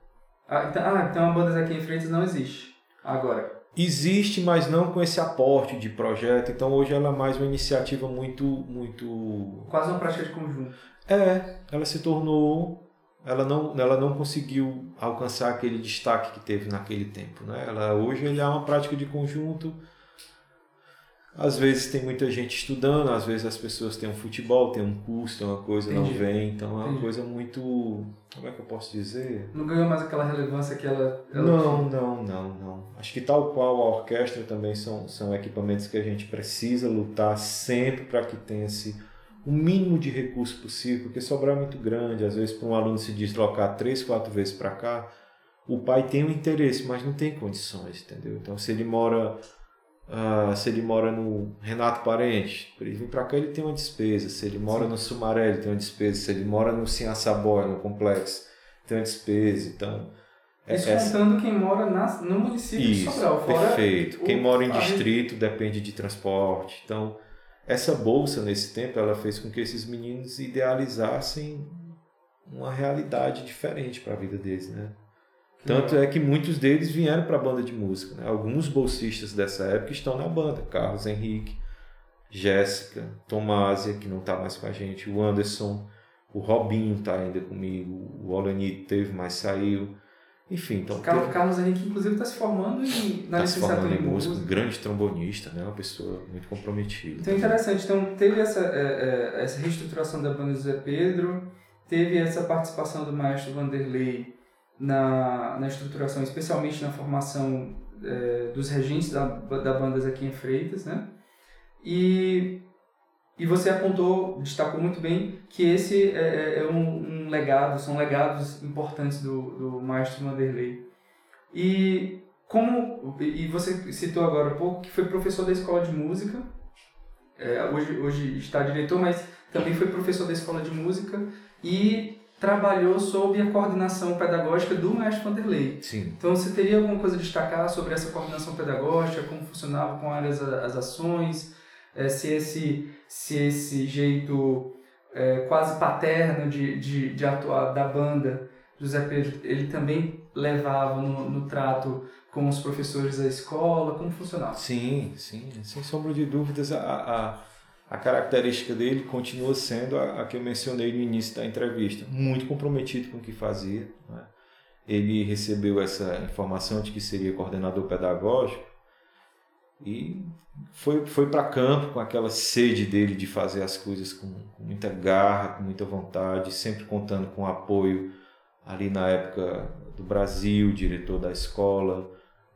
Então a banda Zequinha Freitas não existe agora. Existe, mas não com esse aporte de projeto. Então hoje ela é mais uma iniciativa muito... Quase uma prática de conjunto. Ela se tornou... Ela não conseguiu alcançar aquele destaque que teve naquele tempo, né? Hoje ele é uma prática de conjunto. Às vezes tem muita gente estudando, às vezes as pessoas têm um futebol, tem um curso, tem uma coisa, não vem. Então é uma coisa muito... Como é que eu posso dizer? Não ganhou mais aquela relevância que ela Não. Acho que tal qual a orquestra também são equipamentos que a gente precisa lutar sempre para que tenha o mínimo de recurso possível, porque Sobral é muito grande. Às vezes, para um aluno se deslocar 3, 4 vezes para cá, o pai tem um interesse, mas não tem condições, entendeu? Então, se ele mora no Renato Parente, para ele vir para cá, ele tem uma despesa. Se ele mora no Sumaré, ele tem uma despesa. Se ele mora no Sinhaçabóia, no Complexo, tem uma despesa. Então, isso contando quem mora no município de Sobral. Perfeito. Quem mora em distrito depende de transporte. Então, essa bolsa, nesse tempo, ela fez com que esses meninos idealizassem uma realidade diferente para a vida deles, né? Tanto é que muitos deles vieram para a banda de música, né? Alguns bolsistas dessa época estão na banda. Carlos Henrique, Jéssica, Tomásia, que não está mais com a gente, o Anderson, o Robinho está ainda comigo, o Olanito teve, mas saiu. Enfim, então... Carlos Henrique, inclusive, está se formando na licenciatura em música. Um grande trombonista, né? Uma pessoa muito comprometida. Então, interessante. Então, teve essa reestruturação da banda do Zé Pedro, teve essa participação do maestro Vanderlei na estruturação, especialmente na formação dos regentes da banda Zequinha Freitas, né? E você destacou muito bem que esse é um legado, são legados importantes do maestro Vanderlei. E você citou agora há pouco que foi professor da escola de música, hoje está diretor, mas também foi professor da escola de música e trabalhou sob a coordenação pedagógica do maestro Vanderlei. Sim. Então você teria alguma coisa a destacar sobre essa coordenação pedagógica, como funcionava com as ações, se esse jeito quase paterno de atuar da banda José Pedro, ele também levava no trato com os professores da escola, como funcionava? Sim, sem sombra de dúvidas, a característica dele continua sendo a que eu mencionei no início da entrevista, muito comprometido com o que fazia, né? Ele recebeu essa informação de que seria coordenador pedagógico e foi para campo com aquela sede dele de fazer as coisas com muita garra, com muita vontade, sempre contando com o apoio ali na época do Brasil, diretor da escola,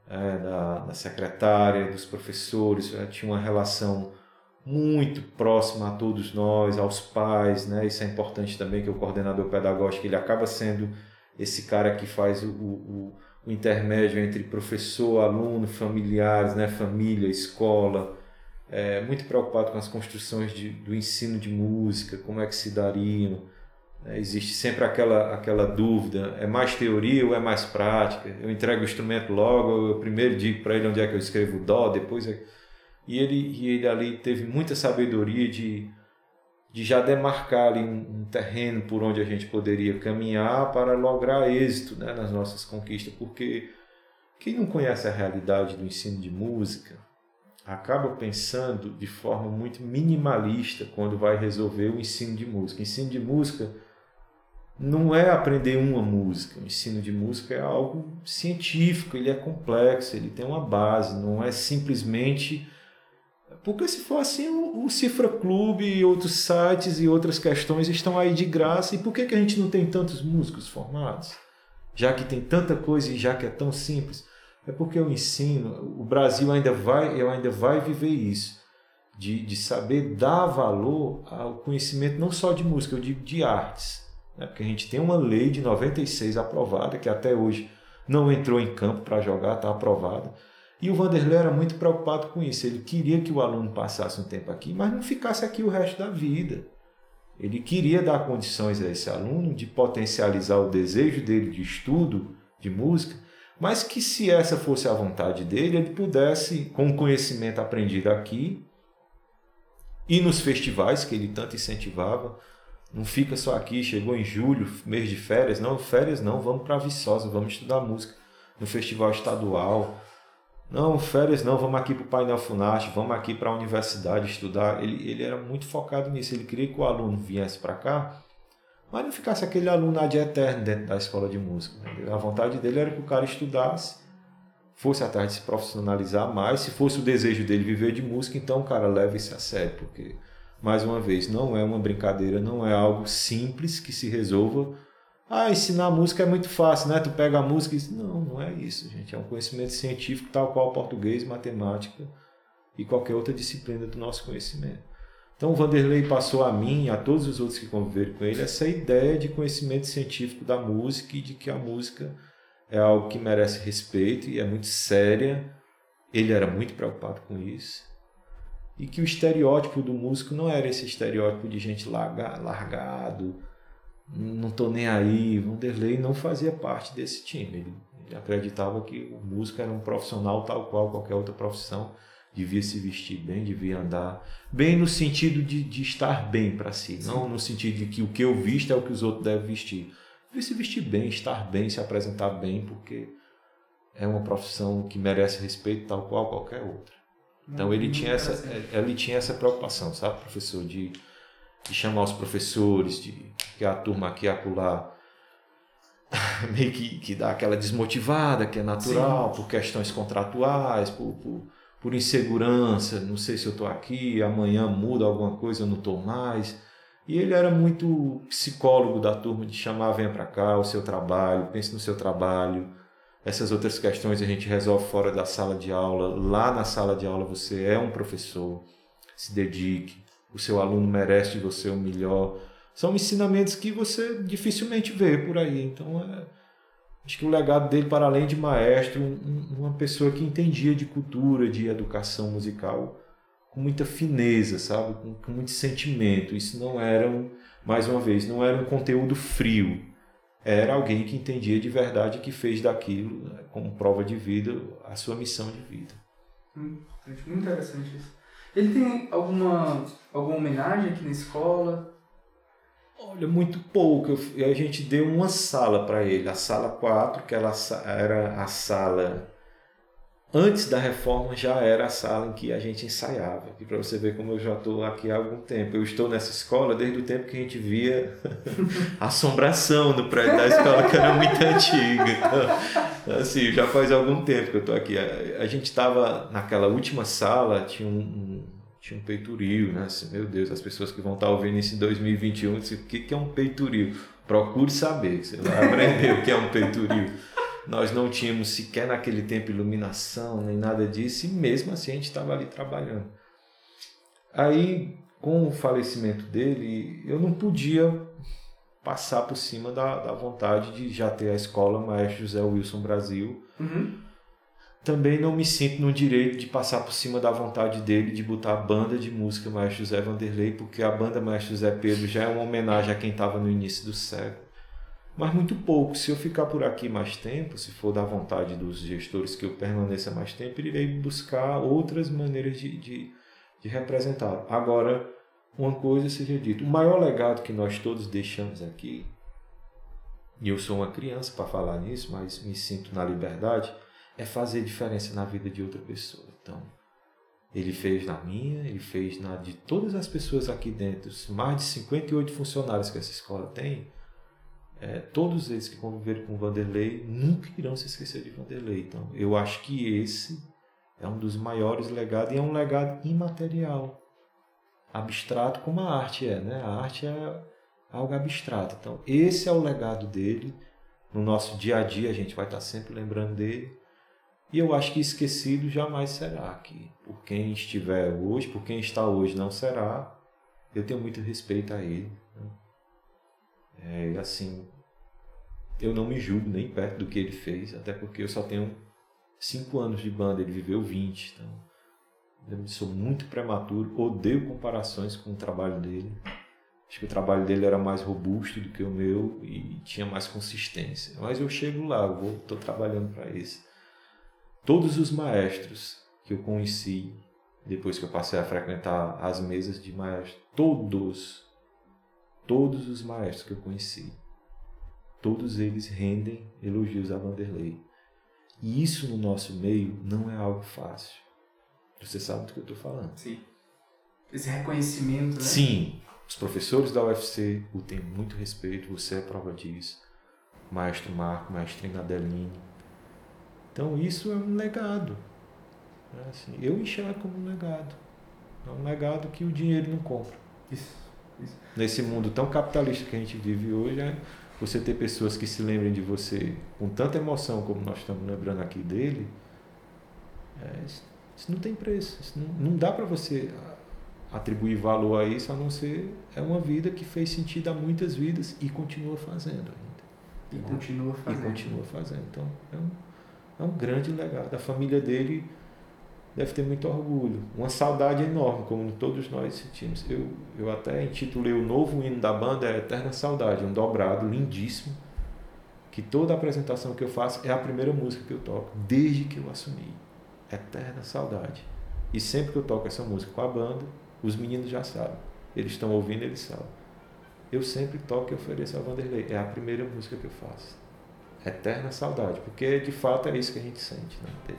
da secretária, dos professores. Tinha uma relação muito próxima a todos nós, aos pais, né? Isso é importante também, que o coordenador pedagógico ele acaba sendo esse cara que faz o intermédio entre professor, aluno, familiares, né? Família, escola, muito preocupado com as construções do ensino de música, como é que se dariam. Existe sempre aquela dúvida, é mais teoria ou é mais prática? Eu entrego o instrumento logo, eu primeiro digo para ele onde é que eu escrevo o dó, depois... E ele ali teve muita sabedoria de já demarcar ali um terreno por onde a gente poderia caminhar para lograr êxito, né, nas nossas conquistas, porque quem não conhece a realidade do ensino de música acaba pensando de forma muito minimalista quando vai resolver o ensino de música. O ensino de música não é aprender uma música, o ensino de música é algo científico, ele é complexo, ele tem uma base, não é simplesmente... Porque se for assim, o Cifra Clube e outros sites e outras questões estão aí de graça. E por que a gente não tem tantos músicos formados? Já que tem tanta coisa e já que é tão simples. É porque o ensino, o Brasil ainda vai viver isso. De saber dar valor ao conhecimento não só de música, eu digo de artes. Né? Porque a gente tem uma lei de 96 aprovada, que até hoje não entrou em campo para jogar, está aprovada. E o Vanderlei era muito preocupado com isso. Ele queria que o aluno passasse um tempo aqui, mas não ficasse aqui o resto da vida. Ele queria dar condições a esse aluno de potencializar o desejo dele de estudo, de música, mas que se essa fosse a vontade dele, ele pudesse, com o conhecimento aprendido aqui e nos festivais que ele tanto incentivava, Não fica só aqui, chegou em julho, mês de férias. Não, férias não, vamos para Viçosa, vamos estudar música no festival estadual. Não, férias não, vamos aqui para o painel Funarte, vamos aqui para a universidade estudar. Ele era muito focado nisso, ele queria que o aluno viesse para cá, mas não ficasse aquele aluno ad eterno dentro da escola de música. A vontade dele era que o cara estudasse, fosse atrás de se profissionalizar mais. Se fosse o desejo dele viver de música, então, cara, leva isso a sério, porque, mais uma vez, não é uma brincadeira, não é algo simples que se resolva. Ensinar música é muito fácil, né? Tu pega a música e diz, não é isso, gente. É um conhecimento científico tal qual português, matemática e qualquer outra disciplina do nosso conhecimento. Então, o Vanderlei passou a mim e a todos os outros que conviveram com ele essa ideia de conhecimento científico da música e de que a música é algo que merece respeito e é muito séria. Ele era muito preocupado com isso. E que o estereótipo do músico não era esse estereótipo de gente largado, não estou nem aí. Vanderlei não fazia parte desse time. Ele acreditava que o músico era um profissional tal qual qualquer outra profissão. Devia se vestir bem, devia andar bem no sentido de estar bem para si. Sim. Não no sentido de que o que eu visto é o que os outros devem vestir. Devia se vestir bem, estar bem, se apresentar bem, porque é uma profissão que merece respeito tal qual qualquer outra. Então ele tinha essa preocupação, sabe, professor, de chamar os professores, de que a turma aqui e acolá meio que dá aquela desmotivada, que é natural. Sim. Por questões contratuais, por insegurança, não sei se eu estou aqui, amanhã muda alguma coisa, eu não estou mais. E ele era muito psicólogo da turma, de chamar, venha para cá, o seu trabalho, pense no seu trabalho. Essas outras questões a gente resolve fora da sala de aula. Lá na sala de aula você é um professor, se dedique, o seu aluno merece de você o melhor. São ensinamentos que você dificilmente vê por aí. Então, acho que o legado dele, para além de maestro, uma pessoa que entendia de cultura, de educação musical, com muita fineza, sabe? Com muito sentimento. Isso não era, mais uma vez, não era um conteúdo frio. Era alguém que entendia de verdade e que fez daquilo, né, como prova de vida, a sua missão de vida. Muito interessante isso. Ele tem alguma homenagem aqui na escola? Olha, muito pouco. A gente deu uma sala para ele, a sala 4, que ela era a sala... Antes da reforma já era a sala em que a gente ensaiava. E para você ver como eu já estou aqui há algum tempo. Eu estou nessa escola desde o tempo que a gente via a assombração no prédio da escola, que era muito antiga. Então, assim, já faz algum tempo que eu estou aqui. A gente estava naquela última sala, tinha um peitoril, né? Assim, meu Deus, as pessoas que vão estar ouvindo isso em 2021, dizem, o que é um peitoril? Procure saber, você vai aprender o que é um peitoril. Nós não tínhamos sequer naquele tempo iluminação, nem nada disso, e mesmo assim a gente estava ali trabalhando. Aí, com o falecimento dele, eu não podia passar por cima da vontade de já ter a escola Maestro José Wilson Brasil. Uhum. Também não me sinto no direito de passar por cima da vontade dele de botar a banda de música Maestro José Vanderlei, porque a banda Maestro José Pedro já é uma homenagem a quem estava no início do século. Mas muito pouco. Se eu ficar por aqui mais tempo, se for da vontade dos gestores que eu permaneça mais tempo, irei buscar outras maneiras de representar. Agora, uma coisa seja dita, o maior legado que nós todos deixamos aqui, e eu sou uma criança para falar nisso, mas me sinto na liberdade, é fazer diferença na vida de outra pessoa. Então, ele fez na minha, ele fez na de todas as pessoas aqui dentro, os mais de 58 funcionários que essa escola tem. Todos eles que conviveram com o Vanderlei nunca irão se esquecer de Vanderlei. Então, eu acho que esse é um dos maiores legados, e é um legado imaterial, abstrato como a arte é, né? A arte é algo abstrato. Então, esse é o legado dele. No nosso dia a dia, a gente vai estar sempre lembrando dele. E eu acho que esquecido jamais será. Que por quem estiver hoje, por quem está hoje, não será. Eu tenho muito respeito a ele. Assim, eu não me julgo nem perto do que ele fez, até porque eu só tenho 5 anos de banda, ele viveu 20, então eu sou muito prematuro, odeio comparações com o trabalho dele. Acho que o trabalho dele era mais robusto do que o meu e tinha mais consistência, mas eu chego lá, estou trabalhando para isso. Todos os maestros que eu conheci, depois que eu passei a frequentar as mesas de maestro, todos os maestros que eu conheci, todos eles rendem elogios a Vanderlei. E isso no nosso meio não é algo fácil. Você sabe do que eu estou falando. Sim. Esse reconhecimento, né? Sim. Os professores da UFC o têm muito respeito, você é prova disso. Maestro Marco, maestrina Adeline. Então isso é um legado. Assim, eu enxergo como um legado. É um legado que o dinheiro não compra. Isso. Nesse mundo tão capitalista que a gente vive hoje, você ter pessoas que se lembrem de você com tanta emoção como nós estamos lembrando aqui dele, isso não tem preço. Isso não dá para você atribuir valor a isso, a não ser é uma vida que fez sentido a muitas vidas e continua fazendo ainda. E continua fazendo. Então, é um grande legado. A família dele deve ter muito orgulho. Uma saudade enorme, como todos nós sentimos. Eu até intitulei o novo hino da banda Eterna Saudade, um dobrado lindíssimo, que toda apresentação que eu faço é a primeira música que eu toco, desde que eu assumi. Eterna Saudade. E sempre que eu toco essa música com a banda, os meninos já sabem. Eles estão ouvindo, eles sabem. Eu sempre toco e ofereço a Vanderlei. É a primeira música que eu faço. Eterna Saudade. Porque, de fato, é isso que a gente sente, né?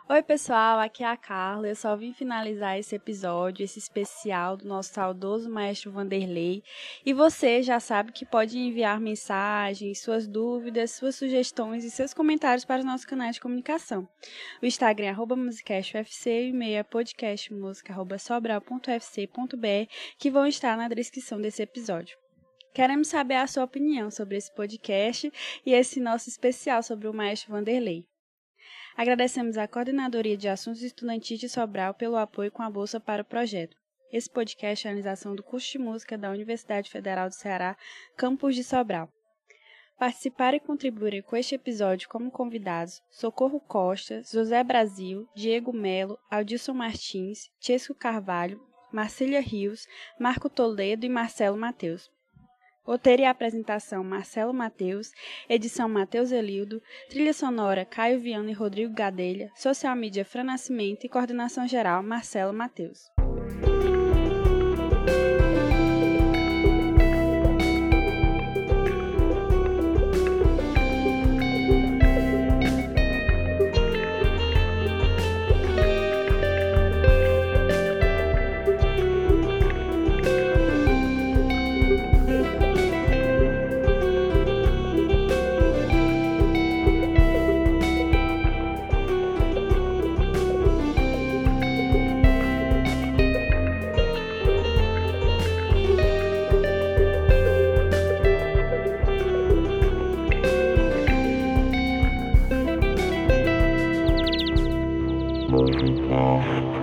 Oi pessoal, aqui é a Carla, eu só vim finalizar esse episódio, esse especial do nosso saudoso maestro Vanderlei, e você já sabe que pode enviar mensagens, suas dúvidas, suas sugestões e seus comentários para o nosso canal de comunicação. O Instagram é @musicastufc e o e-mail é podcastmusica@sobral.ufc.br, que vão estar na descrição desse episódio. Queremos saber a sua opinião sobre esse podcast e esse nosso especial sobre o maestro Vanderlei. Agradecemos à Coordenadoria de Assuntos Estudantis de Sobral pelo apoio com a bolsa para o projeto. Esse podcast é a realização do curso de música da Universidade Federal do Ceará, campus de Sobral. Participaram e contribuíram com este episódio como convidados Socorro Costa, José Brasil, Diego Melo, Aldilson Martins, Chesco Carvalho, Marcília Rios, Marco Toledo e Marcelo Mateus. Roteiro e apresentação Marcelo Mateus, edição Mateus Elildo, trilha sonora Caio Viana e Rodrigo Gadelha, social media Fran Nascimento e coordenação geral Marcelo Mateus. Música